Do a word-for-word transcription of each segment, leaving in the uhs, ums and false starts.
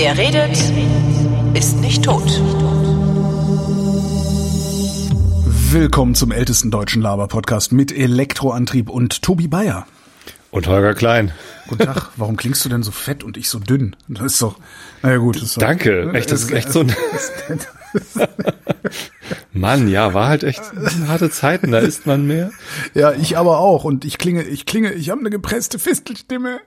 Wer redet, ist nicht tot. Willkommen zum ältesten deutschen Laber-Podcast mit Elektroantrieb und Tobi Bayer. Und Holger Klein. Guten Tag, warum klingst du denn so fett und ich so dünn? Das ist doch, naja gut. Das ist doch, Danke, echt, das ist echt so ein... Mann, ja, war halt echt harte Zeiten, da isst man mehr. Ja, ich aber auch und ich klinge, ich klinge, ich habe eine gepresste Fistelstimme.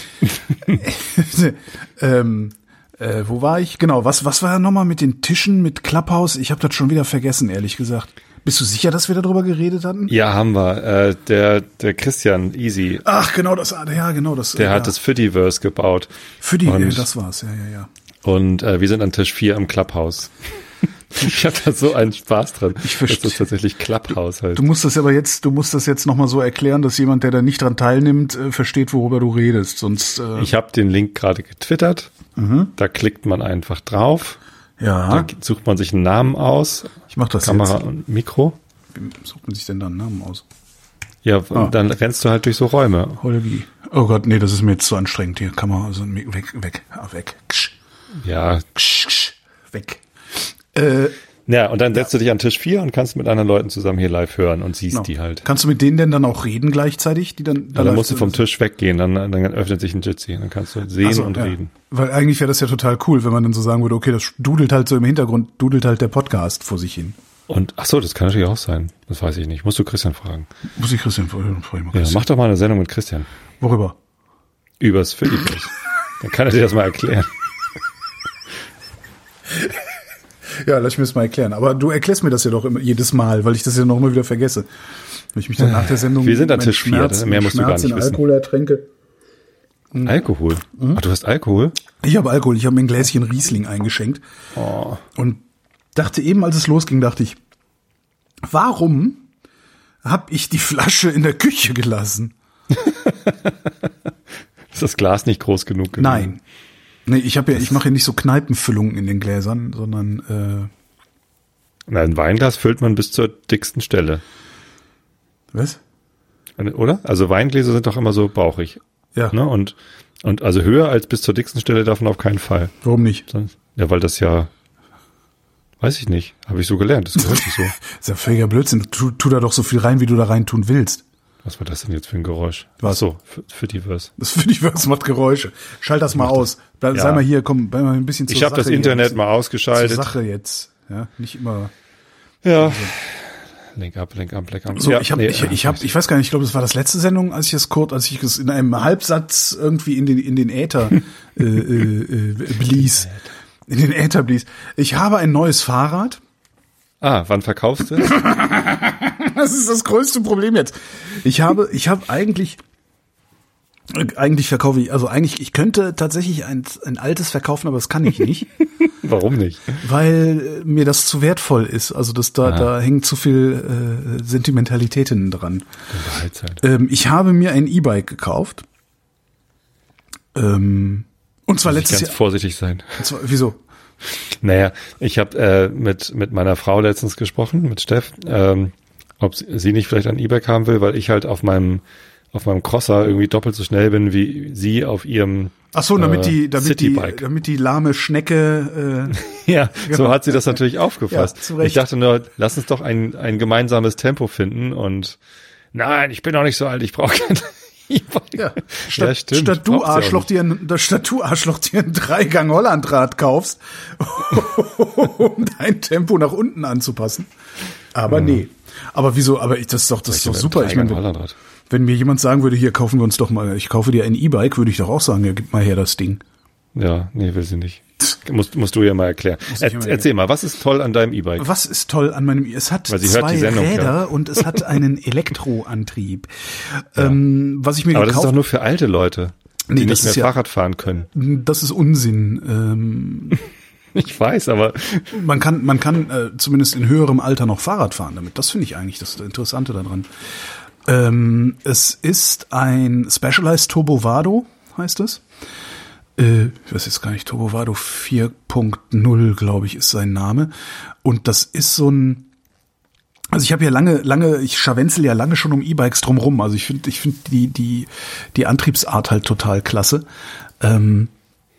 ähm, äh, wo war ich? Genau, was, was war nochmal mit den Tischen, mit Clubhouse? Ich habe das schon wieder vergessen, ehrlich gesagt. Bist du sicher, dass wir darüber geredet hatten? Ja, haben wir. Äh, der der Christian Easy. Ach, genau das. Ja, genau das. Der ja. hat das Fittiverse gebaut. Fitti, und, ja, das war's. Ja, ja, ja. Und äh, wir sind an Tisch vier im Clubhouse. Ich habe da so einen Spaß dran. Ich verstehe. Das ist tatsächlich Clubhouse halt. Du musst das aber jetzt, du musst das jetzt nochmal so erklären, dass jemand, der da nicht dran teilnimmt, äh, versteht, worüber du redest. Sonst. Äh Ich habe den Link gerade getwittert. Mhm. Da klickt man einfach drauf. Ja. Da sucht man sich einen Namen aus. Ich mach das Kamera jetzt. und Mikro. Wie sucht man sich denn da einen Namen aus? Ja, ah. Dann rennst du halt durch so Räume. Holgi. Oh Gott, nee, das ist mir jetzt zu anstrengend hier. Kamera, also weg, weg, ah, weg. Ksch. Ja. Ksch, ksch, weg. Äh, ja, und dann setzt ja. du dich an Tisch vier und kannst mit anderen Leuten zusammen hier live hören und siehst genau. die halt. Kannst du mit denen denn dann auch reden gleichzeitig? Die dann, da ja, dann musst du vom Tisch weggehen, dann, dann öffnet sich ein Jitsi, dann kannst du sehen so, und ja. reden. Weil eigentlich wäre das ja total cool, wenn man dann so sagen würde, okay, das dudelt halt so im Hintergrund, dudelt halt der Podcast vor sich hin. Und, ach so, das kann natürlich auch sein. Das weiß ich nicht. Musst du Christian fragen. Muss ich Christian fragen? Frag ich mal Christian. Ja, mach doch mal eine Sendung mit Christian. Worüber? Übers Fittiverse. Dann kann er dir das mal erklären. Ja, lass ich mir das mal erklären. Aber du erklärst mir das ja doch immer, jedes Mal, weil ich das ja noch immer wieder vergesse. Wenn ich mich dann nach der Sendung... Wir sind an Tisch vier, Schmerz, mehr musst Schmerz du gar nicht wissen. Alkohol ertränke. Mhm. Alkohol? Mhm. Ach, du hast Alkohol? Ich habe Alkohol. Ich habe mir ein Gläschen Riesling eingeschenkt. Oh. Und dachte eben, als es losging, dachte ich, warum habe ich die Flasche in der Küche gelassen? Ist das Glas nicht groß genug gewesen? Nein. Nee, ich habe ja, ich mache ja nicht so Kneipenfüllungen in den Gläsern, sondern äh Na, ein Weinglas füllt man bis zur dicksten Stelle. Was? Oder? Also Weingläser sind doch immer so bauchig. Ja. Ne? Und, und also höher als bis zur dicksten Stelle davon auf keinen Fall. Warum nicht? Ja, weil das ja, weiß ich nicht, habe ich so gelernt, das gehört nicht so. Das ist ja völliger Blödsinn. Tu, tu da doch so viel rein, wie du da rein tun willst. Was war das denn jetzt für ein Geräusch? Was? Ach so, Fittiverse. Das Fittiverse macht Geräusche. Schalt das mal aus. Bleib, ja. Sei mal hier, komm, bleib mal ein bisschen zur Ich habe das Internet mal ausgeschaltet. Zur Sache jetzt. Ja, nicht immer. Ja. Also. Link up, link up, link up. So, ja, ich habe, nee, ich, ich habe, ich weiß gar nicht, ich glaube, das war das letzte Sendung, als ich es kurz, als ich es in einem Halbsatz irgendwie in den in den Äther äh, äh, blies, in den Äther blies. Ich habe ein neues Fahrrad. Ah, wann verkaufst du es? Das ist das größte Problem jetzt. Ich habe, ich habe eigentlich, eigentlich verkaufe ich, also eigentlich, ich könnte tatsächlich ein, ein altes verkaufen, aber das kann ich nicht. Warum nicht? Weil mir das zu wertvoll ist. Also das da, ah. da hängt zu viel äh, Sentimentalitäten dran. Halt. Ähm, ich habe mir ein E-Bike gekauft. Ähm, und zwar Muss letztes ich ganz Jahr. Vorsichtig sein. Und zwar, wieso? Naja, ich habe äh, mit mit meiner Frau letztens gesprochen, mit Steff, ähm, ob sie, sie nicht vielleicht ein E-Bike haben will, weil ich halt auf meinem auf meinem Crosser irgendwie doppelt so schnell bin wie sie auf ihrem Ach so, damit äh, die damit die Citybike. damit die lahme Schnecke äh, ja, so hat sie das natürlich aufgefasst. Ja, zu Recht. Ich dachte nur, lass uns doch ein ein gemeinsames Tempo finden und nein, ich bin noch nicht so alt, ich brauche kein E-Bike. Ja, statt, ja, stimmt. statt du Arschloch dir ein, statt du Arschloch dir ein Dreigang Hollandrad kaufst, um dein Tempo nach unten anzupassen. Aber mhm. nee. Aber wieso, aber ich, das ist doch, das ist doch super. Ich meine, wenn, wenn mir jemand sagen würde, hier kaufen wir uns doch mal, ich kaufe dir ein E-Bike, würde ich doch auch sagen, ja, gib mal her das Ding. Ja, nee, will sie nicht. Musst, musst du ja mal erklären. Er, mal erzähl mal, was ist toll an deinem E-Bike? Was ist toll an meinem E-Bike? Es hat Weil sie zwei hört die Sendung, Räder ja. und es hat einen Elektroantrieb. Ja. Ähm, was ich mir Aber gekauft, das ist doch nur für alte Leute, die nee, nicht mehr ja, Fahrrad fahren können. Das ist Unsinn. Ähm, ich weiß, aber man kann, man kann äh, zumindest in höherem Alter noch Fahrrad fahren damit. Das finde ich eigentlich das Interessante daran. Ähm, es ist ein Specialized Turbo Vado, heißt es. Ich weiß jetzt gar nicht, Turbo Vado vier Punkt null, glaube ich, ist sein Name. Und das ist so ein, also ich habe ja lange, lange, ich scharwenzel ja lange schon um E-Bikes drumrum. Also ich finde, ich finde die, die, die Antriebsart halt total klasse. Ähm,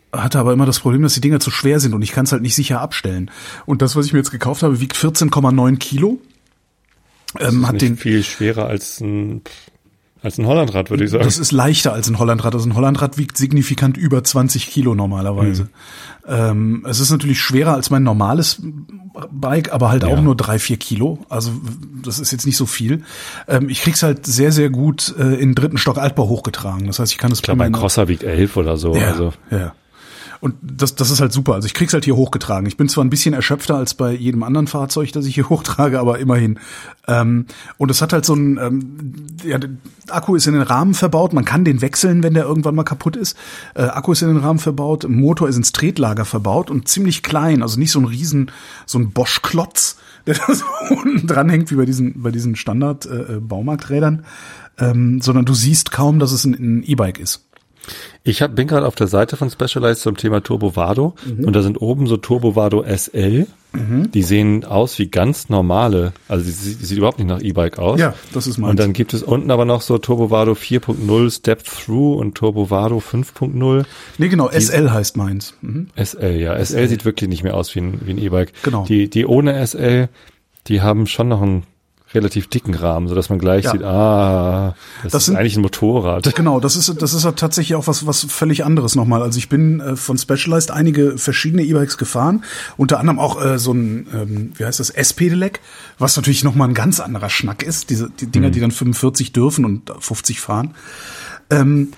hatte aber immer das Problem, dass die Dinger zu schwer sind und ich kann es halt nicht sicher abstellen. Und das, was ich mir jetzt gekauft habe, wiegt vierzehn Komma neun Kilo. Das ähm, ist hat nicht den viel schwerer als ein als ein Hollandrad, würde ich sagen. Das ist leichter als ein Hollandrad. Also ein Hollandrad wiegt signifikant über zwanzig Kilo normalerweise. Mhm. Ähm, es ist natürlich schwerer als mein normales Bike, aber halt ja. auch nur drei, vier Kilo. Also das ist jetzt nicht so viel. Ähm, ich krieg's halt sehr, sehr gut äh, in den dritten Stock Altbau hochgetragen. Das heißt, ich kann es. Ich glaube, mein Crosser wiegt elf oder so. Ja, also. ja. Und das, das ist halt super. Also ich krieg's halt hier hochgetragen. Ich bin zwar ein bisschen erschöpfter als bei jedem anderen Fahrzeug, das ich hier hochtrage, aber immerhin. Ähm, und es hat halt so ein, ähm, ja, der Akku ist in den Rahmen verbaut. Man kann den wechseln, wenn der irgendwann mal kaputt ist. Äh, Akku ist in den Rahmen verbaut. Motor ist ins Tretlager verbaut und ziemlich klein. Also nicht so ein riesen, so ein Bosch-Klotz, der da so unten dran hängt, wie bei diesen, bei diesen Standard-Baumarkträdern. Äh, ähm, sondern du siehst kaum, dass es ein, ein E-Bike ist. Ich hab, bin gerade auf der Seite von Specialized zum Thema Turbo Vado mhm. und da sind oben so Turbo Vado S L. Mhm. Die sehen aus wie ganz normale, also die, die sieht überhaupt nicht nach E-Bike aus. Ja, das ist meins. Und dann gibt es unten aber noch so Turbo Vado vier Punkt null Step Through und Turbo Vado fünf Punkt null. Nee, genau, die, S L heißt meins. Mhm. S L, ja. S L, S L sieht wirklich nicht mehr aus wie ein, wie ein E-Bike. Genau. Die, die ohne S L, die haben schon noch einen relativ dicken Rahmen, so dass man gleich ja. sieht, ah, das, das ist sind, eigentlich ein Motorrad. Genau, das ist das ist halt tatsächlich auch was was völlig anderes nochmal. Also ich bin äh, von Specialized einige verschiedene E-Bikes gefahren, unter anderem auch äh, so ein, ähm, wie heißt das, S-Pedelec, was natürlich nochmal ein ganz anderer Schnack ist. Diese die Dinger, mhm. die dann fünfundvierzig dürfen und fünfzig fahren. Ähm,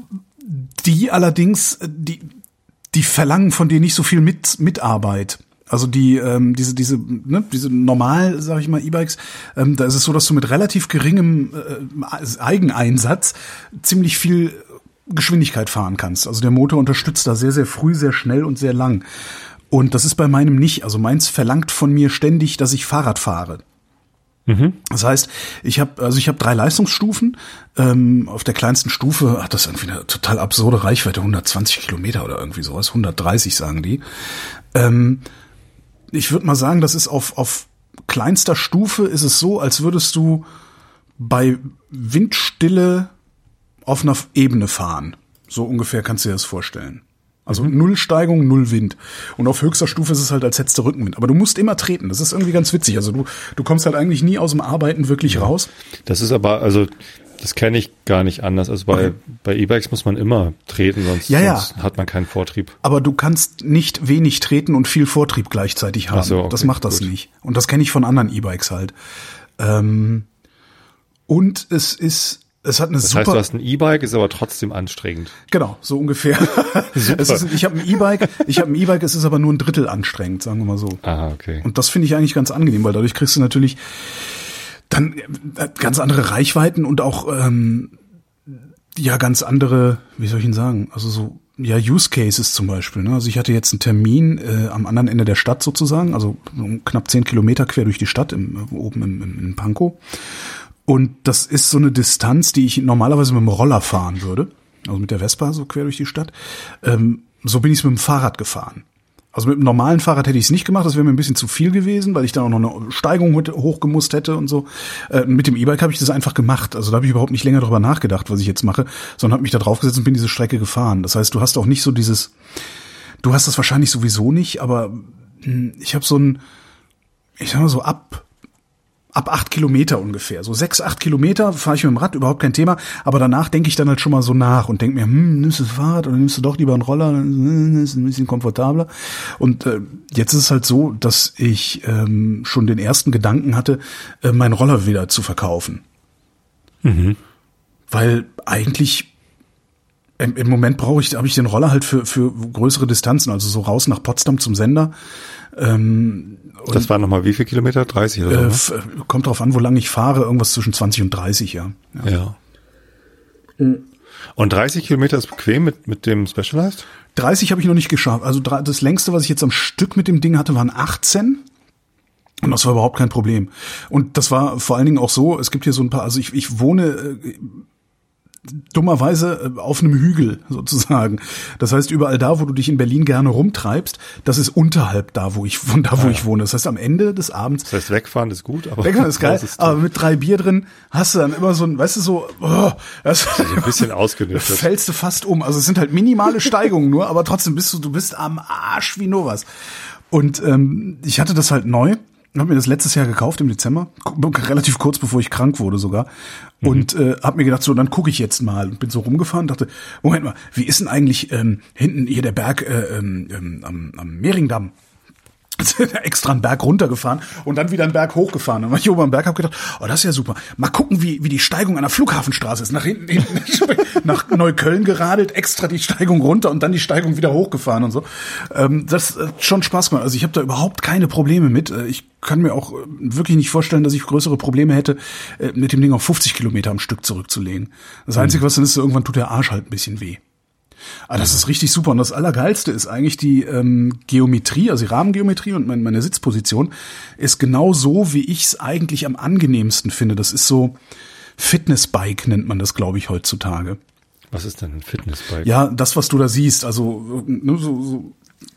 die allerdings, die die verlangen von dir nicht so viel mit Mitarbeit. Also die ähm, diese diese ne, diese normal, sag ich mal, E-Bikes, ähm, da ist es so, dass du mit relativ geringem äh, Eigeneinsatz ziemlich viel Geschwindigkeit fahren kannst. Also der Motor unterstützt da sehr sehr früh, sehr schnell und sehr lang. Und das ist bei meinem nicht. Also meins verlangt von mir ständig, dass ich Fahrrad fahre. Mhm. Das heißt, ich habe also ich habe drei Leistungsstufen. Ähm, auf der kleinsten Stufe hat das irgendwie eine total absurde Reichweite, hundertzwanzig Kilometer oder irgendwie sowas, hundertdreißig sagen die. Ähm, Ich würde mal sagen, das ist auf, auf kleinster Stufe ist es so, als würdest du bei Windstille auf einer Ebene fahren. So ungefähr kannst du dir das vorstellen. Also mhm. null Steigung, null Wind. Und auf höchster Stufe ist es halt, als hättest du Rückenwind. Aber du musst immer treten. Das ist irgendwie ganz witzig. Also du, du kommst halt eigentlich nie aus dem Arbeiten wirklich ja. raus. Das ist aber, also das kenne ich gar nicht anders. Also bei, okay. bei E-Bikes muss man immer treten, sonst, ja, ja. sonst hat man keinen Vortrieb. Aber du kannst nicht wenig treten und viel Vortrieb gleichzeitig haben. Ach so, okay, das macht das gut. nicht. Und das kenne ich von anderen E-Bikes halt. Ähm, und es ist, es hat eine das super... Das heißt, du hast ein E-Bike, ist aber trotzdem anstrengend. Genau, so ungefähr. es ist, ich habe ein E-Bike, ich habe ein E-Bike, es ist aber nur ein Drittel anstrengend, sagen wir mal so. Aha, okay. Und das finde ich eigentlich ganz angenehm, weil dadurch kriegst du natürlich dann ganz andere Reichweiten und auch ähm, ja ganz andere, wie soll ich ihn sagen, also so ja Use Cases zum Beispiel. Ne? Also ich hatte jetzt einen Termin äh, am anderen Ende der Stadt sozusagen, also knapp zehn Kilometer quer durch die Stadt, im, oben im, im, in Pankow. Und das ist so eine Distanz, die ich normalerweise mit dem Roller fahren würde, also mit der Vespa so quer durch die Stadt. Ähm, so bin ich es mit dem Fahrrad gefahren. Also mit dem normalen Fahrrad hätte ich es nicht gemacht, das wäre mir ein bisschen zu viel gewesen, weil ich dann auch noch eine Steigung hochgemusst hätte und so. Äh, mit dem E-Bike habe ich das einfach gemacht. Also da habe ich überhaupt nicht länger drüber nachgedacht, was ich jetzt mache, sondern habe mich da draufgesetzt und bin diese Strecke gefahren. Das heißt, du hast auch nicht so dieses, du hast das wahrscheinlich sowieso nicht, aber ich habe so ein, ich sag mal so ab ab acht Kilometer ungefähr. So sechs, acht Kilometer fahre ich mit dem Rad, überhaupt kein Thema. Aber danach denke ich dann halt schon mal so nach und denke mir, hm, nimmst du das Fahrrad oder nimmst du doch lieber einen Roller? Das ist ein bisschen komfortabler. Und äh, jetzt ist es halt so, dass ich ähm, schon den ersten Gedanken hatte, äh, meinen Roller wieder zu verkaufen. Mhm. Weil eigentlich im, im Moment brauche ich, habe ich den Roller halt für für größere Distanzen, also so raus nach Potsdam zum Sender. Ähm, das waren nochmal wie viel Kilometer? dreißig oder so? Äh, kommt drauf an, wo lang ich fahre. Irgendwas zwischen zwanzig und dreißig, ja. Ja. ja. Mhm. Und dreißig Kilometer ist bequem mit mit dem Specialized? dreißig habe ich noch nicht geschafft. Also das längste, was ich jetzt am Stück mit dem Ding hatte, waren achtzehn. Und das war überhaupt kein Problem. Und das war vor allen Dingen auch so, es gibt hier so ein paar, also ich, ich wohne dummerweise auf einem Hügel sozusagen. Das heißt, überall da, wo du dich in Berlin gerne rumtreibst, das ist unterhalb da, wo ich von da, wo ah, ich wohne. Das heißt, am Ende des Abends. Das heißt, wegfahren ist gut, aber wegfahren ist geil. Ist aber mit drei Bier drin hast du dann immer so ein, weißt du, so, oh, das also ein bisschen ausgenüchtert. Fällst du fast um. Also es sind halt minimale Steigungen nur, aber trotzdem bist du, du bist am Arsch wie nur was. Und ähm, ich hatte das halt neu. Ich habe mir das letztes Jahr gekauft im Dezember, relativ kurz bevor ich krank wurde sogar. Mhm. Und äh, habe mir gedacht, so, dann gucke ich jetzt mal. Und bin so rumgefahren und dachte, Moment mal, wie ist denn eigentlich ähm, hinten hier der Berg äh, ähm, am, am Mehringdamm? Extra einen Berg runtergefahren und dann wieder einen Berg hochgefahren. Dann war ich oben am Berg, hab gedacht, oh, das ist ja super. Mal gucken, wie wie die Steigung an der Flughafenstraße ist. Nach hinten, hinten nach Neukölln geradelt, extra die Steigung runter und dann die Steigung wieder hochgefahren und so. Ähm, das hat schon Spaß gemacht. Also ich habe da überhaupt keine Probleme mit. Ich kann mir auch wirklich nicht vorstellen, dass ich größere Probleme hätte, mit dem Ding auf fünfzig Kilometer am Stück zurückzulegen. Das Einzige, was dann ist, irgendwann tut der Arsch halt ein bisschen weh. Ah, das ist richtig super. Und das Allergeilste ist eigentlich die ähm, Geometrie, also die Rahmengeometrie und mein, meine Sitzposition ist genau so, wie ich es eigentlich am angenehmsten finde. Das ist so Fitnessbike, nennt man das, glaube ich, heutzutage. Was ist denn ein Fitnessbike? Ja, das, was du da siehst, also ne, so, so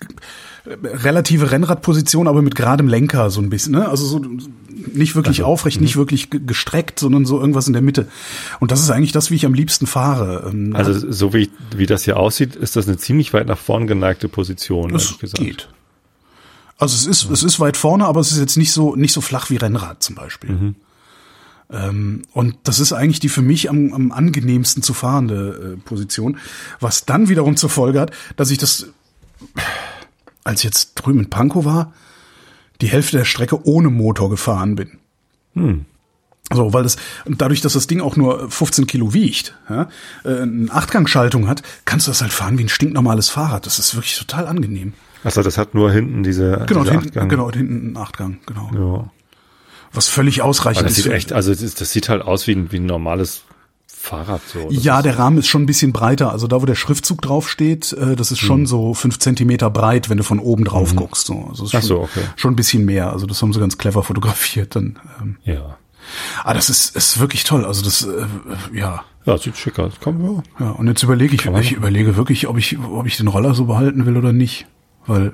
relative Rennradposition, aber mit geradem Lenker so ein bisschen, ne? Also so nicht wirklich also, aufrecht, mh. nicht wirklich gestreckt, sondern so irgendwas in der Mitte. Und das ist eigentlich das, wie ich am liebsten fahre. Also so wie wie das hier aussieht, ist das eine ziemlich weit nach vorn geneigte Position, ehrlich gesagt. Geht. Also es ist, ja. es ist weit vorne, aber es ist jetzt nicht so nicht so flach wie Rennrad zum Beispiel. Mhm. Ähm, und das ist eigentlich die für mich am, am angenehmsten zu fahrende äh, Position, was dann wiederum zur Folge hat, dass ich das, als ich jetzt drüben in Pankow war, die Hälfte der Strecke ohne Motor gefahren bin. Hm. So, weil das, dadurch, dass das Ding auch nur fünfzehn Kilo wiegt, ja, äh, eine Achtgangschaltung hat, kannst du das halt fahren wie ein stinknormales Fahrrad. Das ist wirklich total angenehm. Achso, das hat nur hinten diese, genau, diese hinten, Achtgang. Genau, hinten ein Achtgang, genau. Ja. Was völlig ausreichend das ist. Sieht echt, also das, das sieht halt aus wie ein, wie ein normales Fahrrad. So. Das ja, der Rahmen ist schon ein bisschen breiter. Also da, wo der Schriftzug draufsteht, äh, das ist schon hm. so fünf Zentimeter breit, wenn du von oben drauf mhm. guckst. So. Also ist Ach schon, so, okay. schon ein bisschen mehr. Also das haben sie ganz clever fotografiert. Dann, ähm. Ja. Ah, das ist, ist wirklich toll. Also das, äh, ja. Ja, sieht schick aus. Komm, ja. Ja, und jetzt überlege ich, ich überlege wirklich, ob ich, ob ich den Roller so behalten will oder nicht. Weil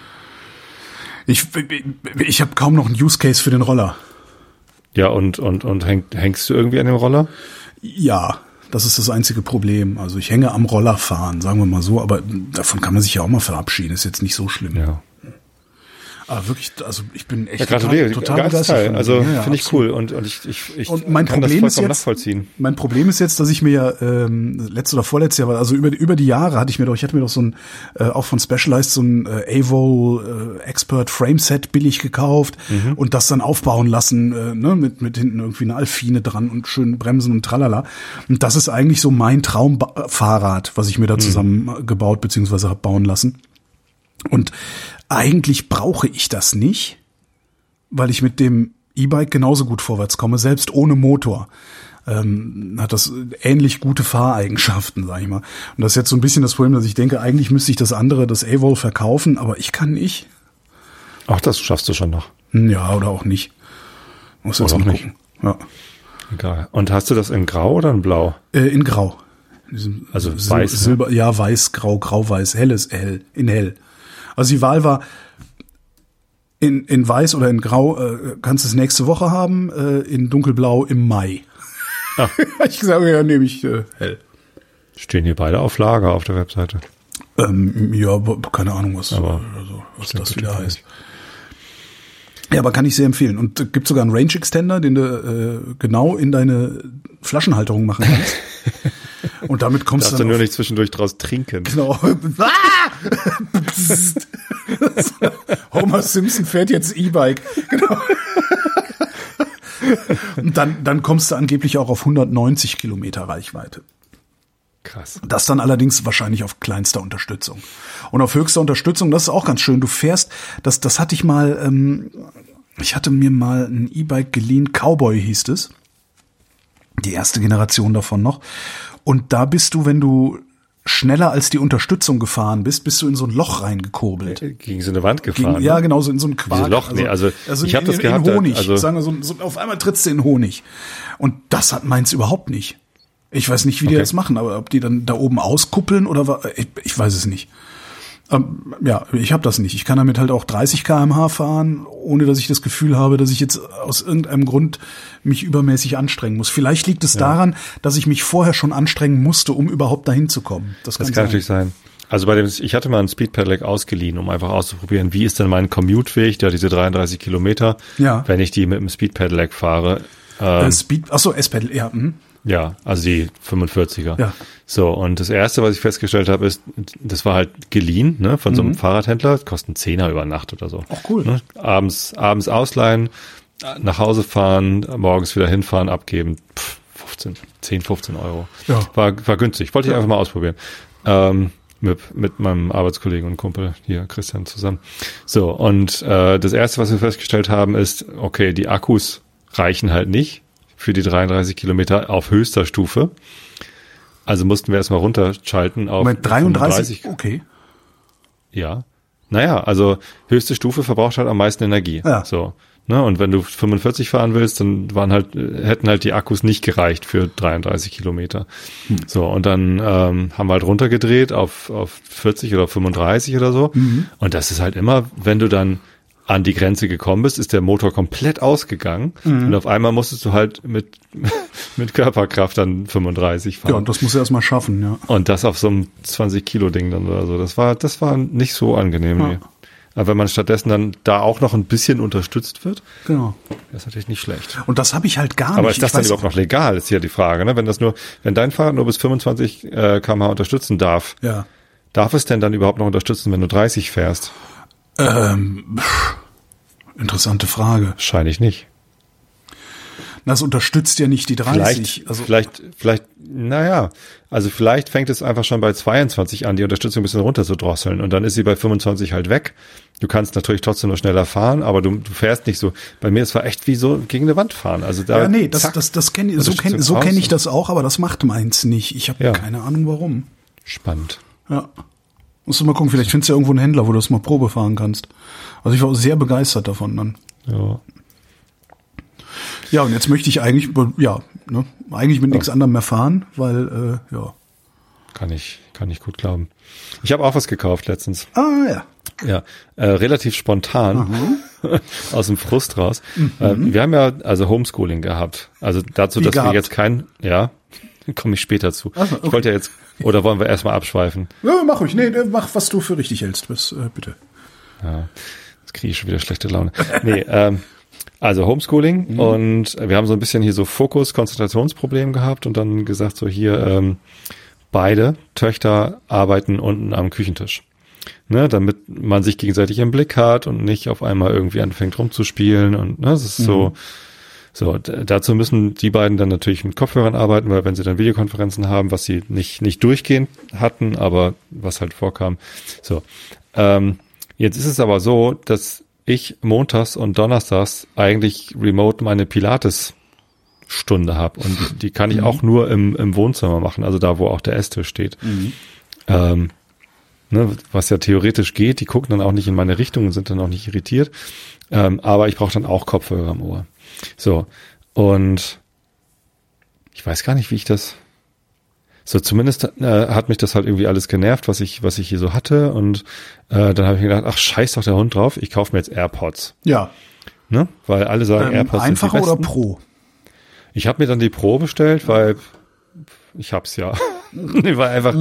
ich, ich habe kaum noch einen Use Case für den Roller. Ja, und, und, und häng, hängst du irgendwie an dem Roller? Ja, das ist das einzige Problem. Also ich hänge am Rollerfahren, sagen wir mal so, aber davon kann man sich ja auch mal verabschieden. Ist jetzt nicht so schlimm. Ja. Aber wirklich, also ich bin echt ja, gratuliere, total, total begeistert. Also ja, ja, finde ich cool und und ich ich, ich und mein kann Problem das vollkommen ist jetzt, nachvollziehen. Mein Problem ist jetzt, dass ich mir ja ähm, letztes oder vorletztes Jahr, also über über die Jahre hatte ich mir doch, ich hatte mir doch so ein äh, auch von Specialized so ein äh, Avol äh, Expert Frameset billig gekauft mhm. und das dann aufbauen lassen, äh, ne, mit mit hinten irgendwie eine Alfine dran und schön Bremsen und tralala. Und das ist eigentlich so mein Traumfahrrad, was ich mir da zusammen mhm. gebaut beziehungsweise habe bauen lassen. Und eigentlich brauche ich das nicht, weil ich mit dem E-Bike genauso gut vorwärts komme, selbst ohne Motor. Ähm, hat das ähnlich gute Fahreigenschaften, sag ich mal. Und das ist jetzt so ein bisschen das Problem, dass ich denke, eigentlich müsste ich das andere, das Avol, verkaufen, aber ich kann nicht. Ach, das schaffst du schon noch. Ja, oder auch nicht. Muss jetzt mal gucken. Ja. Egal. Und hast du das in Grau oder in Blau? Äh, in Grau. Also Sil- weiß. Silber, ne? Ja, weiß, grau, grau-weiß, helles, hell, in hell. Also die Wahl war, in, in weiß oder in grau äh, kannst du es nächste Woche haben, äh, in dunkelblau im Mai. Ah. Ich sage, ja, nehme ich äh, hell. Stehen hier beide auf Lager auf der Webseite. Ähm, ja, keine Ahnung, was, aber also, was das wieder heißt. Ja, aber kann ich sehr empfehlen. Und äh, gibt sogar einen Range Extender, den du äh, genau in deine Flaschenhalterung machen kannst. Und damit kommst du dann nur nicht zwischendurch draus trinken. Genau. Homer Simpson fährt jetzt E-Bike. Genau. Und dann, dann kommst du angeblich auch auf hundertneunzig Kilometer Reichweite. Krass. Das dann allerdings wahrscheinlich auf kleinster Unterstützung. Und auf höchster Unterstützung, das ist auch ganz schön. Du fährst, das, das hatte ich mal, ähm, ich hatte mir mal ein E-Bike geliehen, Cowboy hieß es. Die erste Generation davon noch. Und da bist du, wenn du schneller als die Unterstützung gefahren bist, bist du in so ein Loch reingekurbelt. Gegen so eine Wand gefahren. Gegen, ja, genau, so in so ein Quark. Diese Loch, nee, also, also ich habe das in, gehabt. In Honig, also sagen wir so, so, auf einmal trittst du in Honig. Und das hat meins überhaupt nicht. Ich weiß nicht, wie die Okay. das machen, aber ob die dann da oben auskuppeln oder wa- ich, ich weiß es nicht. Ähm, ja, ich habe das nicht. Ich kann damit halt auch dreißig Kilometer pro Stunde fahren, ohne dass ich das Gefühl habe, dass ich jetzt aus irgendeinem Grund mich übermäßig anstrengen muss. Vielleicht liegt es daran, dass ich mich vorher schon anstrengen musste, um überhaupt dahin zu kommen. Das kann, Das kann sein. natürlich sein. Also bei dem, ich hatte mal ein Speed Pedelec ausgeliehen, um einfach auszuprobieren, wie ist denn mein Commute-Weg, der diese dreiunddreißig Kilometer, Ja. wenn ich die mit dem Speed Pedelec fahre. Äh, Ähm, Speed, ach so, S-Pedal, ja. Mhm. ja, also die fünfundvierziger. Ja. So, und das Erste, was ich festgestellt habe, ist, das war halt geliehen, ne, von so einem Fahrradhändler, kosten Zehner über Nacht oder so. Ach, cool. Ne? Abends, abends ausleihen, nach Hause fahren, morgens wieder hinfahren, abgeben, pff, fünfzehn, zehn, fünfzehn Euro. Ja. War, war günstig, wollte ich einfach mal ausprobieren. Ähm, mit, mit meinem Arbeitskollegen und Kumpel hier, Christian, zusammen. So, und äh, das Erste, was wir festgestellt haben, ist, okay, die Akkus reichen halt nicht für die dreiunddreißig Kilometer auf höchster Stufe. Also mussten wir erstmal runterschalten auf Moment, dreiunddreißig, fünfunddreißig. okay. Ja. Naja, also höchste Stufe verbraucht halt am meisten Energie. Ja. So. Ne? Und wenn du fünfundvierzig fahren willst, dann waren halt, hätten halt die Akkus nicht gereicht für dreiunddreißig Kilometer. Hm. So, und dann ähm, haben wir halt runtergedreht auf, auf vierzig oder fünfunddreißig oder so. Mhm. Und das ist halt immer, wenn du dann an die Grenze gekommen bist, ist der Motor komplett ausgegangen. Mhm. Und auf einmal musstest du halt mit, mit Körperkraft dann fünfunddreißig fahren. Ja, und das muss er erstmal schaffen, ja. Und das auf so einem zwanzig Kilo Ding dann oder so. Das war, das war nicht so angenehm. Ja. Nee. Aber wenn man stattdessen dann da auch noch ein bisschen unterstützt wird, Genau. das ist natürlich nicht schlecht. Und das habe ich halt gar nicht. Aber ist das Ich dann weiß- überhaupt noch legal, ist hier die Frage, ne? Wenn das nur, wenn dein Fahrrad nur bis fünfundzwanzig äh, Kilometer pro Stunde unterstützen darf, Ja. darf es denn dann überhaupt noch unterstützen, wenn du dreißig fährst? Ähm, pff, interessante Frage. Wahrscheinlich nicht. Das unterstützt ja nicht die dreißig. Vielleicht, Also, vielleicht, vielleicht, naja, also vielleicht fängt es einfach schon bei zweiundzwanzig an, die Unterstützung ein bisschen runter zu drosseln und dann ist sie bei fünfundzwanzig halt weg. Du kannst natürlich trotzdem noch schneller fahren, aber du, du fährst nicht so. Bei mir, es war echt wie so gegen eine Wand fahren. Also da, ja, nee, das, zack, das, das kenn ich, so Unterstützung kenn, so raus kenn ich und- das auch, aber das macht meins nicht. Ich habe Ja. keine Ahnung warum. Spannend. Ja. Musst du mal gucken, vielleicht findest du ja irgendwo einen Händler, wo du das mal Probe fahren kannst. Also ich war auch sehr begeistert davon dann. Ja. Ja, und jetzt möchte ich eigentlich, ja, ne, eigentlich mit nichts anderem mehr fahren, weil, äh, ja. Kann ich, kann ich gut glauben. Ich habe auch was gekauft letztens. Ah, ja. Ja, äh, relativ spontan aus dem Frust raus. Äh, wir haben ja also Homeschooling gehabt. Also dazu, Wie dass gehabt? wir jetzt kein, ja, komme ich später zu. Ach so, okay. Ich wollte ja jetzt, oder wollen wir erstmal abschweifen? Ja, mach ruhig. Nee, nee, mach, was du für richtig hältst. Das, äh, bitte. Ja, jetzt kriege ich schon wieder schlechte Laune. Nee, ähm, also Homeschooling und wir haben so ein bisschen hier so Fokus, Konzentrationsproblem gehabt und dann gesagt so hier, ähm, beide Töchter arbeiten unten am Küchentisch. Ne, damit man sich gegenseitig im Blick hat und nicht auf einmal irgendwie anfängt rumzuspielen und ne, das ist so, so, d- dazu müssen die beiden dann natürlich mit Kopfhörern arbeiten, weil wenn sie dann Videokonferenzen haben, was sie nicht, nicht durchgehend hatten, aber was halt vorkam, so, ähm, jetzt ist es aber so, dass ich montags und donnerstags eigentlich remote meine Pilates-Stunde habe und die, die kann ich auch nur im, im Wohnzimmer machen, also da, wo auch der Esstisch steht. Ähm, ne, was ja theoretisch geht, die gucken dann auch nicht in meine Richtung und sind dann auch nicht irritiert, ähm, aber ich brauche dann auch Kopfhörer im Ohr. So, und ich weiß gar nicht, wie ich das... So, zumindest äh, hat mich das halt irgendwie alles genervt, was ich, was ich hier so hatte. Und äh, dann habe ich mir gedacht, ach, scheiß doch der Hund drauf, ich kaufe mir jetzt AirPods. Ja. Ne? Weil alle sagen, Ähm, AirPods einfacher sind die oder besten. Pro? Ich habe mir dann die Pro bestellt, weil ich hab's ja. Nee, war einfach,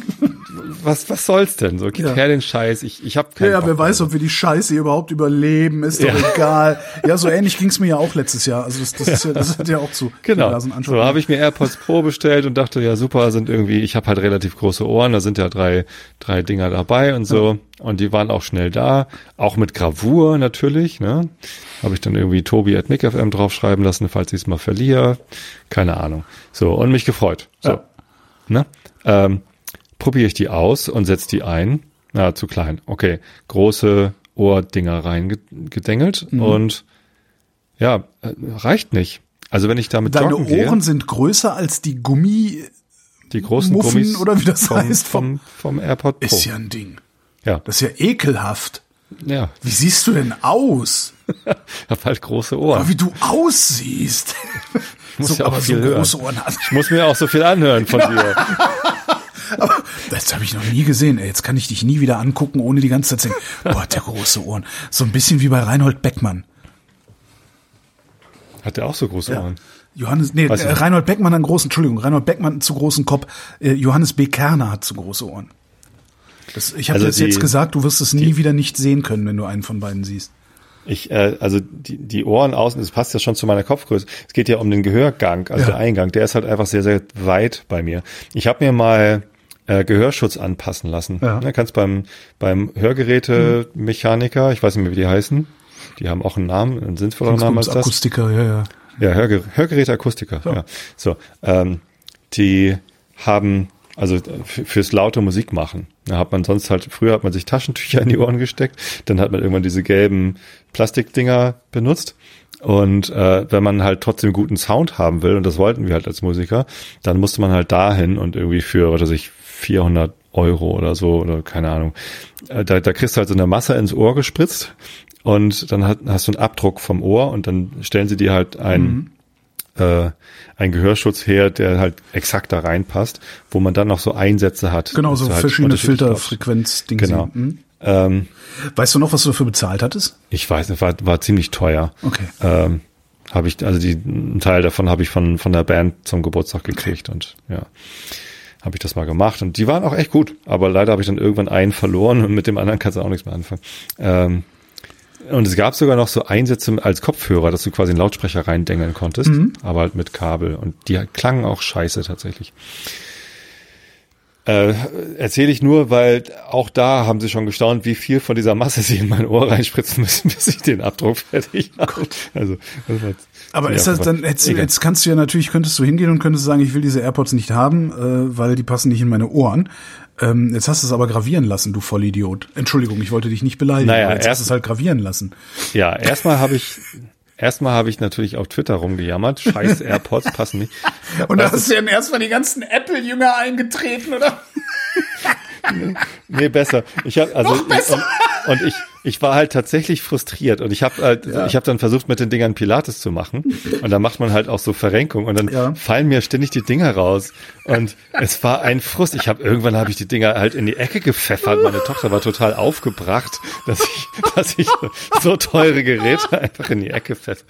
was, was soll's denn? So, gib Ja. her den Scheiß, ich, ich hab Ja, keinen ja, Bock wer mehr. weiß, ob wir die Scheiße hier überhaupt überleben, ist doch Ja. egal. Ja, so ähnlich ging's mir ja auch letztes Jahr. Also das, das, ist ja, das hat ja auch zu Genau. diversen So Anschauen. habe ich mir AirPods Pro bestellt und dachte, ja super, sind irgendwie, ich habe halt relativ große Ohren, da sind ja drei, drei Dinger dabei und so. Und die waren auch schnell da, auch mit Gravur natürlich, ne? Habe ich dann irgendwie Tobi at Nick F M draufschreiben lassen, falls ich es mal verliere. Keine Ahnung. So, und mich gefreut. So. Ja. Ne? Ähm, probiere ich die aus und setze die ein. Na, zu klein. Okay. Große Ohrdinger reingedengelt und ja, äh, reicht nicht. Also wenn ich damit Deine joggen Ohren gehe, sind größer als die Gummi, die großen Muffen Gummis oder wie das vom, heißt, vom, vom AirPod Pro. ist ja ein Ding. ja, Das ist ja ekelhaft. ja. Wie siehst du denn aus? Hab halt große Ohren. Aber wie du aussiehst. Ich muss so, ja auch aber viel so hören. große Ohren hast. Ich muss mir auch so viel anhören von dir. Aber das habe ich noch nie gesehen. Ey, jetzt kann ich dich nie wieder angucken, ohne die ganze Zeit zu denken, boah, hat der große Ohren. So ein bisschen wie bei Reinhold Beckmann. Hat der auch so große Ja. Ohren? Johannes, nee, Weiß äh, ich. Reinhold Beckmann hat einen großen, Entschuldigung, Reinhold Beckmann hat einen zu großen Kopf. Äh, Johannes B. Kerner hat zu große Ohren. Das, ich habe Also das die- jetzt gesagt, du wirst es nie wieder nicht sehen können, wenn du einen von beiden siehst. Ich, äh, also die, die Ohren außen, das passt ja schon zu meiner Kopfgröße. Es geht ja um den Gehörgang, also Ja. der Eingang. Der ist halt einfach sehr, sehr weit bei mir. Ich habe mir mal äh, Gehörschutz anpassen lassen. Ja. Ne, kannst beim beim Hörgerätemechaniker, ich weiß nicht mehr, wie die heißen, die haben auch einen Namen, einen sinnvolleren Namen als das. Akustiker, ja, ja. Ja, Hörge Hörgeräteakustiker, So. ja. So, ähm, die haben, also f- fürs laute Musik machen. Da hat man sonst halt, früher hat man sich Taschentücher in die Ohren gesteckt, dann hat man irgendwann diese gelben Plastikdinger benutzt. Und äh, wenn man halt trotzdem guten Sound haben will, und das wollten wir halt als Musiker, dann musste man halt dahin und irgendwie für, was weiß ich, vierhundert Euro oder so, oder keine Ahnung, äh, da, da kriegst du halt so eine Masse ins Ohr gespritzt und dann hat, hast du einen Abdruck vom Ohr und dann stellen sie dir halt ein, äh, einen Gehörschutz her, der halt exakt da reinpasst, wo man dann noch so Einsätze hat. Genau, dass so du halt verschiedene unterschiedlich laut- Filterfrequenz-Dinge. Genau. Hm? Ähm, Weißt du noch, was du dafür bezahlt hattest? ich weiß nicht, war, war ziemlich teuer. Okay. Ähm, habe ich, also die, einen Teil davon habe ich von, von der Band zum Geburtstag gekriegt und ja, habe ich das mal gemacht und die waren auch echt gut, aber leider habe ich dann irgendwann einen verloren und mit dem anderen kannst du auch nichts mehr anfangen. Ähm, und es gab sogar noch so Einsätze als Kopfhörer, dass du quasi einen Lautsprecher reindengeln konntest, Mhm. aber halt mit Kabel und die klangen auch scheiße tatsächlich. Äh, erzähle ich nur, weil auch da haben sie schon gestaunt, wie viel von dieser Masse sie in mein Ohr reinspritzen müssen, bis ich den Abdruck fertig habe. Also, das war Aber ja, ist das dann, jetzt, egal. jetzt kannst du ja natürlich, könntest du hingehen und könntest sagen, ich will diese AirPods nicht haben, äh, weil die passen nicht in meine Ohren. Ähm, jetzt hast du es aber gravieren lassen, du Vollidiot. Entschuldigung, ich wollte dich nicht beleidigen, Naja, aber jetzt hast erst- du es halt gravieren lassen. Ja, erstmal habe ich erstmal habe ich natürlich auf Twitter rumgejammert. Scheiß AirPods passen nicht. Und da Was hast du dann erstmal die ganzen Apple-Jünger eingetreten, oder? Nee, besser. Ich habe also Noch besser. Und, und ich ich war halt tatsächlich frustriert und ich habe halt, Ja. ich habe dann versucht mit den Dingern Pilates zu machen und dann macht man halt auch so Verrenkung und dann Ja. fallen mir ständig die Dinger raus und es war ein Frust. Ich habe irgendwann habe ich die Dinger halt in die Ecke gepfeffert. Meine Tochter war total aufgebracht, dass ich dass ich so teure Geräte einfach in die Ecke pfeffer.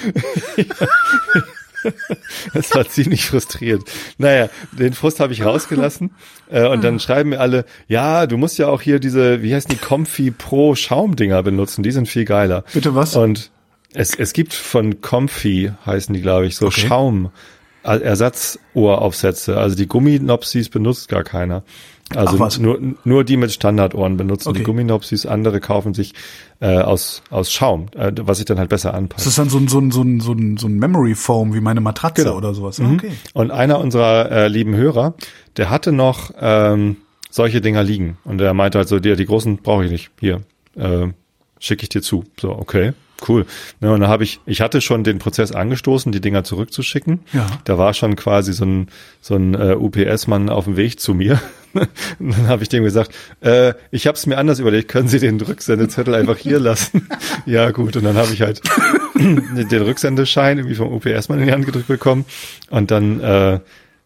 Das war ziemlich frustrierend. Naja, den Frust habe ich rausgelassen äh, und dann schreiben mir alle, ja, du musst ja auch hier diese, wie heißen die, Comfy Pro Schaumdinger benutzen, die sind viel geiler. Bitte was? Und es, es gibt von Comfy, heißen die, glaube ich, so Okay. Schaum, äh, Ersatzohraufsätze. Also die Gumminopsis benutzt gar keiner. Also Ach was. nur nur die mit Standardohren benutzen. Okay. Die Gumminopsis, andere kaufen sich äh, aus aus Schaum, äh, was sich dann halt besser Das anpasst. ist dann so ein, so ein, so ein, so ein, so ein Memory Foam wie meine Matratze Genau. oder sowas. Mhm. Okay. Und einer unserer äh, lieben Hörer, der hatte noch ähm, solche Dinger liegen. Und er meinte halt so, die, die großen brauche ich nicht. Hier, äh, schicke ich dir zu. So, okay, cool. Ja, und dann habe ich, ich hatte schon den Prozess angestoßen, die Dinger zurückzuschicken. Ja. Da war schon quasi so ein, so ein äh, U P S-Mann auf dem Weg zu mir. Und dann habe ich dem gesagt, äh, ich habe es mir anders überlegt, können Sie den Rücksendezettel einfach hier lassen? Ja, gut. Und dann habe ich halt den Rücksendeschein irgendwie vom U P S-Mann in die Hand gedrückt bekommen. Und dann äh,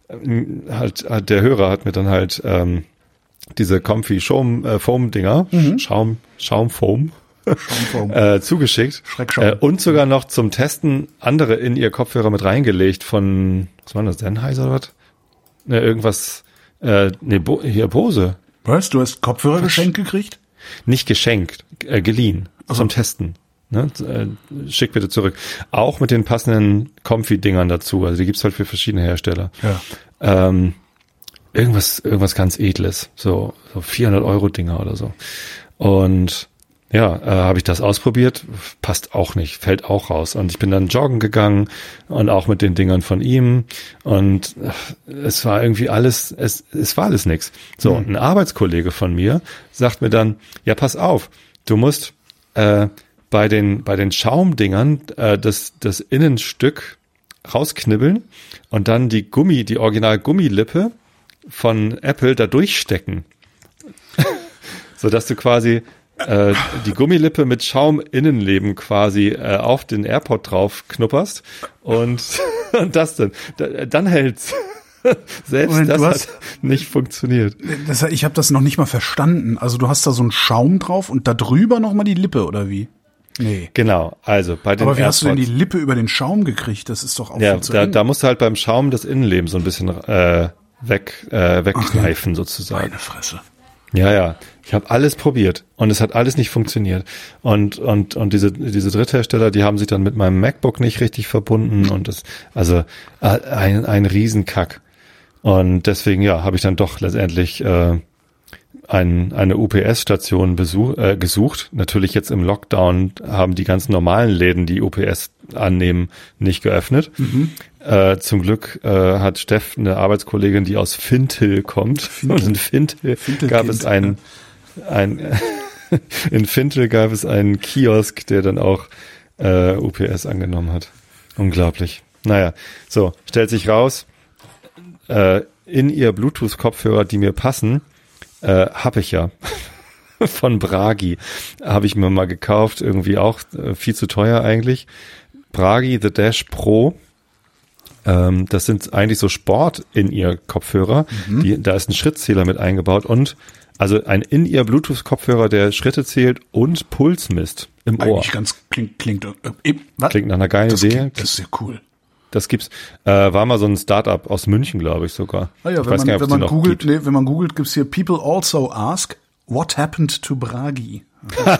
halt, halt der Hörer hat mir dann halt ähm, diese Comfy Schaum, äh, Foam-Dinger, Schaum, Schaumfoam, Schaumfoam. äh, zugeschickt. Schreckschaum. Äh, und sogar noch zum Testen andere in ihr Kopfhörer mit reingelegt von, was war das, Sennheiser oder was? Ne, irgendwas, äh, nee, Bo hier Bose. Was? Du hast Kopfhörer geschenkt gekriegt? Nicht geschenkt, äh, geliehen, zum Testen. Ne? Äh, schick bitte zurück. Auch mit den passenden Comfy-Dingern dazu. Also die gibt's halt für verschiedene Hersteller. Ja. Ähm, irgendwas, irgendwas ganz Edles. So, so vierhundert Euro Dinger oder so. Und ja, äh, habe ich das ausprobiert, passt auch nicht, fällt auch raus. Und ich bin dann joggen gegangen und auch mit den Dingern von ihm und äh, es war irgendwie alles, es, es war alles nix. So, Mhm. ein Arbeitskollege von mir sagt mir dann, ja, pass auf, du musst äh, bei den bei den Schaumdingern äh, das das Innenstück rausknibbeln und dann die Gummi, die Original Gummilippe von Apple da durchstecken. So dass du quasi äh, die Gummilippe mit Schauminnenleben quasi äh, auf den AirPod drauf knupperst und Und das dann, dann hält's. Selbst Moment, das hast, hat nicht funktioniert. Das, ich habe das noch nicht mal verstanden. Also du hast da so einen Schaum drauf und da drüber noch mal die Lippe, oder wie? Nee. Genau, also bei den Aber wie AirPods, hast du denn die Lippe über den Schaum gekriegt? Das ist doch auch ja, viel zu da, eng. da musst du halt beim Schaum das Innenleben so ein bisschen äh, weg äh, wegkneifen, okay. sozusagen. Meine Fresse. Ja, ja. Ich habe alles probiert und es hat alles nicht funktioniert. Und und und diese diese Dritthersteller, die haben sich dann mit meinem MacBook nicht richtig verbunden und das also ein ein Riesenkack. Und deswegen ja, habe ich dann doch letztendlich äh, ein, eine U P S-Station besuch, äh, gesucht. Natürlich jetzt im Lockdown haben die ganz normalen Läden, die U P S annehmen, nicht geöffnet. Mhm. Äh, zum Glück äh, hat Steff eine Arbeitskollegin, die aus Fintel kommt. Fintel. Und in Fintel Fintelkind, gab es ein, ein in Fintel gab es einen Kiosk, der dann auch äh, U P S angenommen hat. Unglaublich. Naja, so, stellt sich raus, äh, in ihr Bluetooth-Kopfhörer, die mir passen, äh, habe ich ja. Von Bragi. Habe ich mir mal gekauft, irgendwie auch äh, viel zu teuer eigentlich. Bragi The Dash Pro. Ähm, das sind eigentlich so Sport-In-Ear-Kopfhörer. Mhm. Die, da ist ein Schrittzähler mit eingebaut und also ein In-Ear-Bluetooth-Kopfhörer, der Schritte zählt und Puls misst im Ohr. Eigentlich ganz klingt klingt äh, was? Klingt nach einer geilen das Idee. Klingt, das ist ja cool. Das gibt's. Äh, war mal so ein Startup aus München, glaube ich sogar. Ah ja, ich wenn weiß man, gar nicht, ob wenn es man die noch googelt, gibt. nee, wenn man googelt, gibt's hier People also ask what happened to Bragi. Okay.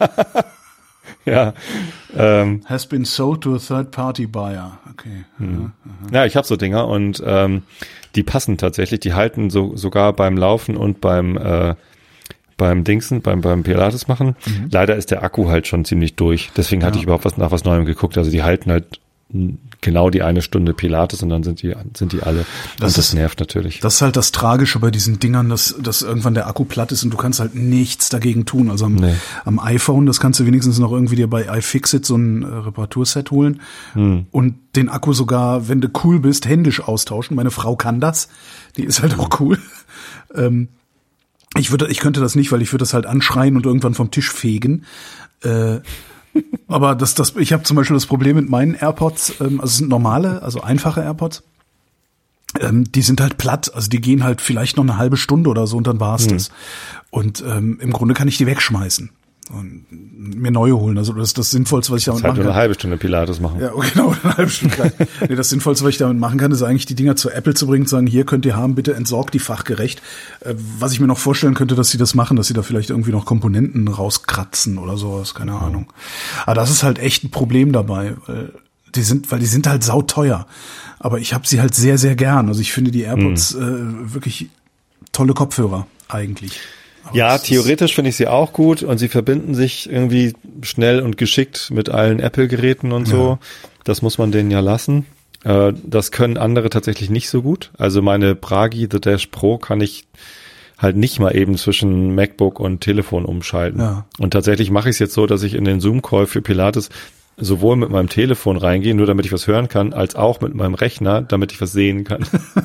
Ja. Ähm, Has been sold to a third party buyer. Okay. Hm. Ja, ich habe so Dinger und ähm, die passen tatsächlich. Die halten so sogar beim Laufen und beim äh, beim Dingsen, beim beim Pilates machen. Mhm. Leider ist der Akku halt schon ziemlich durch. Deswegen hatte ja. ich überhaupt was nach was Neuem geguckt. Also die halten halt genau die eine Stunde Pilates und dann sind die sind die alle. Das, und das ist, nervt natürlich. Das ist halt das Tragische bei diesen Dingern, dass, dass irgendwann der Akku platt ist und du kannst halt nichts dagegen tun. Also am, nee. am iPhone, das kannst du wenigstens noch irgendwie dir bei iFixit so ein äh, Reparaturset holen hm. und den Akku sogar, wenn du cool bist, händisch austauschen. Meine Frau kann das. Die ist halt auch cool. ähm, ich würde, ich könnte das nicht, weil ich würde das halt anschreien und irgendwann vom Tisch fegen. Äh, Aber das, das, ich habe zum Beispiel das Problem mit meinen AirPods, ähm, also es sind normale, also einfache AirPods, ähm, die sind halt platt, also die gehen halt vielleicht noch eine halbe Stunde oder so und dann war's hm. das. Und ähm, im Grunde kann ich die wegschmeißen und mir neue holen. Also das ist das Sinnvollste, was ich damit das halt machen kann. Nur eine halbe Stunde Pilates machen. Ja, genau, eine halbe Stunde. Nee, das Sinnvollste, was ich damit machen kann, ist eigentlich die Dinger zu Apple zu bringen und sagen, hier könnt ihr haben, bitte entsorgt die fachgerecht. Äh, was ich mir noch vorstellen könnte, dass sie das machen, dass sie da vielleicht irgendwie noch Komponenten rauskratzen oder sowas, keine mhm. Ahnung. Aber das ist halt echt ein Problem dabei, weil die sind, weil die sind halt sauteuer. Aber ich habe sie halt sehr, sehr gern. Also ich finde die AirPods mhm. äh, wirklich tolle Kopfhörer eigentlich. Aber ja, theoretisch finde ich sie auch gut und sie verbinden sich irgendwie schnell und geschickt mit allen Apple-Geräten und so. Ja. Das muss man denen ja lassen. Äh, das können andere tatsächlich nicht so gut. Also meine Bragi The Dash Pro kann ich halt nicht mal eben zwischen MacBook und Telefon umschalten. Ja. Und tatsächlich mache ich es jetzt so, dass ich in den Zoom-Call für Pilates sowohl mit meinem Telefon reingehe, nur damit ich was hören kann, als auch mit meinem Rechner, damit ich was sehen kann.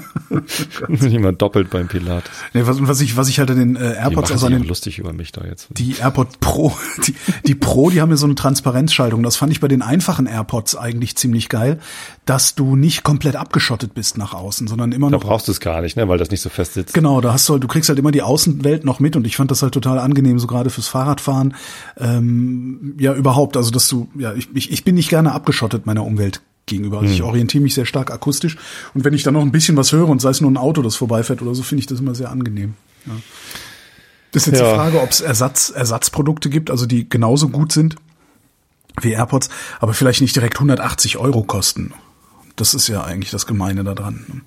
Nicht immer doppelt beim Pilates. Nee, was, was ich, was ich halt an den äh, AirPods, die also an den, lustig über mich da jetzt. Die AirPod Pro, die, die Pro, die haben ja so eine Transparenzschaltung. Das fand ich bei den einfachen AirPods eigentlich ziemlich geil, dass du nicht komplett abgeschottet bist nach außen, sondern immer noch. Da brauchst du es gar nicht, ne, weil das nicht so fest sitzt. Genau, da hast du halt, du kriegst halt immer die Außenwelt noch mit und ich fand das halt total angenehm, so gerade fürs Fahrradfahren. Ähm, ja, überhaupt, also dass du, ja, ich, ich, ich bin nicht gerne abgeschottet meiner Umwelt gegenüber. Also hm. ich orientiere mich sehr stark akustisch und wenn ich dann noch ein bisschen was höre und sei es nur ein Auto, das vorbeifährt oder so, finde ich das immer sehr angenehm. Ja. Das ist jetzt ja. die Frage, ob es Ersatz, Ersatzprodukte gibt, also die genauso gut sind wie AirPods, aber vielleicht nicht direkt hundertachtzig Euro kosten. Das ist ja eigentlich das Gemeine daran.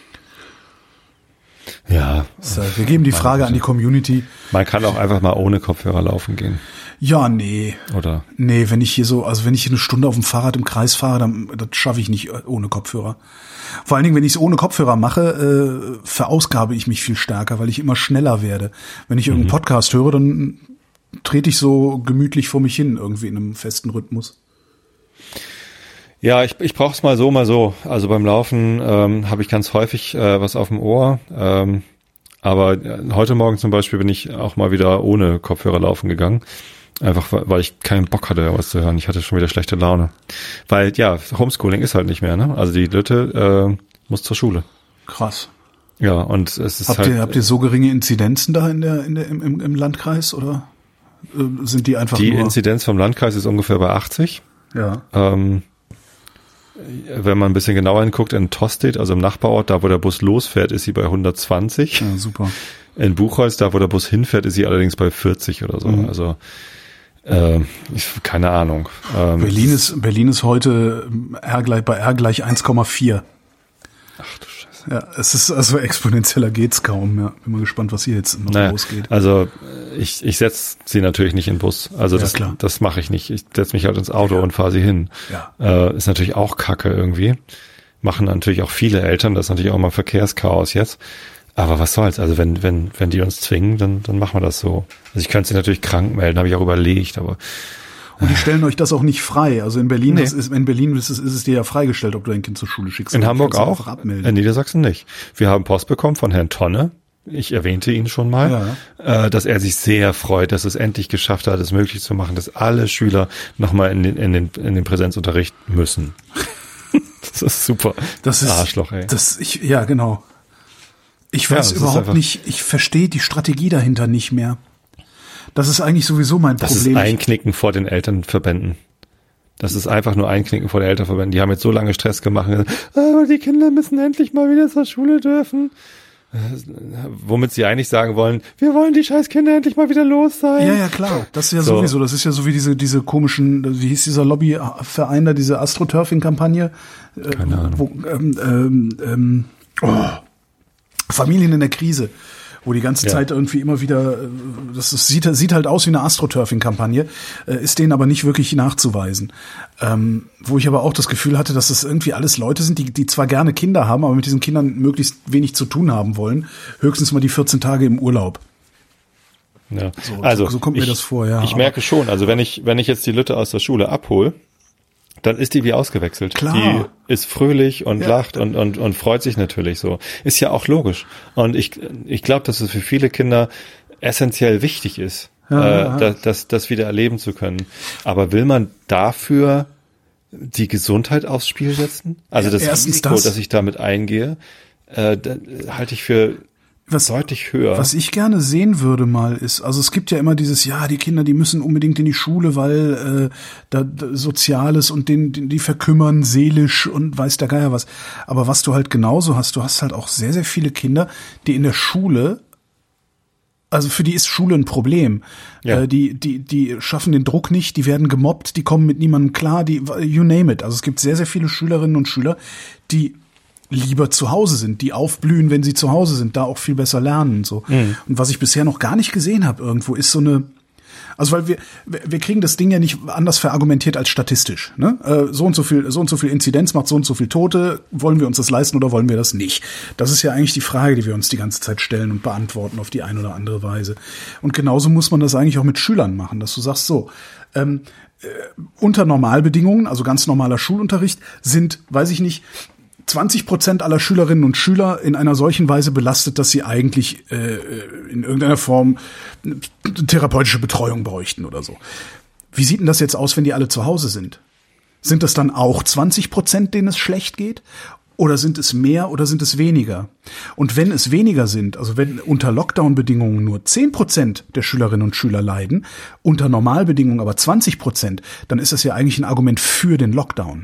Ja. So, wir geben die Frage an die Community. Man kann auch einfach mal ohne Kopfhörer laufen gehen. Ja, nee. Oder? Nee, wenn ich hier so, also wenn ich hier eine Stunde auf dem Fahrrad im Kreis fahre, dann das schaffe ich nicht ohne Kopfhörer. Vor allen Dingen, wenn ich es ohne Kopfhörer mache, äh, verausgabe ich mich viel stärker, weil ich immer schneller werde. Wenn ich irgendeinen mhm. Podcast höre, dann trete ich so gemütlich vor mich hin, irgendwie in einem festen Rhythmus. Ja, ich, ich brauche es mal so, mal so. Also beim Laufen ähm, habe ich ganz häufig äh, was auf dem Ohr. Ähm, aber heute Morgen zum Beispiel bin ich auch mal wieder ohne Kopfhörer laufen gegangen. Einfach, weil ich keinen Bock hatte, was zu hören. Ich hatte schon wieder schlechte Laune. Weil, ja, Homeschooling ist halt nicht mehr, ne? Also die Lütte äh, muss zur Schule. Krass. Ja, und es ist habt halt... Ihr, habt ihr so geringe Inzidenzen da in der, in der, im, im Landkreis, oder äh, sind die einfach Die nur... Inzidenz vom Landkreis ist ungefähr bei achtzig. Ja. Ähm, wenn man ein bisschen genauer hinguckt, in Tostedt, also im Nachbarort, da wo der Bus losfährt, ist sie bei hundertzwanzig. Ja, super. In Buchholz, da wo der Bus hinfährt, ist sie allerdings bei vierzig oder so. Mhm. Also äh, ich, keine Ahnung. Ähm, Berlin ist Berlin ist heute R gleich, bei R gleich eins Komma vier. Ach du Scheiße. Ja, es ist also exponentieller geht's kaum. Ja, bin mal gespannt, was hier jetzt noch naja, losgeht. Also ich ich setze sie natürlich nicht in den Bus. Also ja, das klar. das mache ich nicht. Ich setze mich halt ins Auto ja. und fahre sie hin. Ja. Äh, ist natürlich auch Kacke irgendwie. Machen natürlich auch viele Eltern. Das ist natürlich auch mal Verkehrschaos jetzt. Aber was soll's? Also wenn wenn wenn die uns zwingen, dann dann machen wir das so. Also ich könnte sie natürlich krank melden, habe ich auch überlegt, aber und die stellen euch das auch nicht frei. Also in Berlin, nee. das ist, in Berlin ist es, ist es dir ja freigestellt, ob du dein Kind zur Schule schickst. In Hamburg auch, abmelden. in Niedersachsen nicht. Wir haben Post bekommen von Herrn Tonne. Ich erwähnte ihn schon mal, ja. äh, dass er sich sehr freut, dass es endlich geschafft hat, es möglich zu machen, dass alle Schüler nochmal in den, in den, in den Präsenzunterricht müssen. Das ist super. Das ist Arschloch, ey. Das, ich, ja, genau. Ich weiß ja, überhaupt nicht, ich verstehe die Strategie dahinter nicht mehr. Das ist eigentlich sowieso mein das Problem. Das ist Einknicken vor den Elternverbänden. Das ist einfach nur Einknicken vor den Elternverbänden. Die haben jetzt so lange Stress gemacht. Aber die Kinder müssen endlich mal wieder zur Schule dürfen. Womit sie eigentlich sagen wollen, wir wollen die scheiß Kinder endlich mal wieder los sein. Ja, ja, klar. Das ist ja so. sowieso. Das ist ja so wie diese, diese komischen, wie hieß dieser Lobbyverein da, diese AstroTurfing-Kampagne. Keine Ahnung. Wo, ähm, ähm, ähm, oh. Familien in der Krise, wo die ganze ja. Zeit irgendwie immer wieder, das, das sieht, sieht halt aus wie eine AstroTurfing-Kampagne, äh, ist denen aber nicht wirklich nachzuweisen. Ähm, wo ich aber auch das Gefühl hatte, dass das irgendwie alles Leute sind, die, die zwar gerne Kinder haben, aber mit diesen Kindern möglichst wenig zu tun haben wollen. Höchstens mal die vierzehn Tage im Urlaub. Ja. So, also, so, so kommt ich, mir das vor, ja. Ich merke schon, also wenn ich, wenn ich jetzt die Lütte aus der Schule abhole, dann ist die wie ausgewechselt. Klar. Die ist fröhlich und ja. lacht und, und, und freut sich natürlich so. Ist ja auch logisch. Und ich, ich glaube, dass es für viele Kinder essentiell wichtig ist, ja, äh, ja. Das, das, das wieder erleben zu können. Aber will man dafür die Gesundheit aufs Spiel setzen? Also das Erstens Risiko, das. dass ich damit eingehe, äh, da, halte ich für Was, deutlich höher. Was ich gerne sehen würde mal ist, also es gibt ja immer dieses, ja, die Kinder, die müssen unbedingt in die Schule, weil äh, da, da Soziales und den, den, die verkümmern seelisch und weiß der Geier was. Aber was du halt genauso hast, du hast halt auch sehr, sehr viele Kinder, die in der Schule, also für die ist Schule ein Problem. Ja. Äh, die, die, die schaffen den Druck nicht, die werden gemobbt, die kommen mit niemandem klar, die, you name it. Also es gibt sehr, sehr viele Schülerinnen und Schüler, die lieber zu Hause sind, die aufblühen, wenn sie zu Hause sind, da auch viel besser lernen und so. Mhm. Und was ich bisher noch gar nicht gesehen habe irgendwo, ist so eine, also weil wir wir kriegen das Ding ja nicht anders verargumentiert als statistisch, ne? Äh, so und so viel so und so viel Inzidenz macht so und so viel Tote, wollen wir uns das leisten oder wollen wir das nicht? Das ist ja eigentlich die Frage, die wir uns die ganze Zeit stellen und beantworten auf die eine oder andere Weise. Und genauso muss man das eigentlich auch mit Schülern machen, dass du sagst so, ähm, äh, unter Normalbedingungen, also ganz normaler Schulunterricht, sind, weiß ich nicht, zwanzig Prozent aller Schülerinnen und Schüler in einer solchen Weise belastet, dass sie eigentlich äh, in irgendeiner Form therapeutische Betreuung bräuchten oder so. Wie sieht denn das jetzt aus, wenn die alle zu Hause sind? Sind das dann auch zwanzig Prozent, denen es schlecht geht? Oder sind es mehr oder sind es weniger? Und wenn es weniger sind, also wenn unter Lockdown-Bedingungen nur zehn Prozent der Schülerinnen und Schüler leiden, unter Normalbedingungen aber zwanzig Prozent, dann ist das ja eigentlich ein Argument für den Lockdown.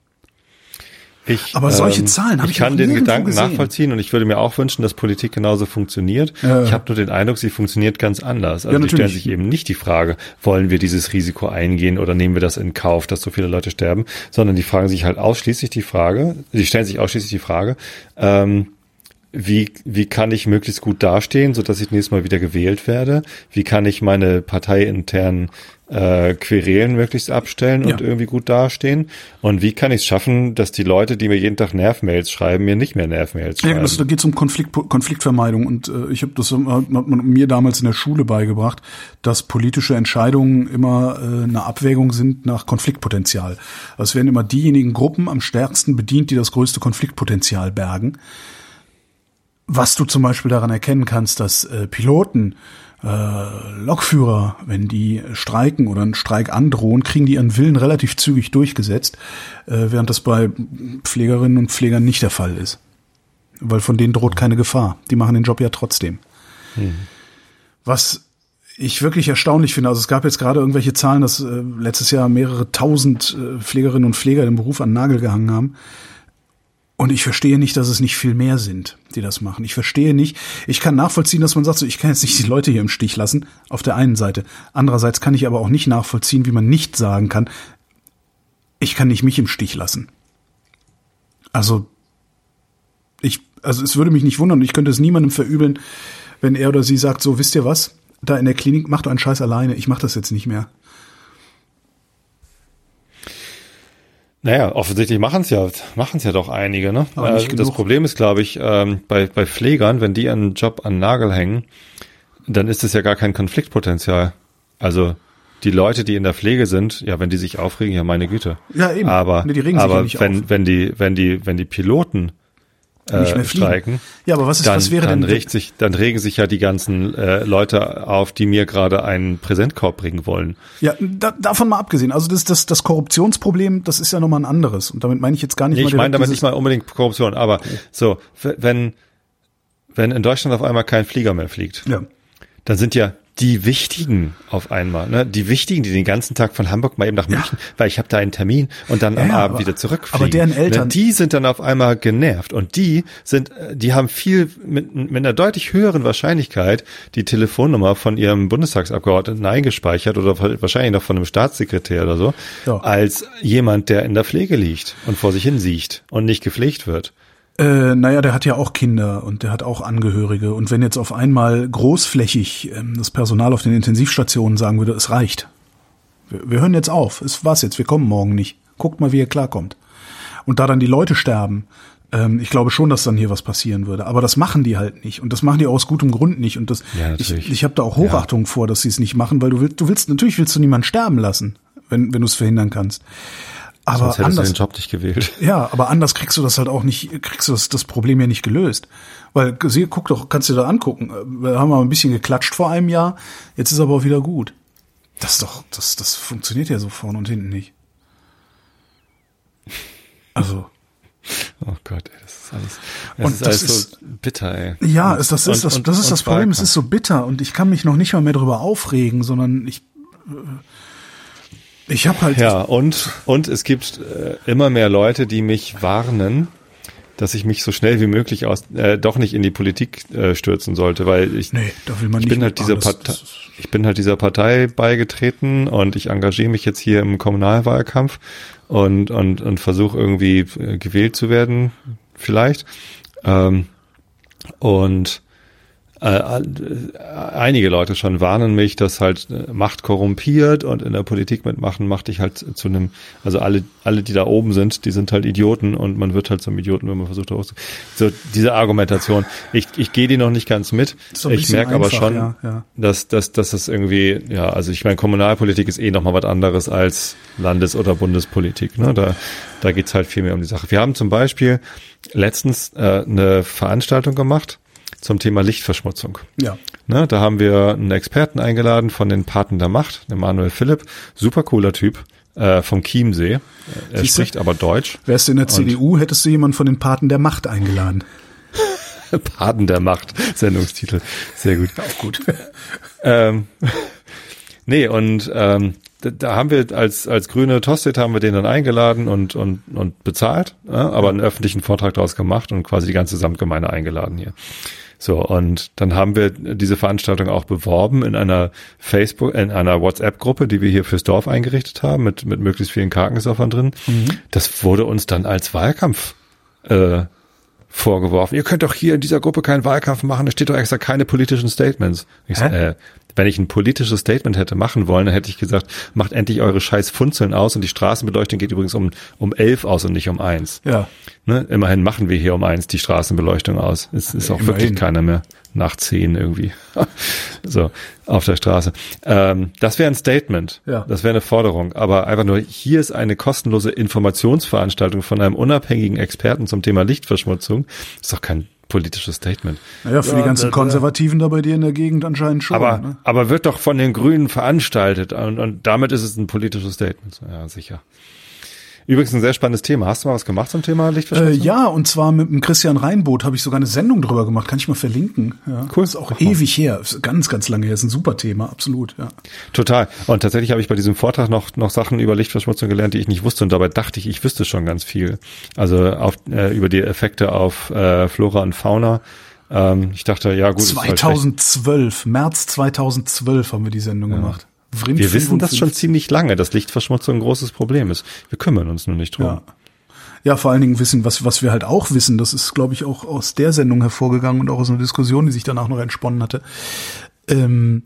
Ich, aber solche ähm, Zahlen habe ich, ich kann noch den nirgendwo Gedanken gesehen. nachvollziehen und ich würde mir auch wünschen, dass Politik genauso funktioniert. Ja. Ich habe nur den Eindruck, sie funktioniert ganz anders. Also Ja, die stellen natürlich. sich eben nicht die Frage, wollen wir dieses Risiko eingehen oder nehmen wir das in Kauf, dass so viele Leute sterben, sondern die fragen sich halt ausschließlich die Frage, die stellen sich ausschließlich die Frage, ähm, wie wie kann ich möglichst gut dastehen, sodass ich nächstes Mal wieder gewählt werde? Wie kann ich meine parteiinternen äh, Querelen möglichst abstellen und Ja. irgendwie gut dastehen? Und wie kann ich es schaffen, dass die Leute, die mir jeden Tag Nervmails schreiben, mir nicht mehr Nervmails schreiben? Ja, das, da geht es um Konflikt, Konfliktvermeidung und äh, ich habe das hat man mir damals in der Schule beigebracht, dass politische Entscheidungen immer äh, eine Abwägung sind nach Konfliktpotenzial. Also es werden immer diejenigen Gruppen am stärksten bedient, die das größte Konfliktpotenzial bergen. Was du zum Beispiel daran erkennen kannst, dass äh, Piloten äh, Lokführer, wenn die streiken oder einen Streik androhen, kriegen die ihren Willen relativ zügig durchgesetzt, äh, während das bei Pflegerinnen und Pflegern nicht der Fall ist. Weil von denen droht keine Gefahr. Die machen den Job ja trotzdem. Mhm. Was ich wirklich erstaunlich finde, also es gab jetzt gerade irgendwelche Zahlen, dass äh, letztes Jahr mehrere tausend äh, Pflegerinnen und Pfleger den Beruf an den Nagel gehangen haben. Und ich verstehe nicht, dass es nicht viel mehr sind, die das machen. Ich verstehe nicht. Ich kann nachvollziehen, dass man sagt, so, ich kann jetzt nicht die Leute hier im Stich lassen, auf der einen Seite. Andererseits kann ich aber auch nicht nachvollziehen, wie man nicht sagen kann, ich kann nicht mich im Stich lassen. Also, ich, also es würde mich nicht wundern, ich könnte es niemandem verübeln, wenn er oder sie sagt, so, wisst ihr was? Da in der Klinik, mach doch einen Scheiß alleine, ich mach das jetzt nicht mehr. Naja, offensichtlich machen es ja, machen es ja doch einige, ne? Aber nicht äh, das genug. Problem ist, glaube ich, ähm, bei, bei Pflegern, wenn die einen Job an den Nagel hängen, dann ist es ja gar kein Konfliktpotenzial. Also die Leute, die in der Pflege sind, ja, wenn die sich aufregen, ja, meine Güte. Ja, eben. Aber, Nee, die regen sich aber ja nicht wenn, auf. wenn die, wenn die, wenn die Piloten Nicht mehr äh, fliegen. streiken, Ja, aber was ist, dann, was wäre dann denn, regt sich, dann regen sich ja die ganzen äh, Leute auf, die mir gerade einen Präsentkorb bringen wollen. ja, da, davon mal abgesehen, also das, das, das Korruptionsproblem, das ist ja nochmal ein anderes. Und damit meine ich jetzt gar nicht Nee, mal ich meine direkt damit dieses- nicht mal unbedingt Korruption, aber so, w- wenn, wenn in Deutschland auf einmal kein Flieger mehr fliegt, Ja. dann sind ja die Wichtigen auf einmal, ne? Die Wichtigen, die den ganzen Tag von Hamburg mal eben nach München, weil ich habe da einen Termin und dann Ja, am ja, Abend aber- wieder zurückfliegen. aber deren Eltern- Ne? Die sind dann auf einmal genervt und die sind, die haben viel mit, mit einer deutlich höheren Wahrscheinlichkeit die Telefonnummer von ihrem Bundestagsabgeordneten eingespeichert oder wahrscheinlich noch von einem Staatssekretär oder so, Ja. als jemand, der in der Pflege liegt und vor sich hin siecht und nicht gepflegt wird. Äh, naja, der hat ja auch Kinder und der hat auch Angehörige. Und wenn jetzt auf einmal großflächig ähm, das Personal auf den Intensivstationen sagen würde, es reicht. Wir, wir hören jetzt auf. Es war's jetzt. Wir kommen morgen nicht. Guckt mal, wie ihr klarkommt. Und da dann die Leute sterben, ähm, ich glaube schon, dass dann hier was passieren würde. Aber das machen die halt nicht. Und das machen die aus gutem Grund nicht. Und das, Ja, ich, natürlich. ich habe da auch Hochachtung vor, dass sie es nicht machen, weil du willst, du willst, natürlich willst du niemanden sterben lassen, wenn, wenn du es verhindern kannst. Aber Sonst hättest du anders, den Job nicht gewählt. ja, aber anders kriegst du das halt auch nicht, kriegst du das, das Problem ja nicht gelöst. Weil, sie, guck doch, kannst du dir da angucken. Wir haben mal ein bisschen geklatscht vor einem Jahr, jetzt ist aber auch wieder gut. Das ist doch, das, das funktioniert ja so vorne und hinten nicht. Also. Oh Gott, ey, das ist alles, das Und ist das alles ist- so bitter, ey. Ja, ist, das ist Und- das, und- das ist und das Problem. Es Wahlkampf. ist so bitter und ich kann mich noch nicht mal mehr darüber aufregen, sondern ich, ich habe halt, Ja, und, und es gibt äh, immer mehr Leute, die mich warnen, dass ich mich so schnell wie möglich aus, äh, doch nicht in die Politik äh, stürzen sollte, weil ich, nee, da will man ich nicht bin halt dieser mitmachen. Das- Partei, das- ich bin halt dieser Partei beigetreten und ich engagiere mich jetzt hier im Kommunalwahlkampf und, und, und versuche irgendwie äh, gewählt zu werden, vielleicht. Ähm, und äh, einige Leute schon warnen mich, dass halt äh, Macht korrumpiert und in der Politik mitmachen macht dich halt zu einem, also alle, alle, die da oben sind, die sind halt Idioten und man wird halt zum Idioten, wenn man versucht, da hochzu- so diese Argumentation. Ich, ich gehe die noch nicht ganz mit. So ein Ich bisschen merke aber einfach, schon, ja, ja. dass, dass, dass das irgendwie, ja, also ich meine, Kommunalpolitik ist eh nochmal was anderes als Landes- oder Bundespolitik. Ne? Da, da geht's halt viel mehr um die Sache. Wir haben zum Beispiel letztens äh, eine Veranstaltung gemacht zum Thema Lichtverschmutzung. Ja. Ne, da haben wir einen Experten eingeladen von den Paten der Macht, den Manuel Philipp, super cooler Typ, äh, vom Chiemsee. Er Siehste? spricht aber Deutsch. Wärst du in der C D U, hättest du jemanden von den Paten der Macht eingeladen. Paten der Macht, Sendungstitel. Sehr gut. Auch gut. ähm, nee, und ähm, da, da haben wir als als grüne Tosted haben wir den dann eingeladen und und und bezahlt, ja, aber einen öffentlichen Vortrag daraus gemacht und quasi die ganze Samtgemeinde eingeladen hier. So, und dann haben wir diese Veranstaltung auch beworben in einer Facebook, in einer WhatsApp-Gruppe, die wir hier fürs Dorf eingerichtet haben, mit mit möglichst vielen Karkensaufern drin. Mhm. Das wurde uns dann als Wahlkampf äh, vorgeworfen. Ihr könnt doch hier in dieser Gruppe keinen Wahlkampf machen, da steht doch extra keine politischen Statements. Ich so, äh, wenn ich ein politisches Statement hätte machen wollen, dann hätte ich gesagt, macht endlich eure scheiß Funzeln aus und die Straßenbeleuchtung geht übrigens um um elf aus und nicht um eins. Ja. Ne? Immerhin machen wir hier um eins die Straßenbeleuchtung aus. Es ist auch Immerhin. wirklich keiner mehr nach zehn irgendwie. So, auf der Straße. Ähm, das wäre ein Statement. Ja. Das wäre eine Forderung. Aber einfach nur, hier ist eine kostenlose Informationsveranstaltung von einem unabhängigen Experten zum Thema Lichtverschmutzung. Ist doch kein politisches Statement. Naja, für ja, die ganzen da, da, Konservativen da bei dir in der Gegend anscheinend schon. Aber, ne? aber wird doch von den Grünen veranstaltet und, und damit ist es ein politisches Statement. Ja, sicher. Übrigens ein sehr spannendes Thema. Hast du mal was gemacht zum Thema Lichtverschmutzung? Äh, ja, und zwar mit dem Christian Reinboth habe ich sogar eine Sendung drüber gemacht. Kann ich mal verlinken. Ja, cool. Ist auch ewig her. Ist ganz, ganz lange her. Ist ein super Thema, absolut. Ja. Total. Und tatsächlich habe ich bei diesem Vortrag noch noch Sachen über Lichtverschmutzung gelernt, die ich nicht wusste. Und dabei dachte ich, ich wüsste schon ganz viel. Also auf, äh, über die Effekte auf äh, Flora und Fauna. Ähm, ich dachte, ja gut. zweitausendzwölf, März zweitausendzwölf haben wir die Sendung ja. gemacht. Vrind wir wissen das schon ziemlich lange, dass Lichtverschmutzung ein großes Problem ist. Wir kümmern uns nur nicht drum. Ja. Ja, vor allen Dingen wissen, was, was wir halt auch wissen, das ist, glaube ich, auch aus der Sendung hervorgegangen und auch aus einer Diskussion, die sich danach noch entsponnen hatte. Ähm,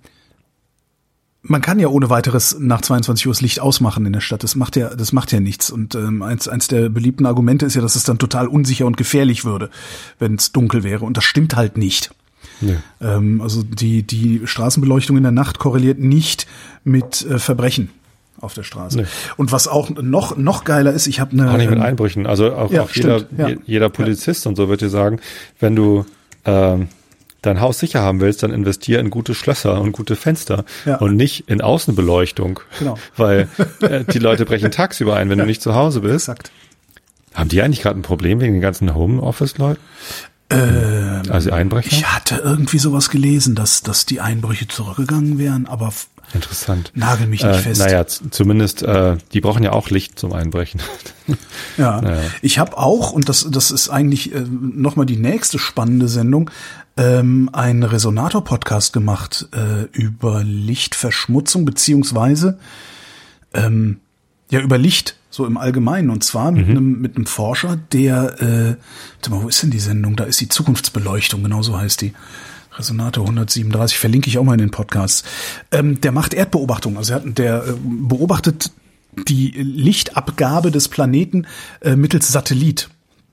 man kann ja ohne weiteres nach zweiundzwanzig Uhr das Licht ausmachen in der Stadt. Das macht ja, das macht ja nichts. Und ähm, eins, eins der beliebten Argumente ist ja, dass es dann total unsicher und gefährlich würde, wenn es dunkel wäre. Und das stimmt halt nicht. Nee. Ähm, also die, die Straßenbeleuchtung in der Nacht korreliert nicht mit äh, Verbrechen auf der Straße. Nee. Und was auch noch noch geiler ist, ich habe eine auch nicht mit Einbrüchen. Also auch, ja, auch jeder ja. jeder Polizist ja. und so wird dir sagen, wenn du ähm, dein Haus sicher haben willst, dann investier in gute Schlösser und gute Fenster ja. und nicht in Außenbeleuchtung. Genau. Weil äh, die Leute brechen tagsüber ein, wenn ja. du nicht zu Hause bist. Exakt. Haben die eigentlich gerade ein Problem wegen den ganzen Homeoffice-Leuten? Ähm, also Einbrecher? Ich hatte irgendwie sowas gelesen, dass, dass die Einbrüche zurückgegangen wären, aber interessant. Nagel mich nicht äh, fest. Naja, z- zumindest, äh, die brauchen ja auch Licht zum Einbrechen. Ja, naja. Ich habe auch, und das, das ist eigentlich äh, nochmal die nächste spannende Sendung, ähm, einen Resonator-Podcast gemacht äh, über Lichtverschmutzung, beziehungsweise ähm, ja über Licht, so im Allgemeinen, und zwar mit einem mhm. mit einem Forscher, der, äh, warte mal, wo ist denn die Sendung? Da ist die Zukunftsbeleuchtung, genau so heißt die. Resonator hundertsiebenunddreißig, verlinke ich auch mal in den Podcasts. Ähm, der macht Erdbeobachtungen, also er hat, der äh, beobachtet die Lichtabgabe des Planeten äh, mittels Satellit,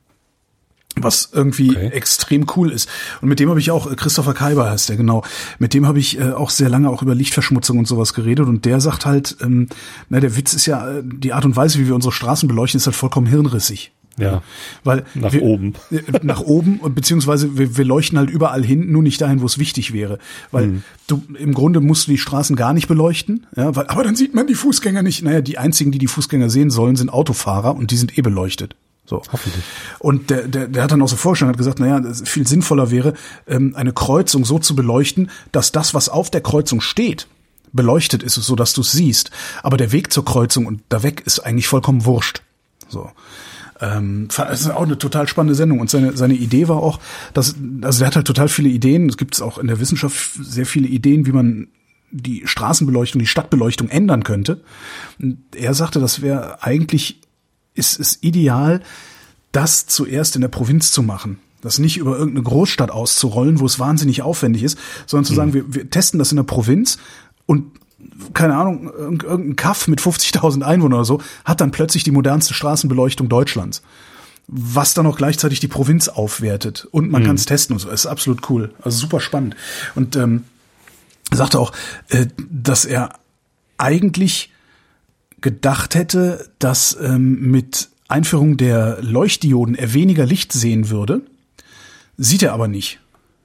was irgendwie okay. extrem cool ist. Und mit dem habe ich auch, äh, Christopher Kaiber heißt der, genau, mit dem habe ich äh, auch sehr lange auch über Lichtverschmutzung und sowas geredet, und der sagt halt, ähm, na, der Witz ist ja, äh, die Art und Weise, wie wir unsere Straßen beleuchten, ist halt vollkommen hirnrissig. Ja, weil nach wir, oben. Nach oben, und beziehungsweise wir, wir leuchten halt überall hin, nur nicht dahin, wo es wichtig wäre. Weil mhm. du im Grunde musst du die Straßen gar nicht beleuchten, ja, weil, aber dann sieht man die Fußgänger nicht. Naja, die einzigen, die die Fußgänger sehen sollen, sind Autofahrer, und die sind eh beleuchtet. So. Hoffentlich. Und der, der, der hat dann auch so vorgestellt, hat gesagt, naja, viel sinnvoller wäre, eine Kreuzung so zu beleuchten, dass das, was auf der Kreuzung steht, beleuchtet ist, so dass du es siehst. Aber der Weg zur Kreuzung und da weg ist eigentlich vollkommen wurscht. So. Ähm, das ist auch eine total spannende Sendung, und seine seine Idee war auch, dass, also der hat halt total viele Ideen, es gibt auch in der Wissenschaft sehr viele Ideen, wie man die Straßenbeleuchtung, die Stadtbeleuchtung ändern könnte. Und er sagte, das wäre eigentlich, ist es ideal, das zuerst in der Provinz zu machen. Das nicht über irgendeine Großstadt auszurollen, wo es wahnsinnig aufwendig ist, sondern zu sagen, mhm. wir, wir testen das in der Provinz, und keine Ahnung, irgendein Kaff mit fünfzigtausend Einwohnern oder so hat dann plötzlich die modernste Straßenbeleuchtung Deutschlands, was dann auch gleichzeitig die Provinz aufwertet, und man mhm. kann es testen und so. Das ist absolut cool, also super spannend. Und ähm, er sagte auch, äh, dass er eigentlich gedacht hätte, dass ähm, mit Einführung der Leuchtdioden er weniger Licht sehen würde, sieht er aber nicht,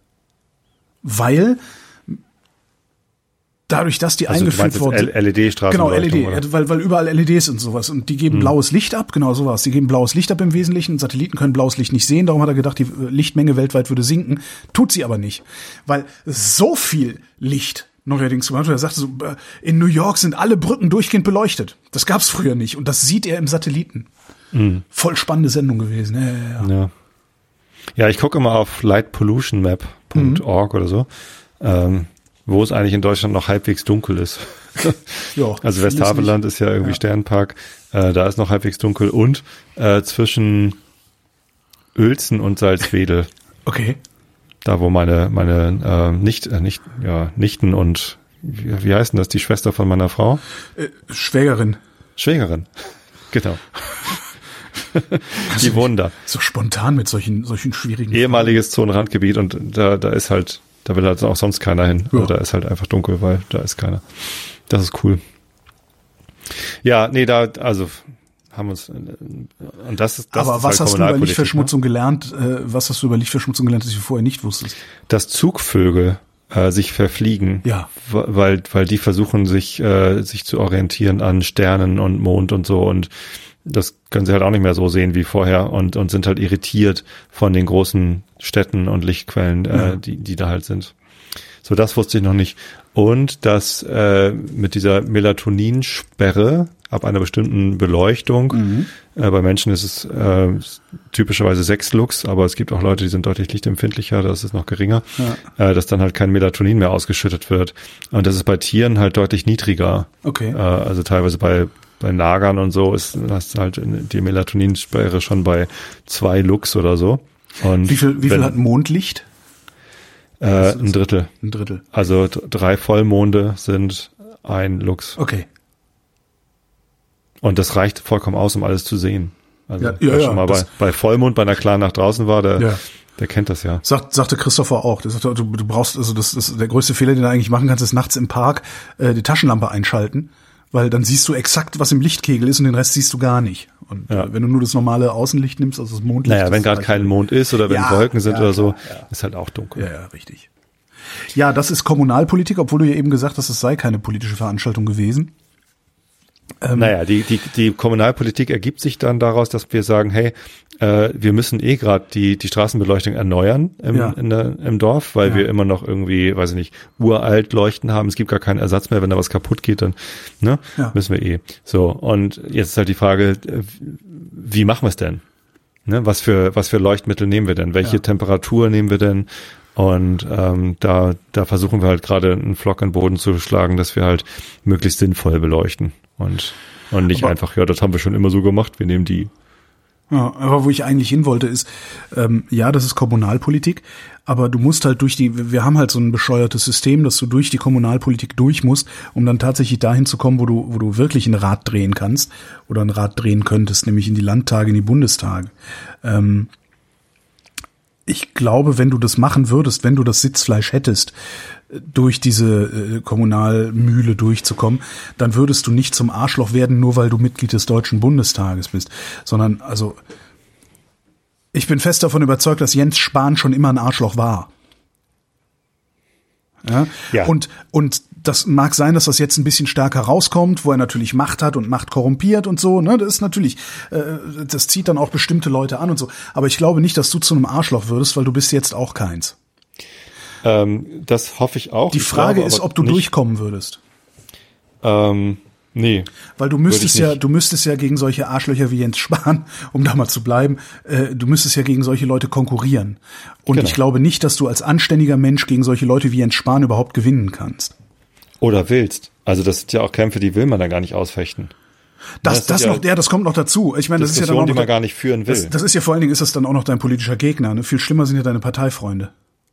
weil dadurch, dass die also eingeführt wurden. L E D-Straßenbeleuchtung. Genau, L E D, weil, weil überall L E Ds und sowas. Und die geben hm. blaues Licht ab, genau sowas. Die geben blaues Licht ab im Wesentlichen. Satelliten können blaues Licht nicht sehen. Darum hat er gedacht, die Lichtmenge weltweit würde sinken. Tut sie aber nicht. Weil so viel Licht neuerdings gemacht wird. Er sagte so, in New York sind alle Brücken durchgehend beleuchtet. Das gab's früher nicht. Und das sieht er im Satelliten. Hm. Voll spannende Sendung gewesen. Ja, ja, ja. ja. ja ich gucke immer auf light pollution map Punkt org mhm. oder so. Ähm, wo es eigentlich in Deutschland noch halbwegs dunkel ist. jo, also Westhaveland ist ja irgendwie ja. Sternpark, äh, da ist noch halbwegs dunkel, und äh, zwischen Uelzen und Salzwedel. Okay. Da, wo meine meine äh, nicht äh, nicht ja Nichten und wie, wie heißt denn das, die Schwester von meiner Frau? Äh, Schwägerin. Schwägerin. Genau. Die wohnen da. So spontan mit solchen solchen schwierigen ehemaliges Zonenrandgebiet, und da da ist halt Da will halt auch sonst keiner hin. Ja. Da ist halt einfach dunkel, weil da ist keiner. Das ist cool. Ja, nee, da, also haben uns, und das ist, das Aber ist was halt hast du über Kommunalpolitik, Lichtverschmutzung ne? gelernt, äh, was hast du über Lichtverschmutzung gelernt, das du vorher nicht wusstest? Dass Zugvögel äh, sich verfliegen, Ja. weil, weil die versuchen, sich, äh, sich zu orientieren an Sternen und Mond und so, und das können sie halt auch nicht mehr so sehen wie vorher und, und sind halt irritiert von den großen Städten und Lichtquellen, äh, Ja. die, die da halt sind. So, das wusste ich noch nicht. Und dass äh, mit dieser Melatoninsperre ab einer bestimmten Beleuchtung, Mhm. äh, bei Menschen ist es äh, typischerweise sechs Lux, aber es gibt auch Leute, die sind deutlich lichtempfindlicher, das ist noch geringer, Ja. äh, dass dann halt kein Melatonin mehr ausgeschüttet wird. Und das ist bei Tieren halt deutlich niedriger. Okay. Äh, also teilweise bei bei Nagern und so ist hast halt die Melatoninsperre schon bei zwei Lux oder so. Und Wie viel, wie wenn, viel hat Mondlicht? äh, ein Drittel. Ein Drittel. Also d- drei Vollmonde sind ein Lux. Okay. Und das reicht vollkommen aus, um alles zu sehen. Also Ja, ja, wer ja, schon mal bei, das- bei Vollmond bei einer klaren Nacht draußen war, der, Ja. der kennt das ja. Sagt, sagte Christopher auch. Der sagte, du, du brauchst, also das ist der größte Fehler, den du eigentlich machen kannst, ist nachts im Park äh, die Taschenlampe einschalten, weil dann siehst du exakt, was im Lichtkegel ist und den Rest siehst du gar nicht. Und Ja. äh, wenn du nur das normale Außenlicht nimmst, also das Mondlicht. Naja, das wenn ist gerade halt- kein Mond ist oder wenn Ja, Wolken sind ja, oder so, klar, ja. ist halt auch dunkel. Ja, ja, richtig. Ja, das ist Kommunalpolitik, obwohl du ja eben gesagt hast, es sei keine politische Veranstaltung gewesen. Ähm, Naja, die, die, die Kommunalpolitik ergibt sich dann daraus, dass wir sagen, hey, äh, wir müssen eh gerade die, die Straßenbeleuchtung erneuern im, Ja. in der, im Dorf, weil Ja. wir immer noch irgendwie, weiß ich nicht, uralt Leuchten haben. Es gibt gar keinen Ersatz mehr. Wenn da was kaputt geht, dann ne, Ja. müssen wir eh. So, und jetzt ist halt die Frage, äh, wie machen wir es denn? Ne, was für was für Leuchtmittel nehmen wir denn? Welche Ja. Temperatur nehmen wir denn? Und ähm, da da versuchen wir halt gerade einen Flock in den Boden zu schlagen, dass wir halt möglichst sinnvoll beleuchten und und nicht Aber- einfach, ja, das haben wir schon immer so gemacht, wir nehmen die. Ja, aber wo ich eigentlich hin wollte ist, ähm, ja, das ist Kommunalpolitik, aber du musst halt durch die, wir haben halt so ein bescheuertes System, dass du durch die Kommunalpolitik durch musst, um dann tatsächlich dahin zu kommen, wo du, wo du wirklich ein Rad drehen kannst oder ein Rad drehen könntest, nämlich in die Landtage, in die Bundestage. Ähm, ich glaube, wenn du das machen würdest, wenn du das Sitzfleisch hättest, durch diese äh, Kommunalmühle durchzukommen, dann würdest du nicht zum Arschloch werden, nur weil du Mitglied des Deutschen Bundestages bist, sondern also ich bin fest davon überzeugt, dass Jens Spahn schon immer ein Arschloch war. Ja? Ja. Und und das mag sein, dass das jetzt ein bisschen stärker rauskommt, wo er natürlich Macht hat und Macht korrumpiert und so. Ne, das ist natürlich, äh, das zieht dann auch bestimmte Leute an und so. Aber ich glaube nicht, dass du zu einem Arschloch würdest, weil du bist jetzt auch keins. Ähm, das hoffe ich auch. Die Ich Frage glaube ist, aber ob du nicht, durchkommen würdest. Ähm, nee. Weil du müsstest Würde ich ja, nicht. du müsstest ja gegen solche Arschlöcher wie Jens Spahn, um da mal zu bleiben, äh, du müsstest ja gegen solche Leute konkurrieren. Und Genau. ich glaube nicht, dass du als anständiger Mensch gegen solche Leute wie Jens Spahn überhaupt gewinnen kannst. Oder willst. Also das sind ja auch Kämpfe, die will man dann gar nicht ausfechten. Das, Das das sind ja noch, ja, das kommt noch dazu. Ich meine, das ist ja dann Diskussionen, auch die noch, man gar nicht führen will. das, das ist ja vor allen Dingen, ist das dann auch noch dein politischer Gegner. Ne? Viel schlimmer sind ja deine Parteifreunde.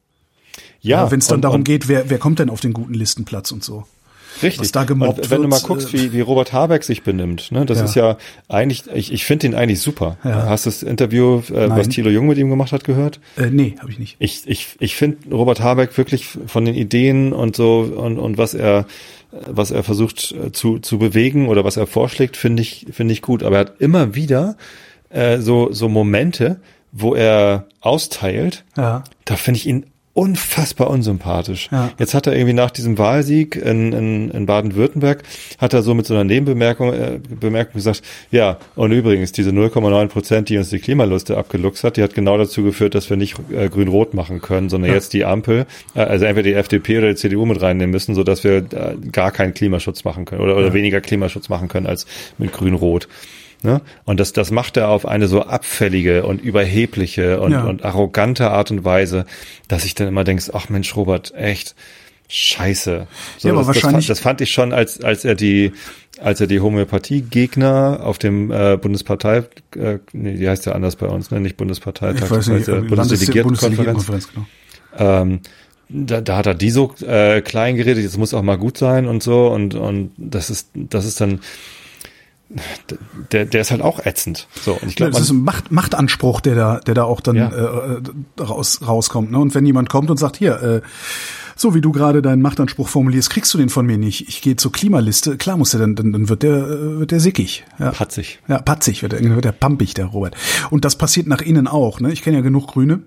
ja, Wenn es dann und- darum und geht, wer, wer kommt denn auf den guten Listenplatz und so. Richtig. was da gemobbt und wenn du wird, mal guckst, äh, wie, wie Robert Habeck sich benimmt, ne, das Ja. ist ja eigentlich, ich, ich finde ihn eigentlich super. Ja. Hast du das Interview, äh, was Nein. Thilo Jung mit ihm gemacht hat, gehört? Äh, nee, habe ich nicht. Ich, ich, ich finde Robert Habeck wirklich von den Ideen und so und, und was er, was er versucht äh, zu, zu bewegen oder was er vorschlägt, finde ich, finde ich gut. Aber er hat immer wieder äh, so, so Momente, wo er austeilt. Ja. Da finde ich ihn unfassbar unsympathisch. Ja. Jetzt hat er irgendwie nach diesem Wahlsieg in, in, in Baden-Württemberg, hat er so mit so einer Nebenbemerkung äh, Bemerkung gesagt, ja, und übrigens, diese null Komma neun Prozent, die uns die Klimaluste abgeluchst hat, die hat genau dazu geführt, dass wir nicht äh, grün-rot machen können, sondern Ja. jetzt die Ampel, äh, also entweder die F D P oder die C D U mit reinnehmen müssen, sodass wir äh, gar keinen Klimaschutz machen können oder, oder Ja. weniger Klimaschutz machen können als mit grün-rot. Ne? Und das, das macht er auf eine so abfällige und überhebliche und, Ja. und arrogante Art und Weise, dass ich dann immer denke, ach Mensch, Robert, echt scheiße. So, Ja, aber das, das, wahrscheinlich- fand, das fand ich schon, als, als er die, als er die Homöopathie-Gegner auf dem äh, Bundespartei, äh, nee, die heißt ja anders bei uns, ne? Nicht Bundesparteitag, Ich weiß nicht, das heißt ja Bundesdelegiertenkonferenz. Bundesdelegiertenkonferenz, genau. Ähm, da, da hat er die so äh, klein geredet, jetzt muss auch mal gut sein und so und und das ist das ist dann der, der ist halt auch ätzend. So, und ich glaube, das ist ein Macht, Machtanspruch, der da, der da auch dann ja. äh, raus, rauskommt. Ne? Und wenn jemand kommt und sagt, hier, äh, so wie du gerade deinen Machtanspruch formulierst, kriegst du den von mir nicht. Ich gehe zur Klimaliste. Klar muss der dann, dann, dann wird der, wird der sickig. Ja. Patzig. Ja, patzig wird der, wird der pampig, der Robert. Und das passiert nach innen auch. Ne? Ich kenne ja genug Grüne.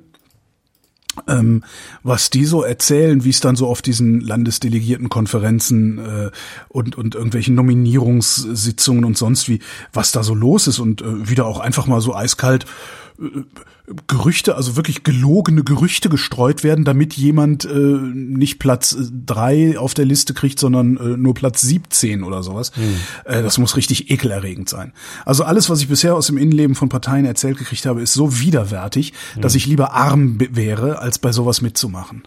Ähm, was die so erzählen, wie es dann so auf diesen Landesdelegiertenkonferenzen äh, und und irgendwelchen Nominierungssitzungen und sonst wie, was da so los ist und äh, wieder auch einfach mal so eiskalt äh, Gerüchte, also wirklich gelogene Gerüchte gestreut werden, damit jemand äh, nicht Platz drei auf der Liste kriegt, sondern äh, nur Platz siebzehn oder sowas. Mhm. Äh, das muss richtig ekelerregend sein. Also alles, was ich bisher aus dem Innenleben von Parteien erzählt gekriegt habe, ist so widerwärtig, mhm. dass ich lieber arm b- wäre, als bei sowas mitzumachen.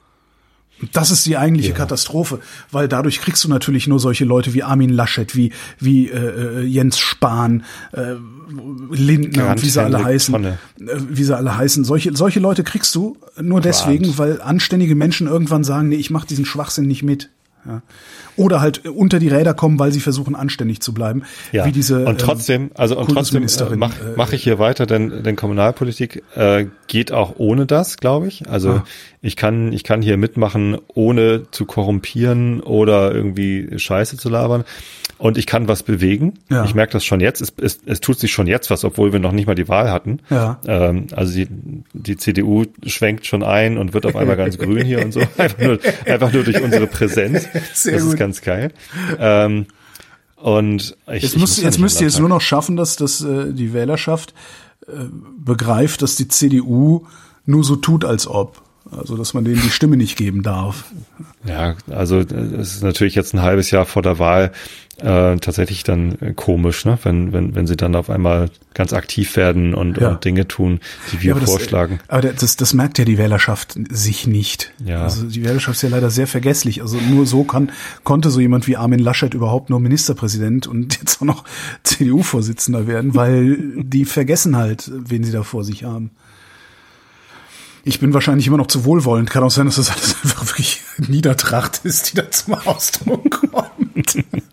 Das ist die eigentliche ja. Katastrophe, weil dadurch kriegst du natürlich nur solche Leute wie Armin Laschet, wie wie äh, Jens Spahn, äh, Lindner und wie sie alle heißen, äh, wie sie alle heißen. Solche solche Leute kriegst du nur deswegen, Quant. weil anständige Menschen irgendwann sagen, nee, ich mach diesen Schwachsinn nicht mit. Ja. Oder halt unter die Räder kommen, weil sie versuchen, anständig zu bleiben. Ja. Wie diese, und trotzdem, ähm, also und trotzdem äh, mache mach ich hier weiter, denn, denn Kommunalpolitik äh, geht auch ohne das, glaube ich. Also ah. ich kann ich kann hier mitmachen, ohne zu korrumpieren oder irgendwie Scheiße zu labern. Und ich kann was bewegen. Ja. Ich merke das schon jetzt. Es, es, es tut sich schon jetzt was, obwohl wir noch nicht mal die Wahl hatten. Ja. Ähm, also die, die C D U schwenkt schon ein und wird auf einmal ganz grün hier und so. Einfach nur, einfach nur durch unsere Präsenz. Sehr das gut. Ist ganz geil. Ähm, und ich, jetzt ich müsst, jetzt müsst ihr es nur noch schaffen, dass, dass äh, die Wählerschaft äh, begreift, dass die C D U nur so tut, als ob. Also, dass man denen die Stimme nicht geben darf. Ja, also es ist natürlich jetzt ein halbes Jahr vor der Wahl äh, tatsächlich dann komisch, ne? Wenn wenn wenn sie dann auf einmal ganz aktiv werden und, ja. und Dinge tun, die wir ja, aber vorschlagen. Das, aber das das merkt ja die Wählerschaft sich nicht. Ja. Also die Wählerschaft ist ja leider sehr vergesslich. Also nur so kann konnte so jemand wie Armin Laschet überhaupt nur Ministerpräsident und jetzt auch noch C D U-Vorsitzender werden, weil die vergessen halt, wen sie da vor sich haben. Ich bin wahrscheinlich immer noch zu wohlwollend. Kann auch sein, dass das alles einfach wirklich Niedertracht ist, die da zum Ausdruck kommt.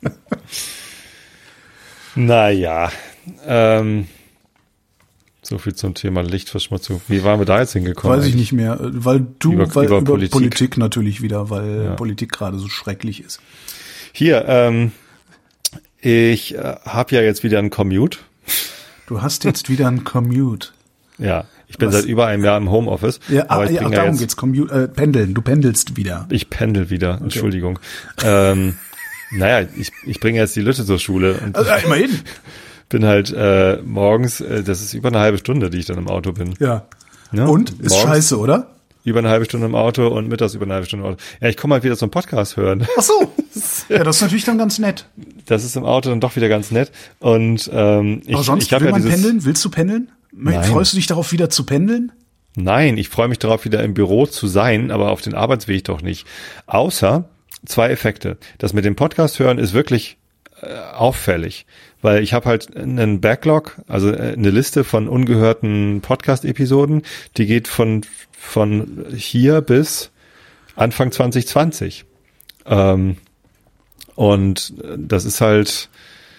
Naja, ähm, so viel zum Thema Lichtverschmutzung. Wie waren wir da jetzt hingekommen? Weiß ich eigentlich? nicht mehr, weil du, über, weil über, über Politik. Politik natürlich wieder, weil ja. Politik gerade so schrecklich ist. Hier, ähm, ich äh, habe ja jetzt wieder einen Commute. Du hast jetzt wieder einen Commute. Ja. Ich bin Was? seit über einem Jahr im Homeoffice. Ja, aber ich ja, ach, darum ja geht's. Commu- äh, pendeln. Du pendelst wieder. Ich pendel wieder. Okay. Entschuldigung. ähm, naja, ich, ich bringe jetzt die Lütte zur Schule. Und also, immerhin. Bin halt äh, morgens, äh, das ist über eine halbe Stunde, die ich dann im Auto bin. Ja. ja? Und? Ist morgens scheiße, oder? Über eine halbe Stunde im Auto und mittags über eine halbe Stunde im Auto. Ja, ich komme halt wieder zum Podcast hören. Ach so. Ja, das ist natürlich dann ganz nett. Das ist im Auto dann doch wieder ganz nett. Und ähm, ich, aber sonst ich will ja man dieses, pendeln? Willst du pendeln? Nein. Freust du dich darauf, wieder zu pendeln? Nein, ich freue mich darauf, wieder im Büro zu sein, aber auf den Arbeitsweg doch nicht. Außer zwei Effekte. Das mit dem Podcast hören ist wirklich äh, auffällig, weil ich habe halt einen Backlog, also eine Liste von ungehörten Podcast-Episoden, die geht von von hier bis Anfang zwanzig zwanzig. Ähm, und das ist halt,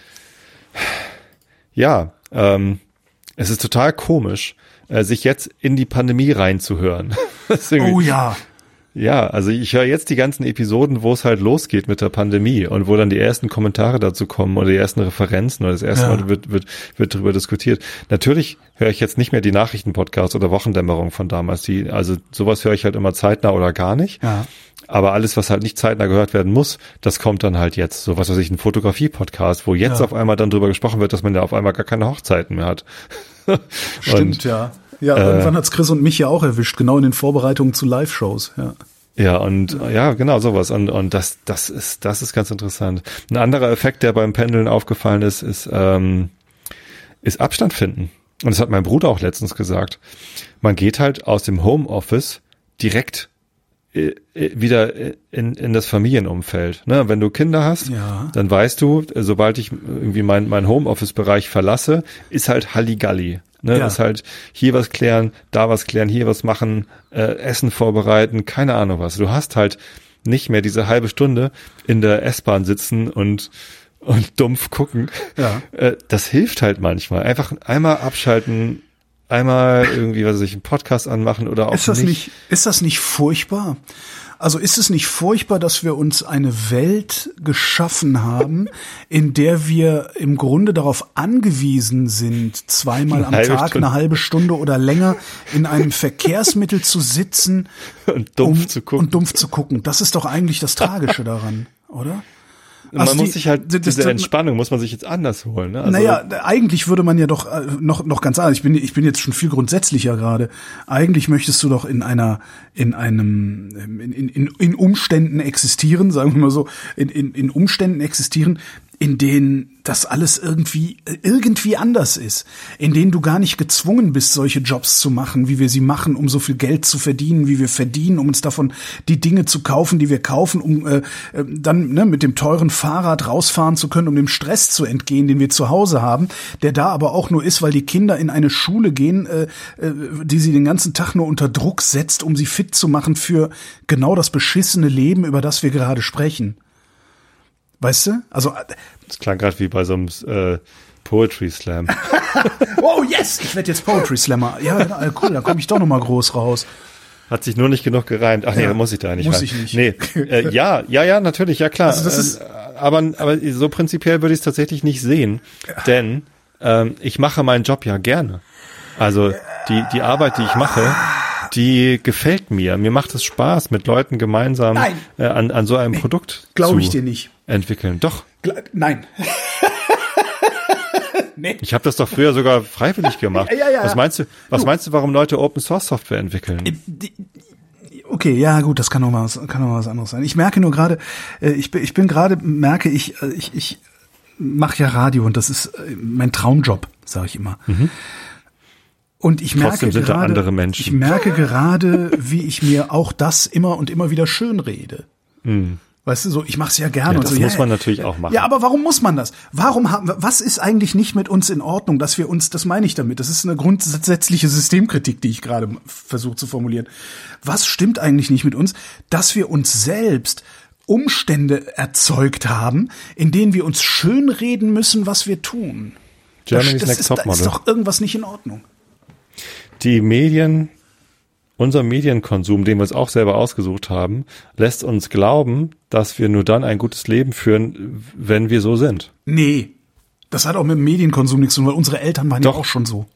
ja, ähm, es ist total komisch, äh, sich jetzt in die Pandemie reinzuhören. Oh ja. Ja, also ich höre jetzt die ganzen Episoden, wo es halt losgeht mit der Pandemie und wo dann die ersten Kommentare dazu kommen oder die ersten Referenzen oder das erste ja. Mal wird, wird, wird darüber diskutiert. Natürlich höre ich jetzt nicht mehr die Nachrichtenpodcasts oder Wochendämmerung von damals. Die, also sowas höre ich halt immer zeitnah oder gar nicht. Ja. Aber alles, was halt nicht zeitnah gehört werden muss, das kommt dann halt jetzt. So was weiß ich, ein Fotografie-Podcast, wo jetzt ja. auf einmal dann drüber gesprochen wird, dass man ja auf einmal gar keine Hochzeiten mehr hat. Stimmt, und, ja. Ja, äh, irgendwann hat's Chris und mich ja auch erwischt, genau in den Vorbereitungen zu Live-Shows, ja. Ja, und ja, genau sowas. Und und das das ist das ist ganz interessant. Ein anderer Effekt, der beim Pendeln aufgefallen ist, ist ähm, ist Abstand finden. Und das hat mein Bruder auch letztens gesagt. Man geht halt aus dem Homeoffice direkt äh, wieder in in das Familienumfeld. Ne? Wenn du Kinder hast, ja. dann weißt du, sobald ich irgendwie mein mein Homeoffice-Bereich verlasse, ist halt Halligalli. Ne, ja. Ist halt hier was klären, da was klären, hier was machen, äh, Essen vorbereiten, keine Ahnung was. Du hast halt nicht mehr diese halbe Stunde in der S-Bahn sitzen und und dumpf gucken. Ja. Äh, das hilft halt manchmal. Einfach einmal abschalten, einmal irgendwie, was weiß ich, einen Podcast anmachen oder auch ist das nicht. nicht. Ist das nicht furchtbar? Also ist es nicht furchtbar, dass wir uns eine Welt geschaffen haben, in der wir im Grunde darauf angewiesen sind, zweimal am Eine halbe Tag Stunde. eine halbe Stunde oder länger in einem Verkehrsmittel zu sitzen Und dumpf um, zu gucken. und dumpf zu gucken. Das ist doch eigentlich das Tragische daran, oder? Man Also muss die- sich halt, das- diese das- Entspannung muss man sich jetzt anders holen. Ne? Also, Naja, eigentlich würde man ja doch äh, noch noch ganz anders. Ich bin ich bin jetzt schon viel grundsätzlicher gerade. Eigentlich möchtest du doch in einer in einem ähm, in in in Umständen existieren, sagen wir mal so, in in in Umständen existieren, in denen das alles irgendwie irgendwie anders ist, in denen du gar nicht gezwungen bist, solche Jobs zu machen, wie wir sie machen, um so viel Geld zu verdienen, wie wir verdienen, um uns davon die Dinge zu kaufen, die wir kaufen, um äh, äh, dann ne, mit dem teuren Fahrrad rausfahren zu können, um dem Stress zu entgehen, den wir zu Hause haben, der da aber auch nur ist, weil die Kinder in eine Schule gehen, äh, äh, die sie den ganzen Tag nur unter Druck setzt, um sie fit zu machen für genau das beschissene Leben, über das wir gerade sprechen. Weißt du? Also das klang gerade wie bei so einem äh, Poetry Slam. oh yes, ich werde jetzt Poetry Slammer. Ja, ja, cool, dann komme ich doch noch mal groß raus. Hat sich nur nicht genug gereimt. Ach nee, Ja, da muss ich da nicht muss rein. ich nicht. Nee, äh, ja, ja, ja, natürlich, ja klar. Also das ist- äh, aber, aber so prinzipiell würde ich es tatsächlich nicht sehen, denn ähm, ich mache meinen Job ja gerne. Also die die Arbeit, die ich mache, die gefällt mir. Mir macht es Spaß, mit Leuten gemeinsam Nein. äh, an, an so einem Produkt Glaube zu ich dir nicht. entwickeln. Doch. Gla- Nein. nee. Ich habe das doch früher sogar freiwillig gemacht. Ja, ja, was ja. meinst du? Was Du. meinst du, warum Leute Open Source Software entwickeln? Okay, ja gut, das kann noch mal was, kann noch mal was anderes sein. Ich merke nur gerade, äh, ich bin, ich bin gerade, merke ich, äh, ich, ich mache ja Radio und das ist äh, mein Traumjob, sage ich immer. Und ich merke Trotzdem sind da gerade, andere Menschen. ich merke gerade, wie ich mir auch das immer und immer wieder schön rede. Weißt du, so ich mache es ja gerne Ja, und das so. muss ja, man natürlich auch machen. Ja, aber warum muss man das? Warum haben wir, was ist eigentlich nicht mit uns in Ordnung, dass wir uns, das meine ich damit, das ist eine grundsätzliche Systemkritik, die ich gerade versuche zu formulieren. Was stimmt eigentlich nicht mit uns, dass wir uns selbst Umstände erzeugt haben, in denen wir uns schönreden müssen, was wir tun? Germany's das Next ist, da Topmodel. ist doch irgendwas nicht in Ordnung. Die Medien, unser Medienkonsum, den wir uns auch selber ausgesucht haben, lässt uns glauben, dass wir nur dann ein gutes Leben führen, wenn wir so sind. Nee, das hat auch mit dem Medienkonsum nichts zu tun, weil unsere Eltern waren Doch. ja auch schon so.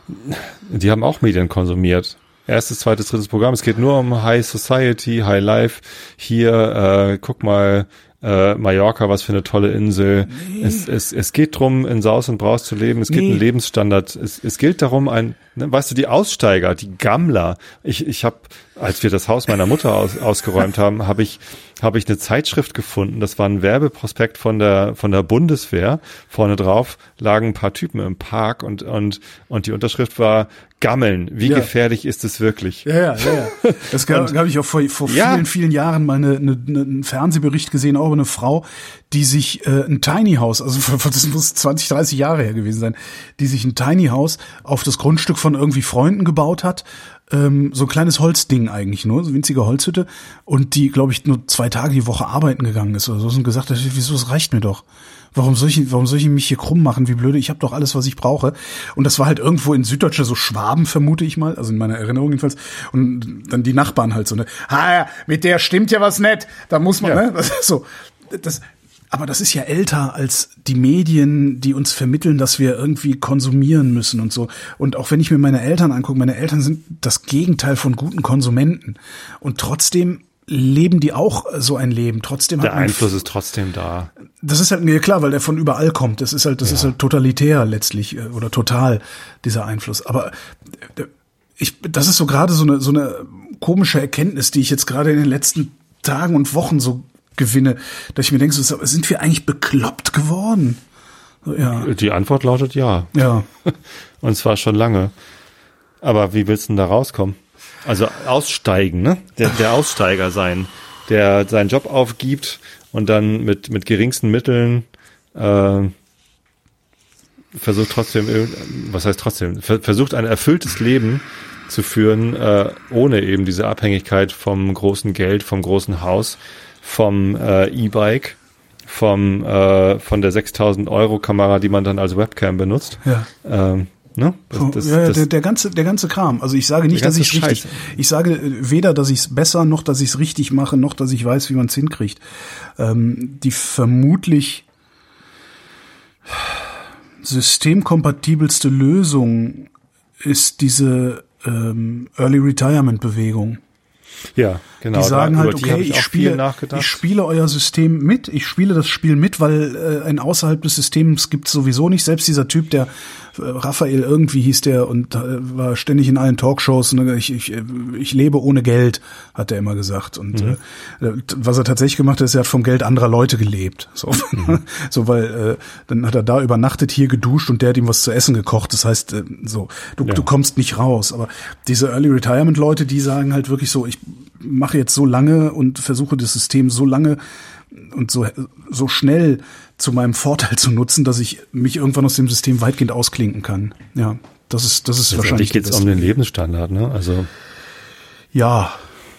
Die haben auch Medien konsumiert. Erstes, zweites, drittes Programm. Es geht nur um High Society, High Life. Hier, äh, guck mal, äh, Mallorca, was für eine tolle Insel. Nee. Es, es, es geht drum, in Saus und Braus zu leben. Es geht Nee. einen Lebensstandard. Es, es gilt darum, ein, ne, weißt du, die Aussteiger, die Gammler. Ich, ich habe, als wir das Haus meiner Mutter aus, ausgeräumt haben, habe ich, habe ich eine Zeitschrift gefunden. Das war ein Werbeprospekt von der, von der Bundeswehr. Vorne drauf lagen ein paar Typen im Park und, und, und die Unterschrift war Gammeln. Wie Ja. gefährlich ist es wirklich? Ja, ja, ja, ja. Das gab, gab ich auch vor, vor Ja. vielen, vielen Jahren mal eine, eine, einen Fernsehbericht gesehen, auch über eine Frau, die sich äh, ein Tiny House, also das muss zwanzig, dreißig Jahre her gewesen sein, die sich ein Tiny House auf das Grundstück von irgendwie Freunden gebaut hat. Ähm, so ein kleines Holzding eigentlich nur, so winzige Holzhütte. Und die, glaube ich, nur zwei Tage die Woche arbeiten gegangen ist oder so und gesagt hat, wieso, das reicht mir doch. Warum soll ich, warum soll ich mich hier krumm machen? Wie blöde, ich habe doch alles, was ich brauche. Und das war halt irgendwo in Süddeutsche, so Schwaben, vermute ich mal, also in meiner Erinnerung jedenfalls. Und dann die Nachbarn halt so, ne, ha, ja, mit der stimmt ja was nicht. Da muss man, Ja. ne, das ist so, das, aber das ist ja älter als die Medien, die uns vermitteln, dass wir irgendwie konsumieren müssen und so. Und auch wenn ich mir meine Eltern angucke, meine Eltern sind das Gegenteil von guten Konsumenten. Und trotzdem leben die auch so ein Leben. Trotzdem Der hat man Einfluss ist trotzdem da. das ist halt, ja klar, weil der von überall kommt. Das ist halt, das Ja. ist halt totalitär letztlich äh, oder total dieser Einfluss. Aber äh, ich, das ist so gerade so eine so eine komische Erkenntnis, die ich jetzt gerade in den letzten Tagen und Wochen so gewinne, dass ich mir denke, so, sind wir eigentlich bekloppt geworden? So, ja, Die Antwort lautet ja. ja. Und zwar schon lange. Aber wie willst du denn da rauskommen? Also aussteigen, ne? Der, der Aussteiger sein, der seinen Job aufgibt und dann mit mit geringsten Mitteln äh, versucht trotzdem, irgend- was heißt trotzdem, ver- versucht ein erfülltes Leben zu führen, äh, ohne eben diese Abhängigkeit vom großen Geld, vom großen Haus, vom äh, E-Bike, vom äh, von der sechstausend Euro Kamera, die man dann als Webcam benutzt. Ja. Ähm, ne? Das, das, ja, das, der, der ganze der ganze Kram. Also ich sage nicht, dass ich es richtig. Ich sage weder, dass ich es besser, noch dass ich es richtig mache, noch dass ich weiß, wie man es hinkriegt. Ähm, die vermutlich systemkompatibelste Lösung ist diese ähm, Early Retirement Bewegung. Ja, genau. Die sagen da, halt, okay, ich, ich spiele, ich spiele euer System mit, ich spiele das Spiel mit, weil äh, ein außerhalb des Systems gibt's sowieso nicht. Selbst dieser Typ, der äh, Raphael irgendwie hieß der und äh, war ständig in allen Talkshows. Und ich, ich, ich lebe ohne Geld, hat er immer gesagt. Und mhm. äh, was er tatsächlich gemacht hat, ist, er hat vom Geld anderer Leute gelebt. So, mhm. so weil äh, dann hat er da übernachtet, hier geduscht und der hat ihm was zu essen gekocht. Das heißt, äh, so du, ja. du kommst nicht raus. Aber diese Early Retirement Leute, die sagen halt wirklich so, ich mache jetzt so lange und versuche das System so lange und so so schnell zu meinem Vorteil zu nutzen, dass ich mich irgendwann aus dem System weitgehend ausklinken kann. Ja, das ist das ist also wahrscheinlich. Geht es um den Lebensstandard, ne? Also ja,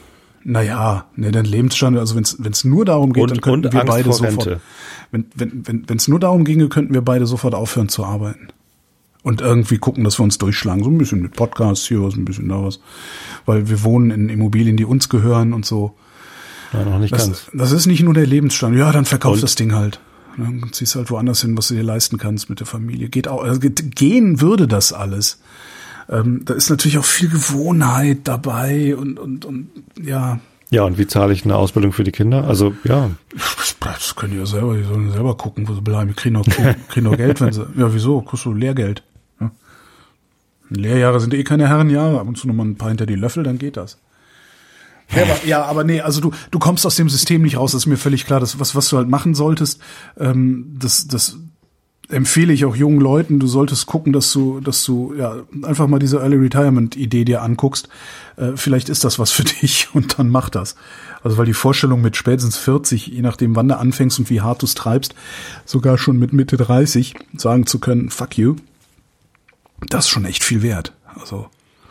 naja, ne, den Lebensstandard. Also wenn es wenn es nur darum geht, und, dann könnten und wir Angst beide vor sofort. Rente. Wenn wenn wenn wenn es nur darum ginge, könnten wir beide sofort aufhören zu arbeiten. Und irgendwie gucken, dass wir uns durchschlagen. So ein bisschen mit Podcasts hier was, ein bisschen da was. Weil wir wohnen in Immobilien, die uns gehören und so. Ja, noch nicht das, ganz. Das ist nicht nur der Lebensstand. Ja, dann verkauf das Ding halt. Dann ziehst halt woanders hin, was du dir leisten kannst mit der Familie. Geht auch, also gehen würde das alles. Ähm, da ist natürlich auch viel Gewohnheit dabei und, und, und, ja. Ja, und wie zahle ich eine Ausbildung für die Kinder? Also, ja. Das können die ja selber, die sollen selber gucken, wo sie bleiben. Die kriegen auch, kriegen auch Geld, wenn sie, ja, wieso? Kriegst du Lehrgeld? Ja. Lehrjahre sind eh keine Herrenjahre. Ab und zu noch mal ein paar hinter die Löffel, dann geht das. Ja, aber, ja, aber nee, also du, du kommst aus dem System nicht raus, das ist mir völlig klar. Das, was, was du halt machen solltest, ähm, das, das empfehle ich auch jungen Leuten. Du solltest gucken, dass du, dass du, ja, einfach mal diese Early Retirement Idee dir anguckst. Äh, vielleicht ist das was für dich und dann mach das. Also, weil die Vorstellung mit spätestens vierzig, je nachdem wann du anfängst und wie hart du es treibst, sogar schon mit Mitte dreißig sagen zu können, fuck you, das ist schon echt viel wert. Also.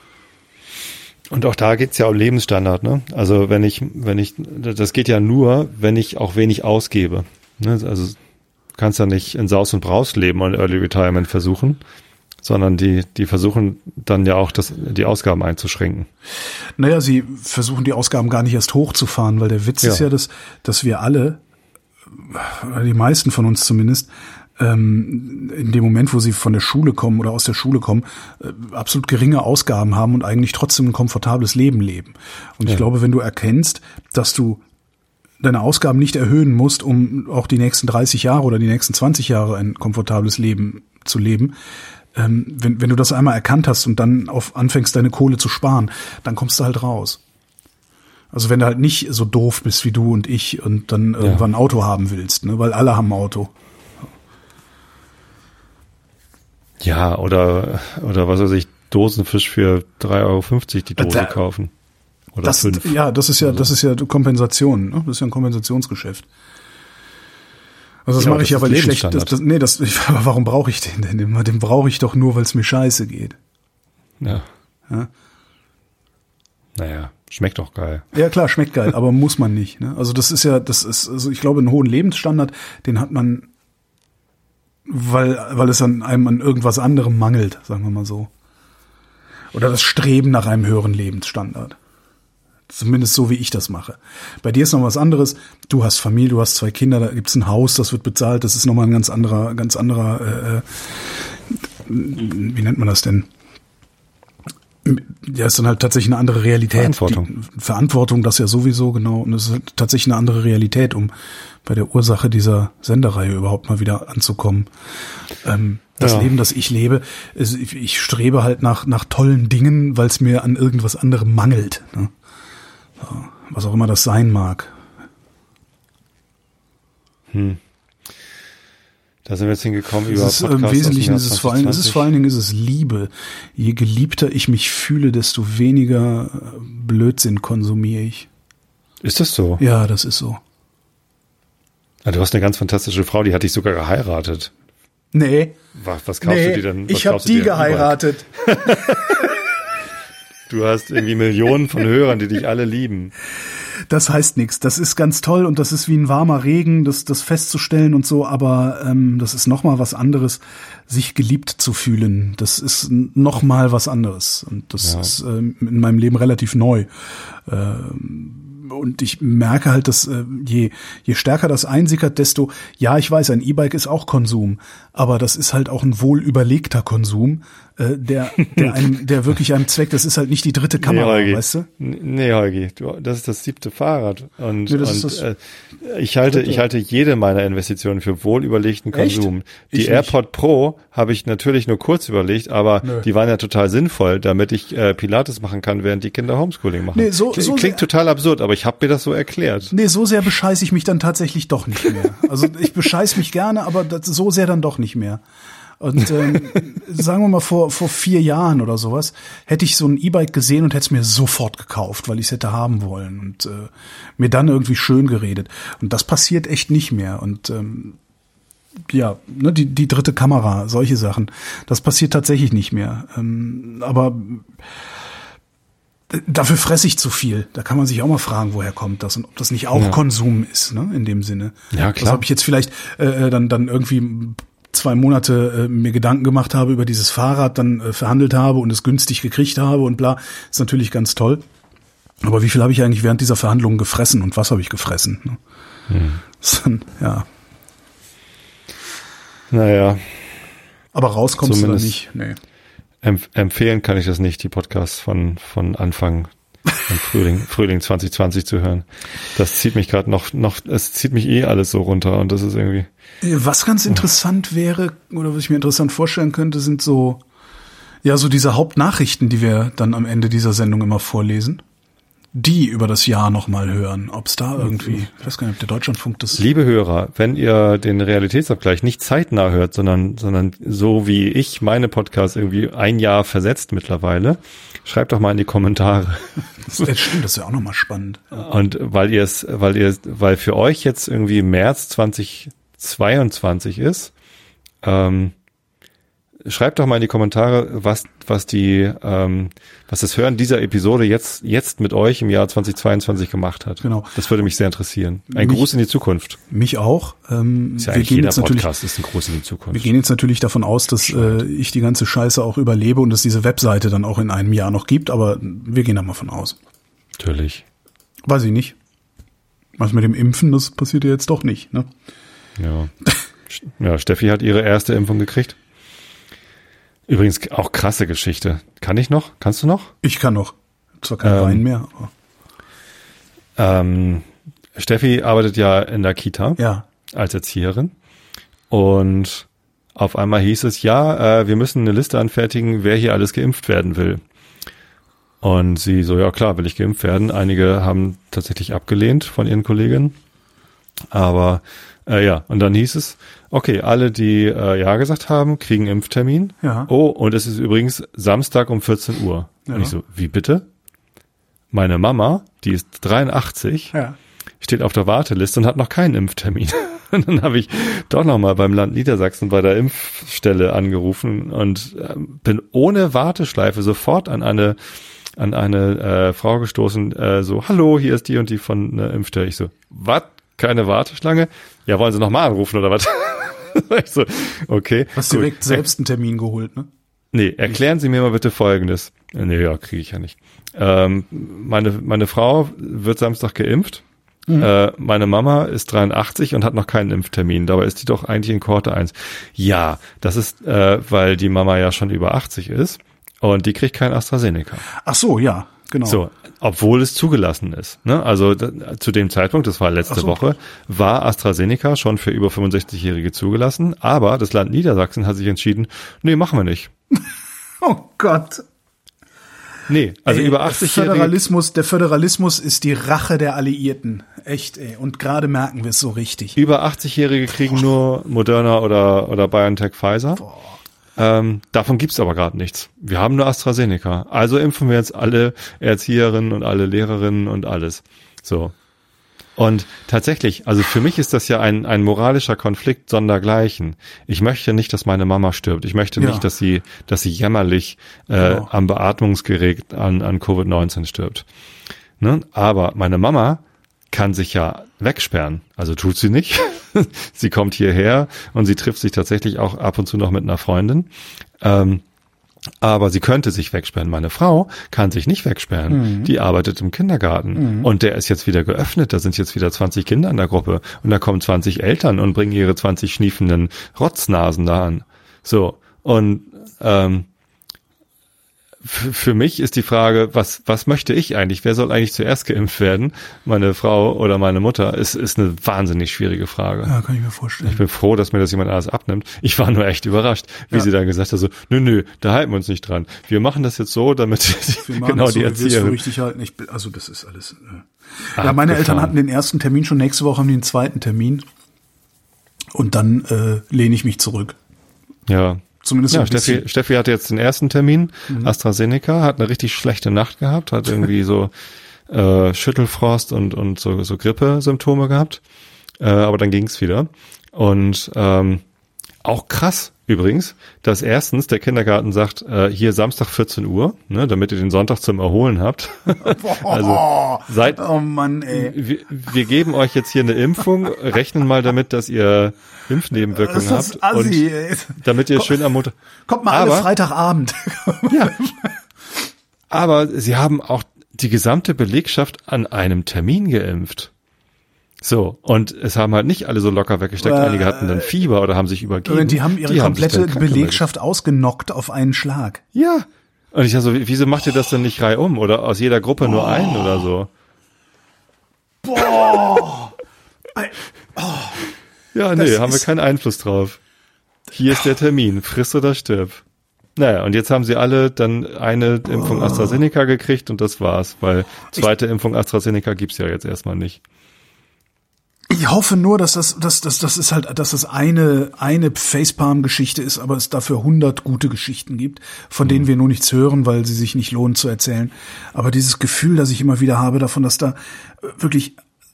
Und auch da geht's ja um Lebensstandard, ne? Also wenn ich, wenn ich, das geht ja nur, wenn ich auch wenig ausgebe. Ne? Also du kannst ja nicht in Saus und Braus leben und Early Retirement versuchen, sondern die, die versuchen dann ja auch das, die Ausgaben einzuschränken. Naja, sie versuchen die Ausgaben gar nicht erst hochzufahren, weil der Witz ja. ist ja, dass, dass wir alle, die meisten von uns zumindest, in dem Moment, wo sie von der Schule kommen oder aus der Schule kommen, absolut geringe Ausgaben haben und eigentlich trotzdem ein komfortables Leben leben. Und ich ja. glaube, wenn du erkennst, dass du deine Ausgaben nicht erhöhen musst, um auch die nächsten dreißig Jahre oder die nächsten zwanzig Jahre ein komfortables Leben zu leben, ähm, wenn, wenn du das einmal erkannt hast und dann auf anfängst, deine Kohle zu sparen, dann kommst du halt raus. Also wenn du halt nicht so doof bist wie du und ich und dann ja. irgendwann ein Auto haben willst, ne, weil alle haben ein Auto. Ja, oder, oder was weiß ich, Dosenfisch für drei Euro fünfzig die Dose da, kaufen. Oder das, fünf. Ja, das ist ja, das ist ja Kompensation, ne? Das ist ja ein Kompensationsgeschäft. Also das genau, mache ich ja, weil ich schlecht, das, das, nee, das, ich, warum brauche ich den denn? Den, den brauche ich doch nur, weil es mir scheiße geht. Ja. ja. Naja, schmeckt doch geil. Ja klar, schmeckt geil, aber muss man nicht, ne? Also das ist ja, das ist, also ich glaube, einen hohen Lebensstandard, den hat man, weil, weil es an einem an irgendwas anderem mangelt, sagen wir mal so. Oder das Streben nach einem höheren Lebensstandard. Zumindest so, wie ich das mache. Bei dir ist noch was anderes. Du hast Familie, du hast zwei Kinder, da gibt's ein Haus, das wird bezahlt. Das ist nochmal ein ganz anderer, ganz anderer, äh, wie nennt man das denn? Ja, ist dann halt tatsächlich eine andere Realität. Verantwortung. Die Verantwortung, das ja sowieso, genau. Und es ist halt tatsächlich eine andere Realität, um bei der Ursache dieser Sendereihe überhaupt mal wieder anzukommen. Ähm, das ja. Leben, das ich lebe, ist, ich, ich strebe halt nach, nach tollen Dingen, weil es mir an irgendwas anderem mangelt. Ne? So, was auch immer das sein mag. Hm. Da sind wir jetzt hingekommen über Podcast. Im Wesentlichen ist es vor allen, ist es vor allen Dingen ist es Liebe. Je geliebter ich mich fühle, desto weniger Blödsinn konsumiere ich. Ist das so? Ja, das ist so. Ja, du hast eine ganz fantastische Frau, die hat dich sogar geheiratet. Nee. Was, was kaufst nee, du dir denn? Was ich habe die geheiratet. Du hast irgendwie Millionen von Hörern, die dich alle lieben. Das heißt nichts. Das ist ganz toll und das ist wie ein warmer Regen, das, das festzustellen und so, aber ähm, das ist nochmal was anderes, sich geliebt zu fühlen. Das ist nochmal was anderes und das ja. ist ähm, in meinem Leben relativ neu. Ähm, Und ich merke halt, dass äh, je je stärker das einsickert, desto, ja, ich weiß, ein E-Bike ist auch Konsum, aber das ist halt auch ein wohl überlegter Konsum, äh, der der einem, der wirklich einem Zweck, das ist halt nicht die dritte Kamera, nee, weißt du? Nee, Holgi, du, das ist das siebte Fahrrad und, nee, das und ist das äh, ich halte ich halte jede meiner Investitionen für wohl überlegten Konsum. Echt? Die Ich AirPod nicht. Pro habe ich natürlich nur kurz überlegt, aber Nö. die waren ja total sinnvoll, damit ich äh, Pilates machen kann, während die Kinder Homeschooling machen. Nee, so, so Klingt total absurd, aber ich habe mir das so erklärt. Nee, so sehr bescheiß ich mich dann tatsächlich doch nicht mehr. Also ich bescheiß mich gerne, aber das, so sehr dann doch nicht mehr. Und ähm, sagen wir mal, vor vor vier Jahren oder sowas, hätte ich so ein E-Bike gesehen und hätte es mir sofort gekauft, weil ich es hätte haben wollen und äh, mir dann irgendwie schön geredet. Und das passiert echt nicht mehr. Und ähm, ja, ne, die die dritte Kamera, solche Sachen, das passiert tatsächlich nicht mehr. Ähm, aber dafür fresse ich zu viel. Da kann man sich auch mal fragen, woher kommt das und ob das nicht auch ja. Konsum ist, ne, in dem Sinne. Ja, klar. Also ob ich jetzt vielleicht äh, dann dann irgendwie zwei Monate äh, mir Gedanken gemacht habe über dieses Fahrrad, dann äh, verhandelt habe und es günstig gekriegt habe und bla, ist natürlich ganz toll. Aber wie viel habe ich eigentlich während dieser Verhandlungen gefressen und was habe ich gefressen? Ne? Hm. Dann, ja. Naja. Aber rauskommst Zumindest du da nicht. Nee. Empf- empfehlen kann ich das nicht, die Podcasts von von Anfang von Frühling Frühling zwanzig zwanzig zu hören. Das zieht mich gerade noch noch es zieht mich eh alles so runter und das ist irgendwie. Was ganz interessant wäre oder was ich mir interessant vorstellen könnte, sind so ja so diese Hauptnachrichten, die wir dann am Ende dieser Sendung immer vorlesen. Die über das Jahr nochmal hören, ob es da irgendwie, ich weiß gar nicht, ob der Deutschlandfunk das... Liebe Hörer, wenn ihr den Realitätsabgleich nicht zeitnah hört, sondern sondern so wie ich meine Podcasts irgendwie ein Jahr versetzt mittlerweile, schreibt doch mal in die Kommentare. Das stimmt, das ist ja auch nochmal spannend. Und weil ihr es, weil ihr, weil für euch jetzt irgendwie März zwanzig zweiundzwanzig ist, ähm, schreibt doch mal in die Kommentare, was was die ähm, was das Hören dieser Episode jetzt jetzt mit euch im Jahr zwanzig zweiundzwanzig gemacht hat. Genau. Das würde mich sehr interessieren. Ein Mich, Gruß in die Zukunft. Mich auch. Ähm, ist ja wir eigentlich gehen jeder jetzt natürlich, Podcast ist ein Gruß in die Zukunft. Wir gehen jetzt natürlich davon aus, dass äh, ich die ganze Scheiße auch überlebe und dass diese Webseite dann auch in einem Jahr noch gibt, aber wir gehen da mal von aus. Natürlich. Weiß ich nicht. Was mit dem Impfen, das passiert ja jetzt doch nicht, ne? Ja. Ja, Steffi hat ihre erste Impfung gekriegt. Übrigens auch krasse Geschichte. Kann ich noch? Kannst du noch? Ich kann noch. Zwar kein ähm, Wein mehr, aber. Ähm, Steffi arbeitet ja in der Kita Ja. als Erzieherin. Und auf einmal hieß es, ja, äh, wir müssen eine Liste anfertigen, wer hier alles geimpft werden will. Und sie so, ja klar, will ich geimpft werden. Einige haben tatsächlich abgelehnt von ihren Kolleginnen. Aber äh, ja, und dann hieß es, okay, alle, die äh, ja gesagt haben, kriegen einen Impftermin. Ja. Oh, und es ist übrigens Samstag um vierzehn Uhr. Ja. Und ich so, wie bitte? Meine Mama, die ist dreiundachtzig, Ja. steht auf der Warteliste und hat noch keinen Impftermin. Und dann habe ich doch nochmal beim Land Niedersachsen bei der Impfstelle angerufen und äh, bin ohne Warteschleife sofort an eine an eine äh, Frau gestoßen, äh, so, hallo, hier ist die und die von der Impfstelle. Ich so, was? Keine Warteschlange? Ja, wollen Sie nochmal anrufen oder was? Ich so, okay. Hast gut. direkt selbst einen Termin geholt, ne? Nee, erklären Sie mir mal bitte Folgendes. Äh, Nee, ja, kriege ich ja nicht. Ähm, meine, meine Frau wird Samstag geimpft. Mhm. Äh, meine Mama ist dreiundachtzig und hat noch keinen Impftermin. Dabei ist die doch eigentlich in Kohorte eins. Ja, das ist, äh, weil die Mama ja schon über achtzig ist und die kriegt kein AstraZeneca. Ach so, ja, genau. So, obwohl es zugelassen ist. Ne? Also da, zu dem Zeitpunkt, das war letzte so. Woche, war AstraZeneca schon für über fünfundsechzigjährige zugelassen, aber das Land Niedersachsen hat sich entschieden, nee, machen wir nicht. Oh Gott. Nee, also ey, über achtzigjährige... Föderalismus, der Föderalismus ist die Rache der Alliierten. Echt, ey. Und gerade merken wir es so richtig. Über achtzigjährige kriegen Boah. nur Moderna oder, oder BioNTech Pfizer. Boah. Ähm, davon gibt's aber gerade nichts. Wir haben nur AstraZeneca. Also impfen wir jetzt alle Erzieherinnen und alle Lehrerinnen und alles. So. Und tatsächlich, also für mich ist das ja ein, ein moralischer Konflikt sondergleichen. Ich möchte nicht, dass meine Mama stirbt. Ich möchte nicht, ja. dass sie, dass sie jämmerlich äh, genau. am Beatmungsgerät an, an Covid neunzehn stirbt. Ne? Aber meine Mama kann sich ja wegsperren. Also tut sie nicht. Sie kommt hierher und sie trifft sich tatsächlich auch ab und zu noch mit einer Freundin. Ähm, aber sie könnte sich wegsperren. Meine Frau kann sich nicht wegsperren. Mhm. Die arbeitet im Kindergarten. Mhm. Und der ist jetzt wieder geöffnet. Da sind jetzt wieder zwanzig Kinder in der Gruppe. Und da kommen zwanzig Eltern und bringen ihre zwanzig schniefenden Rotznasen da an. So. Und ähm, f- für mich ist die Frage, was was möchte ich eigentlich? Wer soll eigentlich zuerst geimpft werden? Meine Frau oder meine Mutter? Ist ist eine wahnsinnig schwierige Frage. Ja, kann ich mir vorstellen. Ich bin froh, dass mir das jemand alles abnimmt. Ich war nur echt überrascht, wie Ja. sie dann gesagt hat, so, nö, nö, da halten wir uns nicht dran. Wir machen das jetzt so, damit Wir machen genau das so, die wie wir es für Erzieherin. richtig halten. Ich, bin- also das ist alles. Äh. Ah, Ja, meine abgefahren. Eltern hatten den ersten Termin schon, nächste Woche haben die den zweiten Termin. Und dann äh, lehne ich mich zurück. Ja. Zumindest Ja, ein bisschen. Steffi, Steffi hatte jetzt den ersten Termin, Mhm. AstraZeneca, hat eine richtig schlechte Nacht gehabt, hat irgendwie so äh, Schüttelfrost und und so, so Grippesymptome gehabt, äh, aber dann ging's wieder. Und ähm, auch krass übrigens, dass erstens der Kindergarten sagt, äh, hier Samstag vierzehn Uhr, ne, damit ihr den Sonntag zum Erholen habt. Also seid, Oh Mann, ey. wir, wir geben euch jetzt hier eine Impfung, rechnen mal damit, dass ihr Impfnebenwirkungen Das ist habt assi, und ey. damit ihr schön am Montag. Kommt mal alle Aber- Freitagabend. Ja. Aber sie haben auch die gesamte Belegschaft an einem Termin geimpft. So, und es haben halt nicht alle so locker weggesteckt. Äh, Einige hatten dann Fieber oder haben sich übergeben. Die haben ihre sich komplette dann krank gemeldet. Belegschaft ausgenockt auf einen Schlag. Ja. Und ich dachte so, wieso macht ihr das denn nicht reihum? Oder aus jeder Gruppe nur einen oder so? Boah. Ja, Das nee, haben wir ist- keinen Einfluss drauf. Hier ist der Termin, friss oder stirb. Naja, und jetzt haben sie alle dann eine Impfung AstraZeneca gekriegt und das war's, weil zweite Impfung AstraZeneca gibt's ja jetzt erstmal nicht. Ich hoffe nur, dass das, dass, dass, das ist halt, dass es eine, eine Facepalm-Geschichte ist, aber es dafür hundert gute Geschichten gibt, von denen wir nur nichts hören, weil sie sich nicht lohnen zu erzählen. Aber dieses Gefühl, das ich immer wieder habe davon, dass da wirklich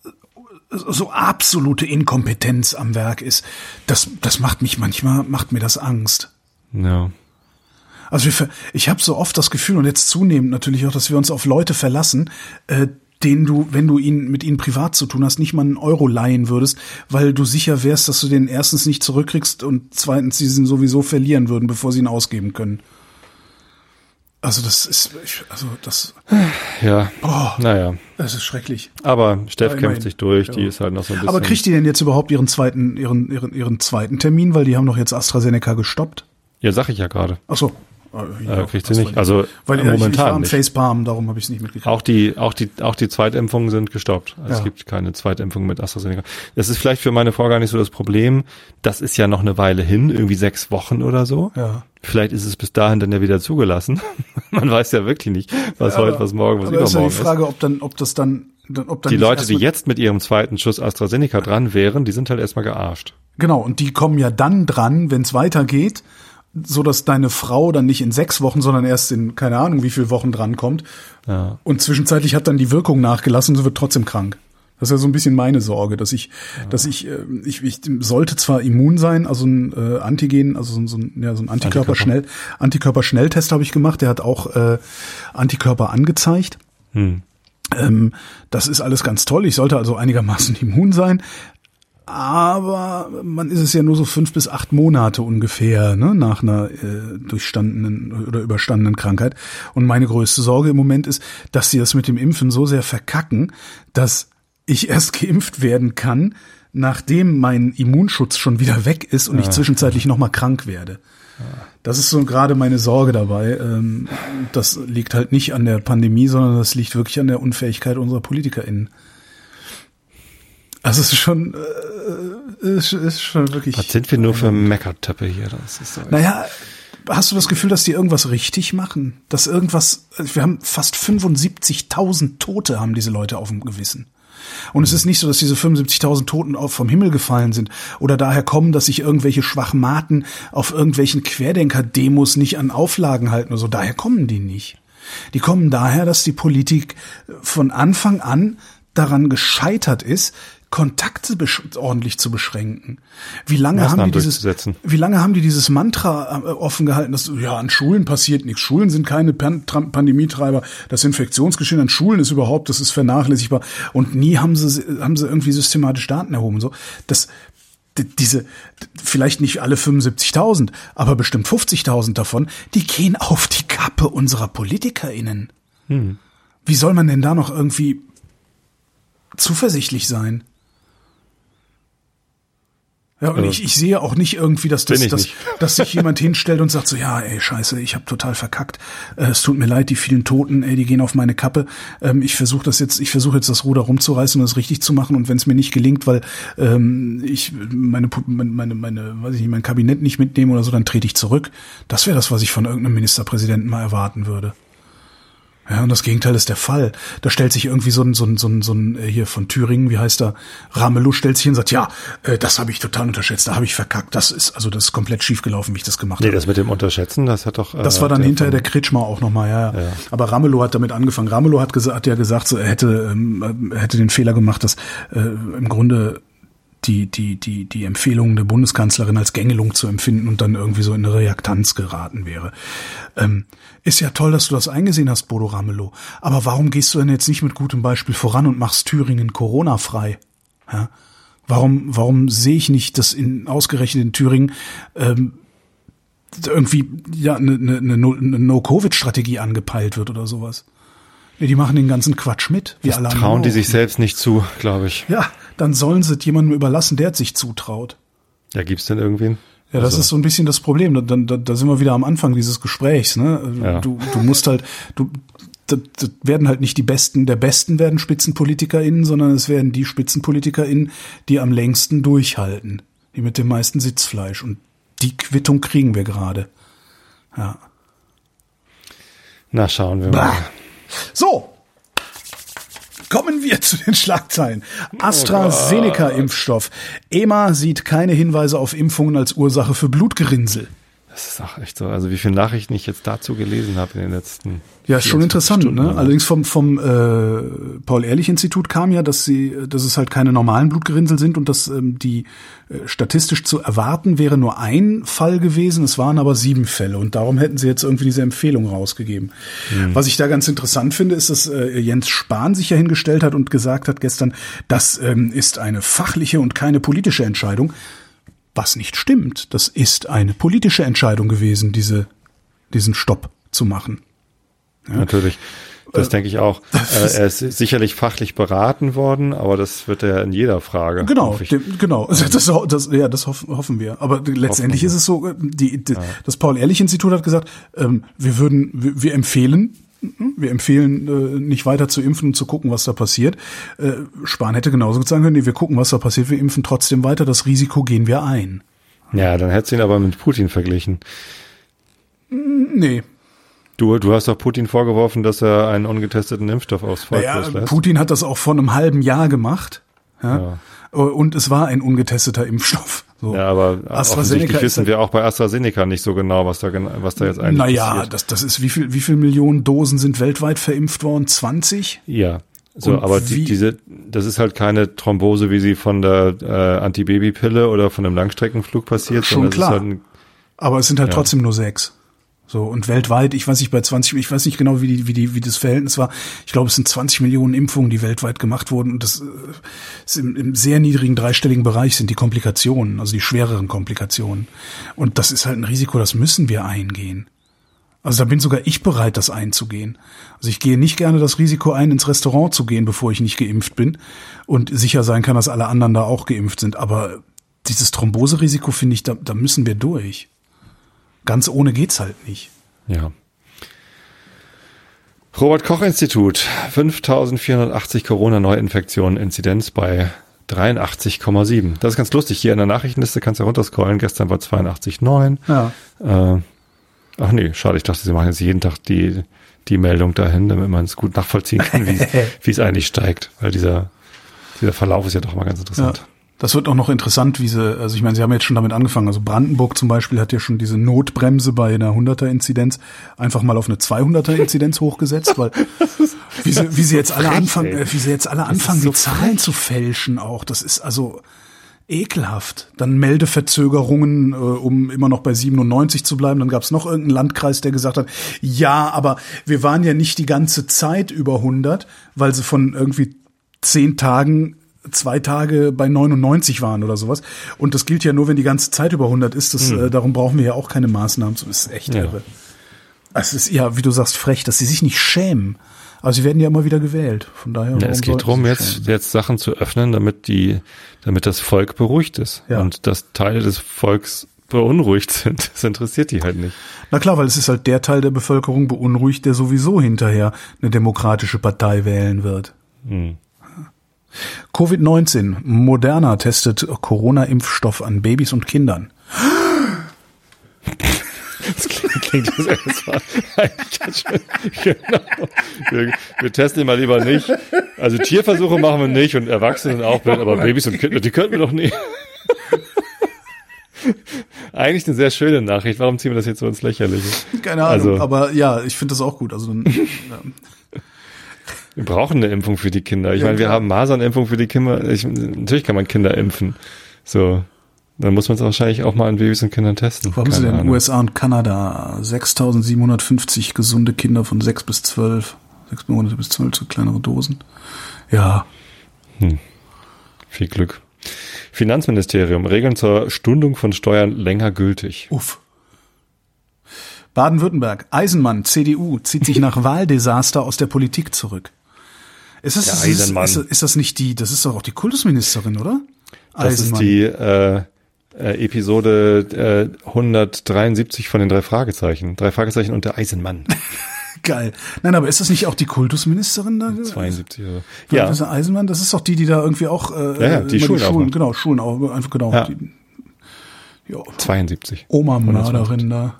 so absolute Inkompetenz am Werk ist, das, das macht mich manchmal, macht mir das Angst. Ja. Also wir, ich habe so oft das Gefühl und jetzt zunehmend natürlich auch, dass wir uns auf Leute verlassen, äh, denen du, wenn du ihn mit ihnen privat zu tun hast, nicht mal einen Euro leihen würdest, weil du sicher wärst, dass du den erstens nicht zurückkriegst und zweitens sie ihn sowieso verlieren würden, bevor sie ihn ausgeben können. Also das ist, ich, also das, Ja, oh, naja. das ist schrecklich. Aber Steff Ja, kämpft immerhin. sich durch, die Ja. ist halt noch so ein bisschen... Aber kriegt die denn jetzt überhaupt ihren zweiten, ihren, ihren, ihren zweiten Termin, weil die haben doch jetzt AstraZeneca gestoppt? Ja, sag ich ja gerade. Ach so. Äh, kriegt sie nicht. Also weil äh, ja, ich, ich war momentan am nicht. Facepalm, darum habe ich es nicht mitgekriegt. Auch die, auch die, auch die Zweitimpfungen sind gestoppt. Also Ja. Es gibt keine Zweitimpfung mit AstraZeneca. Das ist vielleicht für meine Frau gar nicht so das Problem. Das ist ja noch eine Weile hin, irgendwie sechs Wochen oder so. Ja. Vielleicht ist es bis dahin dann ja wieder zugelassen. Man weiß ja wirklich nicht, was Ja, heute, was morgen, was aber ist ja übermorgen die Frage, ob dann, ob das dann, dann ob dann Die nicht Leute, erst die mit- jetzt mit ihrem zweiten Schuss AstraZeneca dran wären, die sind halt erstmal gearscht. Genau, und die kommen ja dann dran, wenn es weitergeht, so dass deine Frau dann nicht in sechs Wochen, sondern erst in keine Ahnung wie viele Wochen drankommt. Ja. Und zwischenzeitlich hat dann die Wirkung nachgelassen und sie wird trotzdem krank. Das ist ja so ein bisschen meine Sorge, dass ich, ja. dass ich, äh, ich, ich sollte zwar immun sein, also ein äh, Antigen, also so ein, so ein, ja, so ein Antikörper-Schnell, Antikörper-Schnelltest habe ich gemacht, der hat auch äh, Antikörper angezeigt. Hm. Ähm, das ist alles ganz toll. Ich sollte also einigermaßen immun sein. Aber man ist es ja nur so fünf bis acht Monate ungefähr, ne, nach einer äh, durchstandenen oder überstandenen Krankheit. Und meine größte Sorge im Moment ist, dass sie das mit dem Impfen so sehr verkacken, dass ich erst geimpft werden kann, nachdem mein Immunschutz schon wieder weg ist und ich zwischenzeitlich nochmal krank werde. Das ist so gerade meine Sorge dabei. Ähm, das liegt halt nicht an der Pandemie, sondern das liegt wirklich an der Unfähigkeit unserer PolitikerInnen. Also es ist schon, äh, ist, ist schon wirklich. Was sind wir nur für Meckertöpfe hier? Das ist so Naja, hast du das Gefühl, dass die irgendwas richtig machen? Dass irgendwas, wir haben fast fünfundsiebzigtausend Tote haben diese Leute auf dem Gewissen. Und es ist nicht so, dass diese fünfundsiebzigtausend Toten auch vom Himmel gefallen sind oder daher kommen, dass sich irgendwelche Schwachmaten auf irgendwelchen Querdenker-Demos nicht an Auflagen halten oder so. Daher kommen die nicht. Die kommen daher, dass die Politik von Anfang an daran gescheitert ist, Kontakte besch- ordentlich zu beschränken. Wie lange Maßnahmen haben die dieses, wie lange haben die dieses Mantra äh, offen gehalten, dass, ja, an Schulen passiert nichts. Schulen sind keine Pan- Tram- Pandemietreiber. Das Infektionsgeschehen an Schulen ist überhaupt, das ist vernachlässigbar. Und nie haben sie, haben sie irgendwie systematisch Daten erhoben, so. Das, diese, vielleicht nicht alle fünfundsiebzigtausend, aber bestimmt fünfzigtausend davon, die gehen auf die Kappe unserer PolitikerInnen. Hm. Wie soll man denn da noch irgendwie zuversichtlich sein? Ja, und also, ich, ich sehe auch nicht irgendwie, dass, das, dass, nicht. dass sich jemand hinstellt und sagt so, ja, ey, scheiße, ich habe total verkackt. Äh, es tut mir leid, die vielen Toten, ey, die gehen auf meine Kappe. Ähm, ich versuche das jetzt, ich versuche jetzt das Ruder rumzureißen und das richtig zu machen. Und wenn es mir nicht gelingt, weil ähm, ich meine, meine, meine, weiß ich nicht, mein Kabinett nicht mitnehme oder so, dann trete ich zurück. Das wäre das, was ich von irgendeinem Ministerpräsidenten mal erwarten würde. Ja, und das Gegenteil ist der Fall. Da stellt sich irgendwie so ein, so ein, so ein, so ein hier von Thüringen, wie heißt er, Ramelow stellt sich hin und sagt, ja, äh, das habe ich total unterschätzt, da habe ich verkackt. Das ist, also das ist komplett schiefgelaufen, wie ich das gemacht nee, habe. Nee, das mit dem Unterschätzen, das hat doch... Äh, das war dann der hinterher der Kretschmer auch nochmal, ja, ja. ja. Aber Ramelow hat damit angefangen. Ramelow hat, gesagt, hat ja gesagt, so, er hätte, ähm, hätte den Fehler gemacht, dass äh, im Grunde die, die, die, die Empfehlungen der Bundeskanzlerin als Gängelung zu empfinden und dann irgendwie so in eine Reaktanz geraten wäre. Ähm, ist ja toll, dass du das eingesehen hast, Bodo Ramelow. Aber warum gehst du denn jetzt nicht mit gutem Beispiel voran und machst Thüringen Corona-frei? Ja? Warum, warum sehe ich nicht, dass in, ausgerechnet in Thüringen, ähm, irgendwie, ja, eine, eine, eine No-Covid-Strategie angepeilt wird oder sowas? Ja, die machen den ganzen Quatsch mit. Wie das alle trauen die auch. sich selbst nicht zu, glaube ich. Ja, dann sollen sie es jemandem überlassen, der es sich zutraut. Ja, gibt's denn irgendwen? Ja, das also. ist so ein bisschen das Problem. Da, da, da sind wir wieder am Anfang dieses Gesprächs. Ne? Ja. Du, du musst halt, du, das, das werden halt nicht die Besten der Besten werden SpitzenpolitikerInnen, sondern es werden die SpitzenpolitikerInnen, die am längsten durchhalten, die mit dem meisten Sitzfleisch. Und die Quittung kriegen wir gerade. Ja. Na, schauen wir Bah. mal. So, kommen wir zu den Schlagzeilen. AstraZeneca-Impfstoff. E M A sieht keine Hinweise auf Impfungen als Ursache für Blutgerinnsel. Das ist auch echt so. Also wie viele Nachrichten ich jetzt dazu gelesen habe in den letzten Ja, schon interessant, Stunden, ne? Allerdings vom vom äh, Paul-Ehrlich-Institut kam ja, dass sie, dass es halt keine normalen Blutgerinnsel sind und dass ähm, die äh, statistisch zu erwarten wäre nur ein Fall gewesen. Es waren aber sieben Fälle und darum hätten sie jetzt irgendwie diese Empfehlung rausgegeben. Mhm. Was ich da ganz interessant finde, ist, dass äh, Jens Spahn sich ja hingestellt hat und gesagt hat gestern, das ähm, ist eine fachliche und keine politische Entscheidung. Was nicht stimmt. Das ist eine politische Entscheidung gewesen, diese, diesen Stopp zu machen. Ja. Natürlich. Das äh, denke ich auch. Äh, er ist sicherlich fachlich beraten worden, aber das wird er in jeder Frage. Genau, dem, genau. Das, das, ja, das hoffen, hoffen wir. Aber letztendlich wir. ist es so, die, die, ja. das Paul-Ehrlich-Institut hat gesagt, ähm, wir würden, wir, wir empfehlen, Wir empfehlen, äh, nicht weiter zu impfen und zu gucken, was da passiert. Äh, Spahn hätte genauso sagen können, nee, wir gucken, was da passiert, wir impfen trotzdem weiter, das Risiko gehen wir ein. Ja, dann hättest du ihn aber mit Putin verglichen. Nee. Du, du hast doch Putin vorgeworfen, dass er einen ungetesteten Impfstoff aufs Volk naja, loslässt. Putin hat das auch vor einem halben Jahr gemacht. Ja. Ja. Und es war ein ungetesteter Impfstoff. So. Ja, aber offensichtlich wissen wir auch bei AstraZeneca nicht so genau, was da, was da jetzt eigentlich naja, passiert. Naja, das, das ist, wie viel, wie viel Millionen Dosen sind weltweit verimpft worden? zwanzig? Ja. So, Und aber die, diese, das ist halt keine Thrombose, wie sie von der äh, Antibabypille oder von einem Langstreckenflug passiert. Schon klar. Ist halt ein, aber es sind halt ja. trotzdem nur sechs. So, und weltweit, ich weiß nicht, bei zwanzig, ich weiß nicht genau, wie die, wie die, wie das Verhältnis war. Ich glaube, es sind zwanzig Millionen Impfungen, die weltweit gemacht wurden. Und das ist im, im sehr niedrigen dreistelligen Bereich sind die Komplikationen, also die schwereren Komplikationen. Und das ist halt ein Risiko, das müssen wir eingehen. Also da bin sogar ich bereit, das einzugehen. Also ich gehe nicht gerne das Risiko ein, ins Restaurant zu gehen, bevor ich nicht geimpft bin und sicher sein kann, dass alle anderen da auch geimpft sind. Aber dieses Thromboserisiko, finde ich, da, da müssen wir durch. Ganz ohne geht's halt nicht. Ja. Robert-Koch-Institut, fünftausendvierhundertachtzig Corona-Neuinfektionen, Inzidenz bei dreiundachtzig Komma sieben. Das ist ganz lustig. Hier in der Nachrichtenliste kannst du runterscrollen. Gestern war zweiundachtzig Komma neun. Ja. Äh, ach nee, schade. Ich dachte, sie machen jetzt jeden Tag die, die Meldung dahin, damit man es gut nachvollziehen kann, wie wie es eigentlich steigt. Weil dieser, dieser Verlauf ist ja doch mal ganz interessant. Ja. Das wird auch noch interessant, wie sie, also ich meine, sie haben jetzt schon damit angefangen, also Brandenburg zum Beispiel hat ja schon diese Notbremse bei einer hunderter Inzidenz einfach mal auf eine zweihunderter Inzidenz hochgesetzt, weil Wie sie, wie sie jetzt alle frech, anfangen, ey. äh, wie sie jetzt alle anfangen, so die Zahlen frech. zu fälschen auch. Das ist also ekelhaft. Dann Meldeverzögerungen, äh, um immer noch bei siebenundneunzig zu bleiben. Dann gab es noch irgendeinen Landkreis, der gesagt hat, ja, aber wir waren ja nicht die ganze Zeit über hundert, weil sie von irgendwie zehn Tagen zwei Tage bei neunundneunzig waren oder sowas. Und das gilt ja nur, wenn die ganze Zeit über hundert ist. Das, hm. äh, darum brauchen wir ja auch keine Maßnahmen. Das ist echt Ja. irre. Es ist ja, wie du sagst, frech, dass sie sich nicht schämen. Aber sie werden ja immer wieder gewählt. Von daher. Ja, warum es geht sollten darum, sie jetzt, schämen? jetzt Sachen zu öffnen, damit die, damit das Volk beruhigt ist. Ja. Und dass Teile des Volks beunruhigt sind. Das interessiert die halt nicht. Na klar, weil es ist halt der Teil der Bevölkerung beunruhigt, der sowieso hinterher eine demokratische Partei wählen wird. Hm. Covid neunzehn. Moderna testet Corona-Impfstoff an Babys und Kindern. Das klingt, klingt das erstmal eigentlich ganz schön. Genau. Wir, wir testen ihn mal lieber nicht. Also Tierversuche machen wir nicht und Erwachsenen auch blöd, aber Babys und Kinder, die könnten wir doch nicht. Eigentlich eine sehr schöne Nachricht. Warum ziehen wir das jetzt so ins Lächerliche? Keine Ahnung, Also- aber ja, ich finde das auch gut. Also dann, ja. Wir brauchen eine Impfung für die Kinder. Ich Ja, meine, wir klar. haben Masernimpfung für die Kinder. Ich, natürlich kann man Kinder impfen. So. Dann muss man es wahrscheinlich auch mal an Babys und Kindern testen. Wo haben sie Keine denn? Ahnung. U S A und Kanada. sechstausendsiebenhundertfünfzig gesunde Kinder von sechs bis zwölf. Sechs Monate bis zwölf, so kleinere Dosen. Ja. Viel Glück. Finanzministerium. Regeln zur Stundung von Steuern länger gültig. Uff. Baden-Württemberg. Eisenmann, C D U, zieht sich nach Wahldesaster aus der Politik zurück. Ist das, Der ist, Eisenmann. ist, ist das nicht die, das ist doch auch die Kultusministerin, oder? Das ist die äh, äh, Episode äh, hundertdreiundsiebzig von den drei Fragezeichen. Drei Fragezeichen und der Eisenmann. Geil. Nein, aber ist das nicht auch die Kultusministerin da? zweiundsiebzig Euro. Ja. Ja, Das ist Eisenmann, das ist doch die, die da irgendwie auch äh, Ja, ja, die immer Schulen auch Schulen, macht. genau, Schulen auch, einfach genau. Ja. Die, ja. zweiundsiebzig. Oma-Mörderin da.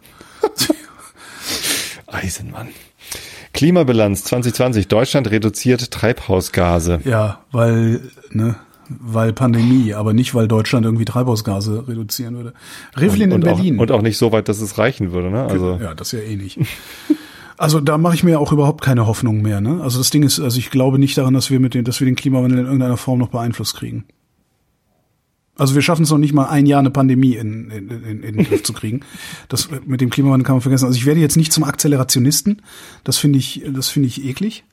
Eisenmann. Klimabilanz zwanzig zwanzig. Deutschland reduziert Treibhausgase. Ja, weil, ne, weil Pandemie, aber nicht, weil Deutschland irgendwie Treibhausgase reduzieren würde. Rivlin in und, auch, Berlin. und auch nicht so weit, dass es reichen würde. Ne? Also Ja, das ja eh nicht. Also da mache ich mir auch überhaupt keine Hoffnung mehr. Ne? Also das Ding ist, also ich glaube nicht daran, dass wir mit dem, dass wir den Klimawandel in irgendeiner Form noch beeinflusst kriegen. Also wir schaffen es noch nicht mal ein Jahr eine Pandemie in, in, in, in den Griff zu kriegen. Das mit dem Klimawandel kann man vergessen. Also ich werde jetzt nicht zum Akzelerationisten. Das finde ich, das finde ich eklig.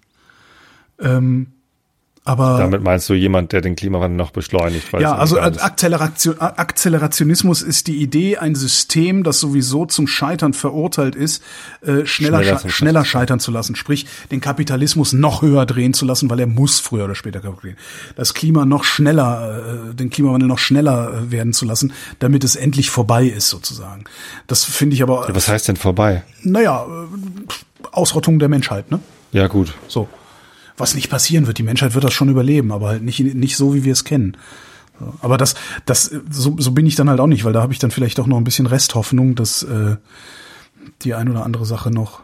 Ähm, aber damit meinst du jemand, der den Klimawandel noch beschleunigt? Weil ja, es also egal ist. Akzeleration, Akzelerationismus ist die Idee, ein System, das sowieso zum Scheitern verurteilt ist, äh, schneller, Schneller schneller, zum schneller scheitern zu lassen. Sprich, den Kapitalismus noch höher drehen zu lassen, weil er muss früher oder später kaputt gehen. Das Klima noch schneller, äh, den Klimawandel noch schneller äh, werden zu lassen, damit es endlich vorbei ist, sozusagen. Das finde ich aber, Ja, was heißt denn vorbei? naja, äh, Ausrottung der Menschheit, ne? Ja, gut. So. Was nicht passieren wird. Die Menschheit wird das schon überleben, aber halt nicht, nicht so, wie wir es kennen. So. Aber das, das, so, so bin ich dann halt auch nicht, weil da habe ich dann vielleicht auch noch ein bisschen Resthoffnung, dass äh, die ein oder andere Sache noch,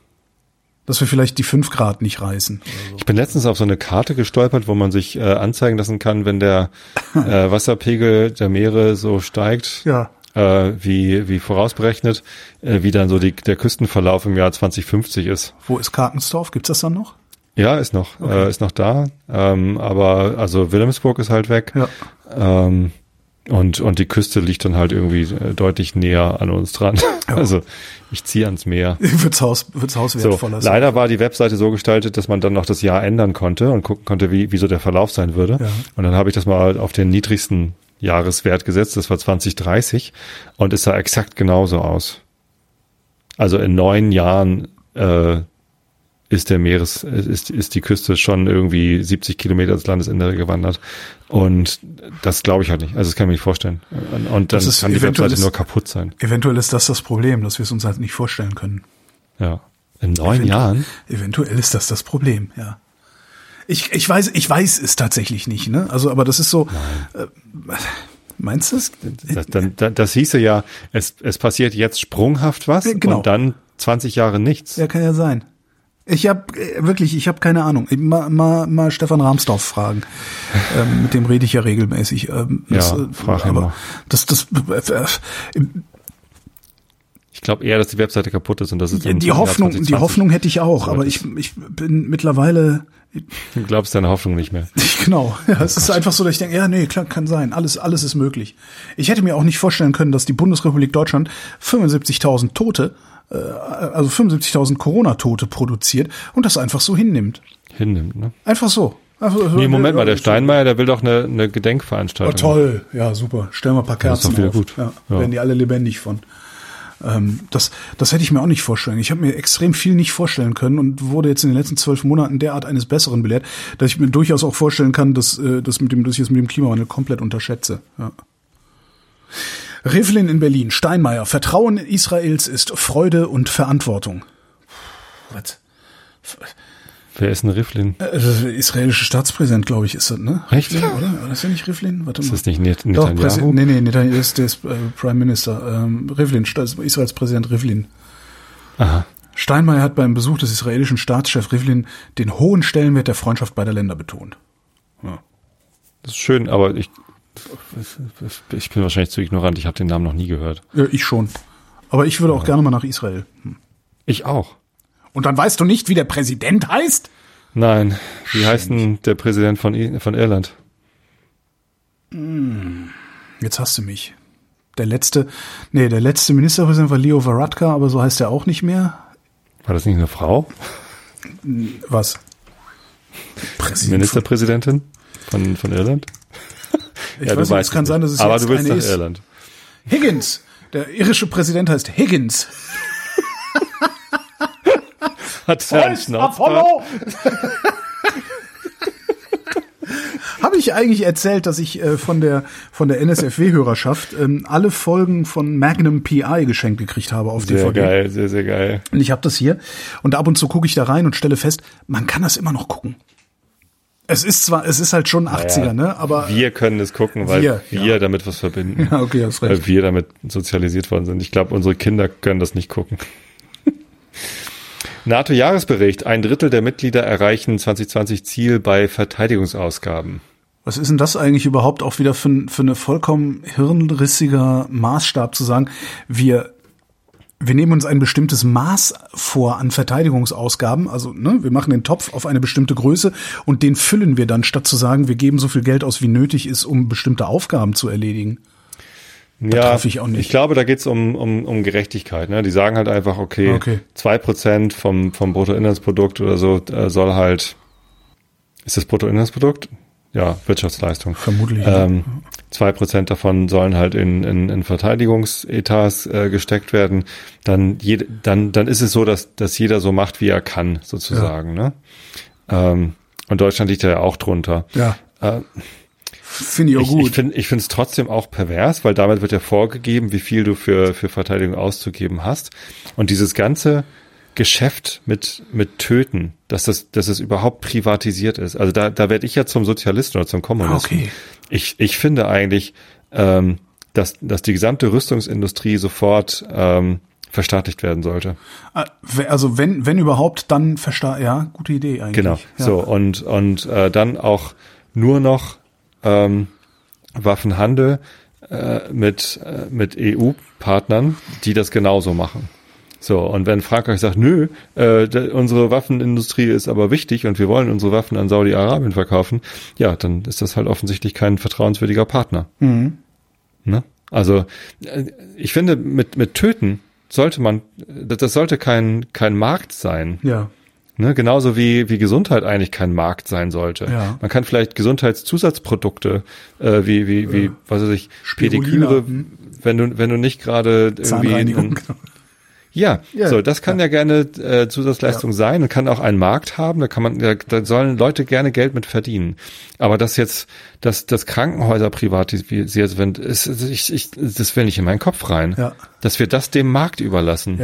dass wir vielleicht die fünf Grad nicht reißen. Oder so. Ich bin letztens auf so eine Karte gestolpert, wo man sich äh, anzeigen lassen kann, wenn der äh, Wasserpegel der Meere so steigt. Ja. Äh, wie, wie vorausberechnet, äh, wie dann so die, der Küstenverlauf im Jahr zwanzig fünfzig ist. Wo ist Karkensdorf? Gibt's das dann noch? Ja, ist noch, Okay. äh, ist noch da. Ähm, aber also Wilhelmsburg ist halt weg. Ja. Ähm, und, und die Küste liegt dann halt irgendwie äh, deutlich näher an uns dran. Ja. Also ich ziehe ans Meer. Wirtshaus, Wirtshaus So, wertvoller. leider war die Webseite so gestaltet, dass man dann noch das Jahr ändern konnte und gucken konnte, wie, wie so der Verlauf sein würde. Ja. Und dann habe ich das mal auf den niedrigsten Jahreswert gesetzt, das war zwanzig dreißig und es sah exakt genauso aus. Also in neun Jahren äh, ist der Meeres, ist, ist die Küste schon irgendwie siebzig Kilometer ins Landesinnere gewandert. Und das glaube ich halt nicht. Also das kann ich mir nicht vorstellen. Und, und dann Das ist kann die eventuell Webseite ist- nur kaputt sein. Eventuell ist das das Problem, dass wir es uns halt nicht vorstellen können. Ja. In neun Eventu- Jahren? Eventuell ist das das Problem, ja. Ich, ich weiß, ich weiß es tatsächlich nicht, ne? Also, aber das ist so, äh, meinst du es? Das, dann, das, das hieße ja, es, es passiert jetzt sprunghaft was Ja, genau. und dann zwanzig Jahre nichts. Ja, kann ja sein. Ich habe wirklich, ich habe keine Ahnung. Mal, mal, mal Stefan Rahmsdorf fragen. ähm, mit dem rede ich ja regelmäßig. Ähm, das, Ja, äh, frag ihn aber mal. das, das, äh, äh, Ich glaube eher, dass die Webseite kaputt ist und das ist ja, die Hoffnung, die Hoffnung hätte ich auch, aber ich, ich bin mittlerweile. Du glaubst deine Hoffnung nicht mehr. Genau. Ja, es ist einfach so, dass ich denke, ja, nee, klar, kann sein. Alles, alles ist möglich. Ich hätte mir auch nicht vorstellen können, dass die Bundesrepublik Deutschland fünfundsiebzigtausend Tote, äh, also fünfundsiebzigtausend Corona-Tote produziert und das einfach so hinnimmt. Hinnimmt, ne? Einfach so. Einfach, nee, Moment mal, der Steinmeier, der will doch eine, eine Gedenkveranstaltung. Oh, toll. Ja, super. Stellen wir ein paar Kerzen ja, das ist doch wieder auf. Gut. Ja, ja. werden die alle lebendig von. Ähm, das, das hätte ich mir auch nicht vorstellen. Ich habe mir extrem viel nicht vorstellen können und wurde jetzt in den letzten zwölf Monaten derart eines Besseren belehrt, dass ich mir durchaus auch vorstellen kann, dass, äh, dass, mit dem, dass ich es mit dem Klimawandel komplett unterschätze. Ja. Rivlin in Berlin. Steinmeier. Vertrauen Israels ist Freude und Verantwortung. Was? Wer ist ein Rivlin? Äh, der israelische Staatspräsident, glaube ich, ist das, ne? Echt? Rivlin, oder? War das ja nicht Rivlin? Warte mal. Ist das nicht Net- Doch, Netanyahu? Präsident, nee, nee, Netanyahu ist der ist, äh, Prime Minister. Ähm, Rivlin, Israels Präsident Rivlin. Aha. Steinmeier hat beim Besuch des israelischen Staatschefs Rivlin den hohen Stellenwert der Freundschaft beider Länder betont. Ja. Das ist schön, aber ich, ich bin wahrscheinlich zu ignorant. Ich habe den Namen noch nie gehört. Ja, ich schon. Aber ich würde auch ja. gerne mal nach Israel. Hm. Ich auch. Und dann weißt du nicht, wie der Präsident heißt? Nein. Wie Schön. heißt denn der Präsident von, I- von Irland? Jetzt hast du mich. Der letzte, nee, der letzte Ministerpräsident war Leo Varadkar, aber so heißt er auch nicht mehr. War das nicht eine Frau? Was? Präsident Ministerpräsidentin von, von Irland? Ich ja, weiß du nicht, es kann sein, dass es aber jetzt du willst eine nach ist. Irland. Higgins. Der irische Präsident heißt Higgins. Hat er einen Schnauzbart? Habe ich eigentlich erzählt, dass ich äh, von der von der N S F W-Hörerschaft ähm, alle Folgen von Magnum P I geschenkt gekriegt habe auf sehr D V D? Sehr geil, sehr, sehr geil. Und ich habe das hier und ab und zu gucke ich da rein und stelle fest, man kann das immer noch gucken. Es ist zwar, es ist halt schon achtziger, naja, ne? Aber wir können es gucken, weil wir, wir ja. damit was verbinden. Ja, okay, hast recht. Weil wir damit sozialisiert worden sind. Ich glaube, unsere Kinder können das nicht gucken. NATO-Jahresbericht. Ein Drittel der Mitglieder erreichen zwanzig zwanzig Ziel bei Verteidigungsausgaben. Was ist denn das eigentlich überhaupt auch wieder für, für eine vollkommen hirnrissiger Maßstab zu sagen, wir wir nehmen uns ein bestimmtes Maß vor an Verteidigungsausgaben, also ne, wir machen den Topf auf eine bestimmte Größe und den füllen wir dann, statt zu sagen, wir geben so viel Geld aus, wie nötig ist, um bestimmte Aufgaben zu erledigen. Da ja, ich, auch nicht. ich glaube, da geht's um, um, um Gerechtigkeit. Ne? Die sagen halt einfach, okay, okay. zwei Prozent vom, vom Bruttoinlandsprodukt oder so äh, soll halt, ist das Bruttoinlandsprodukt? Ja, Wirtschaftsleistung. Vermutlich. Ähm, zwei Prozent davon sollen halt in, in, in Verteidigungsetats äh, gesteckt werden. Dann, jed, dann, dann ist es so, dass, dass jeder so macht, wie er kann, sozusagen. Ja. Ne? Ähm, und Deutschland liegt ja auch drunter. Ja. Äh, Finde ich auch ich, gut. Ich finde ich finde es trotzdem auch pervers, weil damit wird ja vorgegeben, wie viel du für, für Verteidigung auszugeben hast. Und dieses ganze Geschäft mit, mit Töten, dass das, dass es überhaupt privatisiert ist. Also da, da werde ich ja zum Sozialisten oder zum Kommunisten. Okay. Ich, ich finde eigentlich, ähm, dass, dass die gesamte Rüstungsindustrie sofort, ähm, verstaatlicht werden sollte. Also wenn, wenn überhaupt, dann versta- ja, gute Idee eigentlich. Genau. Ja. So, und, und, äh, dann auch nur noch, ähm, Waffenhandel, äh, mit, äh, mit E U-Partnern, die das genauso machen. So, und wenn Frankreich sagt, nö, äh, de, unsere Waffenindustrie ist aber wichtig und wir wollen unsere Waffen an Saudi-Arabien verkaufen, ja, dann ist das halt offensichtlich kein vertrauenswürdiger Partner. Mhm. Ne? Also, äh, ich finde, mit, mit Töten sollte man, das sollte kein, kein Markt sein. Ja. Ne, genauso wie, wie Gesundheit eigentlich kein Markt sein sollte. Ja. Man kann vielleicht Gesundheitszusatzprodukte, äh, wie, wie, wie, was weiß ich, Pediküre, wenn du, wenn du nicht gerade irgendwie, einen, ja, ja, so, das kann ja, ja gerne äh, Zusatzleistung ja. sein und kann auch einen Markt haben, da kann man, da, da sollen Leute gerne Geld mit verdienen. Aber dass jetzt, dass, dass Krankenhäuser privatisiert sind, ist, ich, ich, das will nicht in meinen Kopf rein. Ja. Dass wir das dem Markt überlassen. Ja, ja.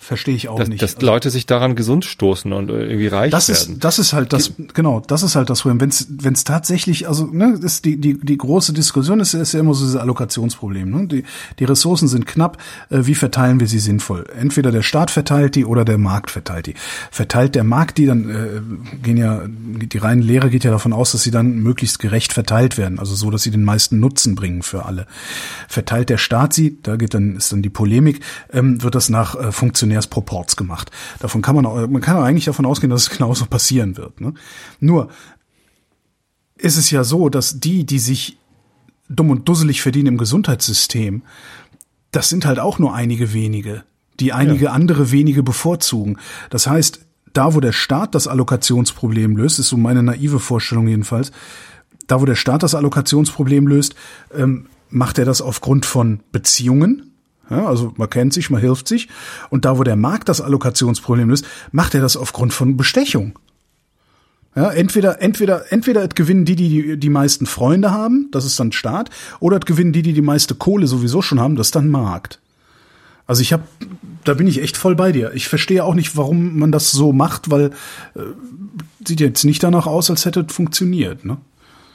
Verstehe ich auch dass, nicht. dass Also, Leute sich daran gesund stoßen und irgendwie reich das werden. ist, das ist halt das, genau, das ist halt das Problem. Wenn es, wenn es tatsächlich, also, ne, ist die, die, die große Diskussion ist, ist ja immer so dieses Allokationsproblem, ne? Die, die Ressourcen sind knapp, äh, wie verteilen wir sie sinnvoll? Entweder der Staat verteilt die oder der Markt verteilt die. Verteilt der Markt die, dann, äh, gehen ja, die reine Lehre geht ja davon aus, dass sie dann möglichst gerecht verteilt werden, also so, dass sie den meisten Nutzen bringen für alle. Verteilt der Staat sie, da geht dann, ist dann die Polemik, ähm, wird das nach äh, Funktionären Proports gemacht. Davon kann man auch, man kann auch eigentlich davon ausgehen, dass es genauso passieren wird. Ne? Nur ist es ja so, dass die, die sich dumm und dusselig verdienen im Gesundheitssystem, das sind halt auch nur einige wenige, die einige ja. andere wenige bevorzugen. Das heißt, da wo der Staat das Allokationsproblem löst, ist so meine naive Vorstellung jedenfalls, da wo der Staat das Allokationsproblem löst, ähm, macht er das aufgrund von Beziehungen. Ja, also man kennt sich, man hilft sich. Und da, wo der Markt das Allokationsproblem löst, macht er das aufgrund von Bestechung. Ja, entweder, entweder, entweder es gewinnen die, die, die die meisten Freunde haben, das ist dann Staat, oder es gewinnen die, die die meiste Kohle sowieso schon haben, das ist dann Markt. Also ich habe, da bin ich echt voll bei dir. Ich verstehe auch nicht, warum man das so macht, weil äh, sieht jetzt nicht danach aus, als hätte es funktioniert, ne?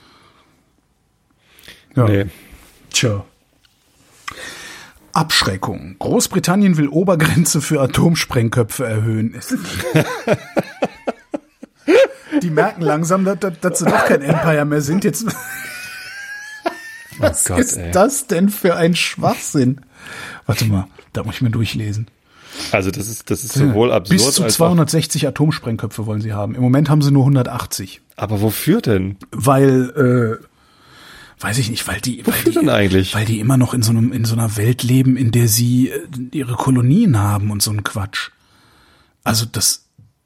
Ja. Nee. Tja. Abschreckung. Großbritannien will Obergrenze für Atomsprengköpfe erhöhen. Die merken langsam, dass, dass, dass sie doch kein Empire mehr sind. Jetzt. Was oh Gott, ist ey. das denn für ein Schwachsinn? Warte mal, da muss ich mir durchlesen. Also das ist das ist sowohl absurd bis zu als zweihundertsechzig auch Atomsprengköpfe wollen sie haben. Im Moment haben sie nur hundertachtzig. Aber wofür denn? Weil äh, weiß ich nicht, weil die, weil Wofür die, denn eigentlich? weil die immer noch in so einem, in so einer Welt leben, in der sie äh, ihre Kolonien haben und so ein Quatsch. Also das.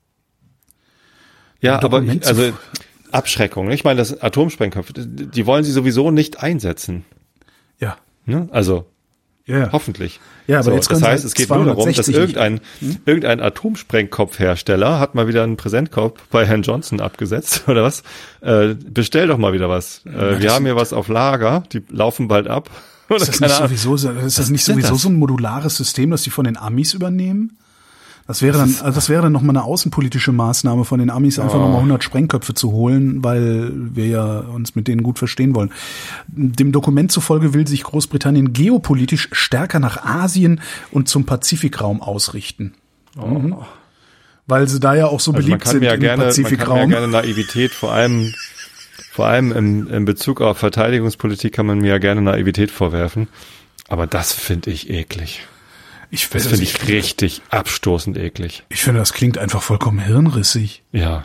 Ja, aber ich, also Abschreckung. Ich meine, das Atomsprengköpfe, die wollen sie sowieso nicht einsetzen. Ja. Ne? Also ja, ja. hoffentlich. Ja, aber so, jetzt das heißt, es geht nur darum, dass irgendein hm? irgendein Atomsprengkopfhersteller hat mal wieder einen Präsentkorb bei Herrn Johnson abgesetzt oder was? Äh, bestell doch mal wieder was. Äh, ja, wir haben hier was auf Lager, die laufen bald ab. Oder ist das nicht sowieso, ist das nicht sowieso das? so ein modulares System, das die von den Amis übernehmen? Das wäre dann, also das wäre dann nochmal eine außenpolitische Maßnahme von den Amis, einfach oh. nochmal hundert Sprengköpfe zu holen, weil wir ja uns mit denen gut verstehen wollen. Dem Dokument zufolge will sich Großbritannien geopolitisch stärker nach Asien und zum Pazifikraum ausrichten. Oh. Mhm. Weil sie da ja auch so also beliebt sind ja im gerne, Pazifikraum. Man kann mir ja gerne Naivität, vor allem, vor allem im, im Bezug auf Verteidigungspolitik kann man mir ja gerne Naivität vorwerfen. Aber das finde ich eklig. Ich das finde ich richtig abstoßend eklig. Ich finde, das klingt einfach vollkommen hirnrissig. Ja.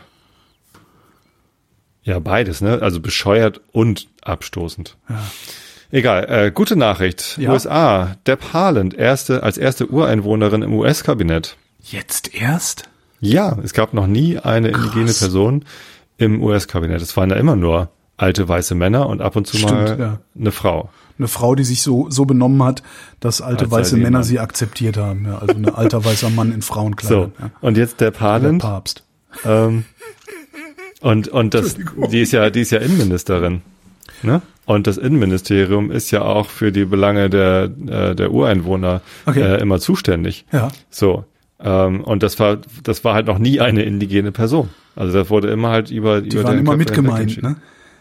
Ja, beides, ne? Also bescheuert und abstoßend. Ja. Egal, äh, gute Nachricht. Ja. U S A, Deb Haaland, erste, als erste Ureinwohnerin im U S-Kabinett. Jetzt erst? Ja, es gab noch nie eine Krass. indigene Person im U S-Kabinett. Es waren da immer nur alte weiße Männer und ab und zu Stimmt, mal ja. eine Frau. Eine Frau, die sich so so benommen hat, dass alte Als weiße Männer sie akzeptiert haben. Ja, also ein alter weißer Mann in Frauenkleidern. So, ja. Und jetzt der Haaland. Der Papst. Ähm, und und das, die ist ja, die ist ja Innenministerin. Ne? Und das Innenministerium ist ja auch für die Belange der äh, der Ureinwohner okay. äh, immer zuständig. Ja. So. Ähm, und das war das war halt noch nie eine indigene Person. Also das wurde immer halt über die über waren immer mitgemeint, ne?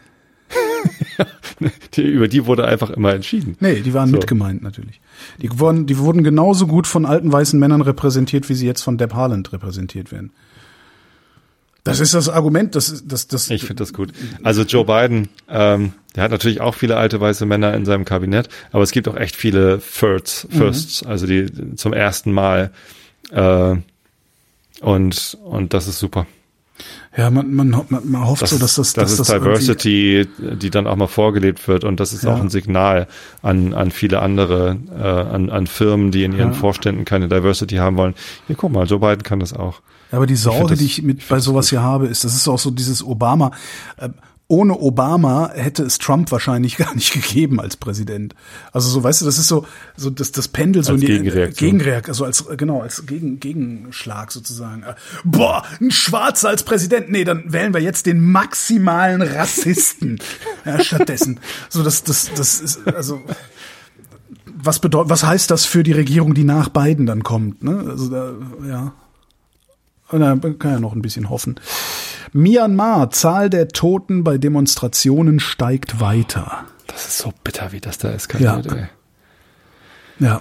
die, über die wurde einfach immer entschieden. Nee, die waren so. mitgemeint natürlich. Die wurden, die wurden genauso gut von alten weißen Männern repräsentiert, wie sie jetzt von Deb Haaland repräsentiert werden. Das ist das Argument, das das das. Ich finde das gut. Also Joe Biden, ähm, der hat natürlich auch viele alte weiße Männer in seinem Kabinett, aber es gibt auch echt viele Firsts, Firsts, mhm. also die zum ersten Mal äh, und und das ist super. Ja, man, man, man, man hofft das so, dass das, das dass ist das Diversity, die dann auch mal vorgelebt wird und das ist ja. auch ein Signal an an viele andere, äh, an an Firmen, die in ihren ja. Vorständen keine Diversity haben wollen. Hier, guck mal, Joe Biden kann das auch. Ja, aber die Sorge, das, die ich mit ich bei sowas hier habe, ist, das ist auch so dieses Obama. Äh, ohne Obama hätte es Trump wahrscheinlich gar nicht gegeben als Präsident. Also so, weißt du, das ist so, so das, das Pendel so als in die Gegenreaktion. Gegenreaktion, also als, genau, als Gegen, Gegenschlag sozusagen. Boah, ein Schwarzer als Präsident. Nee, dann wählen wir jetzt den maximalen Rassisten. Ja, stattdessen. So, das, das, das ist, also, was bedeutet, was heißt das für die Regierung, die nach Biden dann kommt? Ne? Also da, ja, da kann ja noch ein bisschen hoffen. Myanmar, Zahl der Toten bei Demonstrationen steigt weiter. Das ist so bitter, wie das da eskaliert, ja. ey. Ja.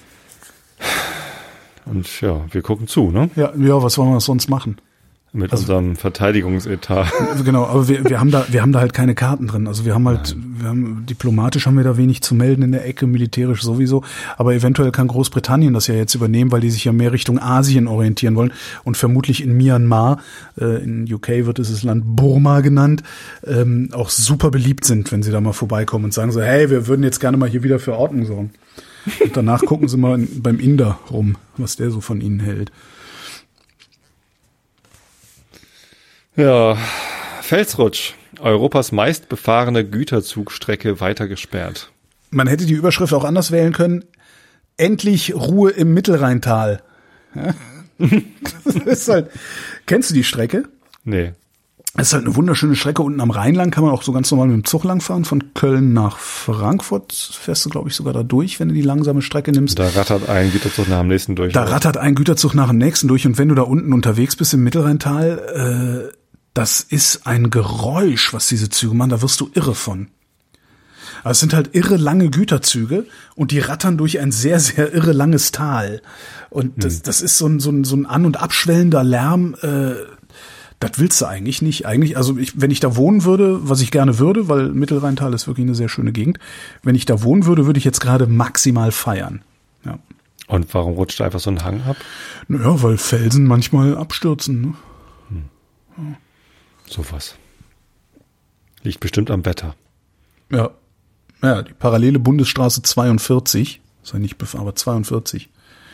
Und ja, wir gucken zu, ne? Ja, ja, was wollen wir sonst machen? Mit also, unserem Verteidigungsetat. Genau, aber wir, wir haben da, wir haben da halt keine Karten drin. Also wir haben halt, Nein. wir haben, diplomatisch haben wir da wenig zu melden in der Ecke, militärisch sowieso. Aber eventuell kann Großbritannien das ja jetzt übernehmen, weil die sich ja mehr Richtung Asien orientieren wollen und vermutlich in Myanmar, äh, in U K wird es das Land Burma genannt, ähm, auch super beliebt sind, wenn sie da mal vorbeikommen und sagen so, hey, wir würden jetzt gerne mal hier wieder für Ordnung sorgen. Und danach gucken sie mal beim Inder rum, was der so von ihnen hält. Ja, Felsrutsch. Europas meistbefahrene Güterzugstrecke weiter gesperrt. Man hätte die Überschrift auch anders wählen können. Endlich Ruhe im Mittelrheintal. Ja? Das ist halt, kennst du die Strecke? Nee. Es ist halt eine wunderschöne Strecke. Unten am Rheinland kann man auch so ganz normal mit dem Zug langfahren. Von Köln nach Frankfurt fährst du, glaube ich, sogar da durch, wenn du die langsame Strecke nimmst. Da rattert ein Güterzug nach dem nächsten durch. Da rattert ein Güterzug nach dem nächsten durch. Und wenn du da unten unterwegs bist im Mittelrheintal, äh, das ist ein Geräusch, was diese Züge machen. Da wirst du irre von. Aber es sind halt irre lange Güterzüge und die rattern durch ein sehr, sehr irre langes Tal. Und das, hm. das ist so ein, so ein, so ein an- und abschwellender Lärm, äh, das willst du eigentlich nicht. Eigentlich, also ich, wenn ich da wohnen würde, was ich gerne würde, weil Mittelrheintal ist wirklich eine sehr schöne Gegend, wenn ich da wohnen würde, würde ich jetzt gerade maximal feiern. Ja. Und warum rutscht da einfach so ein Hang ab? Naja, weil Felsen manchmal abstürzen. Ne? Hm. Ja. Sowas. Liegt bestimmt am Wetter. Ja. Ja, die parallele Bundesstraße zweiundvierzig, ist ja nicht, aber zweiundvierzig.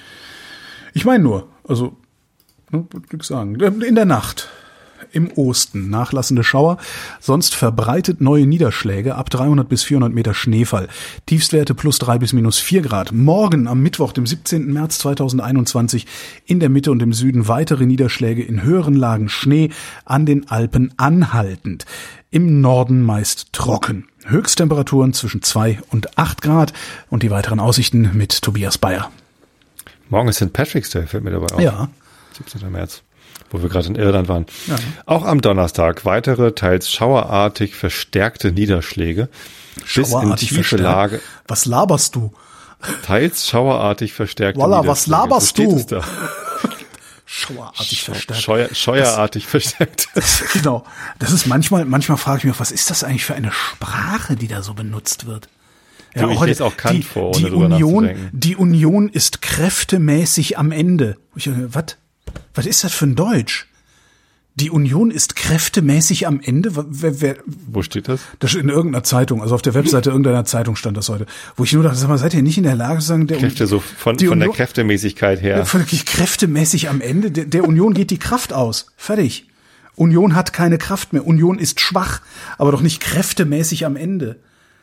Ich meine nur, also, ne, würde ich sagen, in der Nacht, im Osten, nachlassende Schauer, sonst verbreitet neue Niederschläge, ab dreihundert bis vierhundert Meter Schneefall. Tiefstwerte plus drei bis minus vier Grad. Morgen am Mittwoch, dem siebzehnten März zweitausendeinundzwanzig, in der Mitte und im Süden weitere Niederschläge, in höheren Lagen Schnee, an den Alpen anhaltend. Im Norden meist trocken. Höchsttemperaturen zwischen zwei und acht Grad und die weiteren Aussichten mit Tobias Bayer. Morgen ist Sankt Patrick's Day, fällt mir dabei auf. Ja. siebzehnten März, wo wir gerade in Irland waren. Ja. Auch am Donnerstag weitere, teils schauerartig verstärkte Niederschläge. Bis in tiefe Lage. Was laberst du? Teils schauerartig verstärkte Walla, Niederschläge. was laberst so du? Es da. Schauerartig verstärkt. Scheuer, scheuerartig das, verstärkt. Das, genau. Das ist manchmal, manchmal frage ich mich, was ist das eigentlich für eine Sprache, die da so benutzt wird? Ja, du, ich heute, lese auch Kant die, vor, ohne die drüber Union, nachzudenken. Die Union ist kräftemäßig am Ende. Ich, was? Was ist das für ein Deutsch? Die Union ist kräftemäßig am Ende? Wer, wer, Wo steht das? Das in irgendeiner Zeitung, also auf der Webseite irgendeiner Zeitung stand das heute. Wo ich nur dachte, sag mal, seid ihr nicht in der Lage zu sagen, der Kräfte so von, die von der Union, Kräftemäßigkeit her. Ja, wirklich kräftemäßig am Ende. Der, der Union geht die Kraft aus. Fertig. Union hat keine Kraft mehr. Union ist schwach, aber doch nicht kräftemäßig am Ende.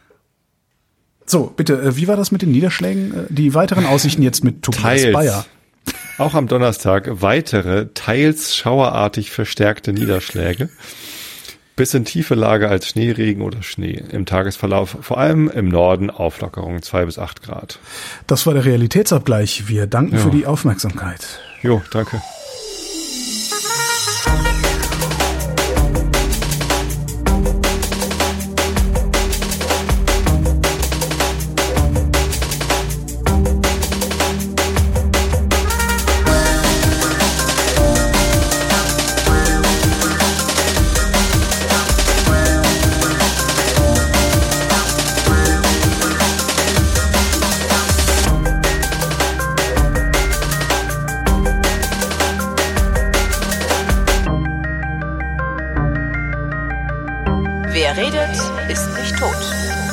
So, bitte, wie war das mit den Niederschlägen? Die weiteren Aussichten jetzt mit Tobias Teils. Bayer. Auch am Donnerstag weitere, teils schauerartig verstärkte Niederschläge. Bis in tiefe Lage als Schneeregen oder Schnee. Im Tagesverlauf vor allem im Norden Auflockerung zwei bis acht Grad. Das war der Realitätsabgleich. Wir danken ja. für die Aufmerksamkeit. Jo, danke. Wer redet, ist nicht tot.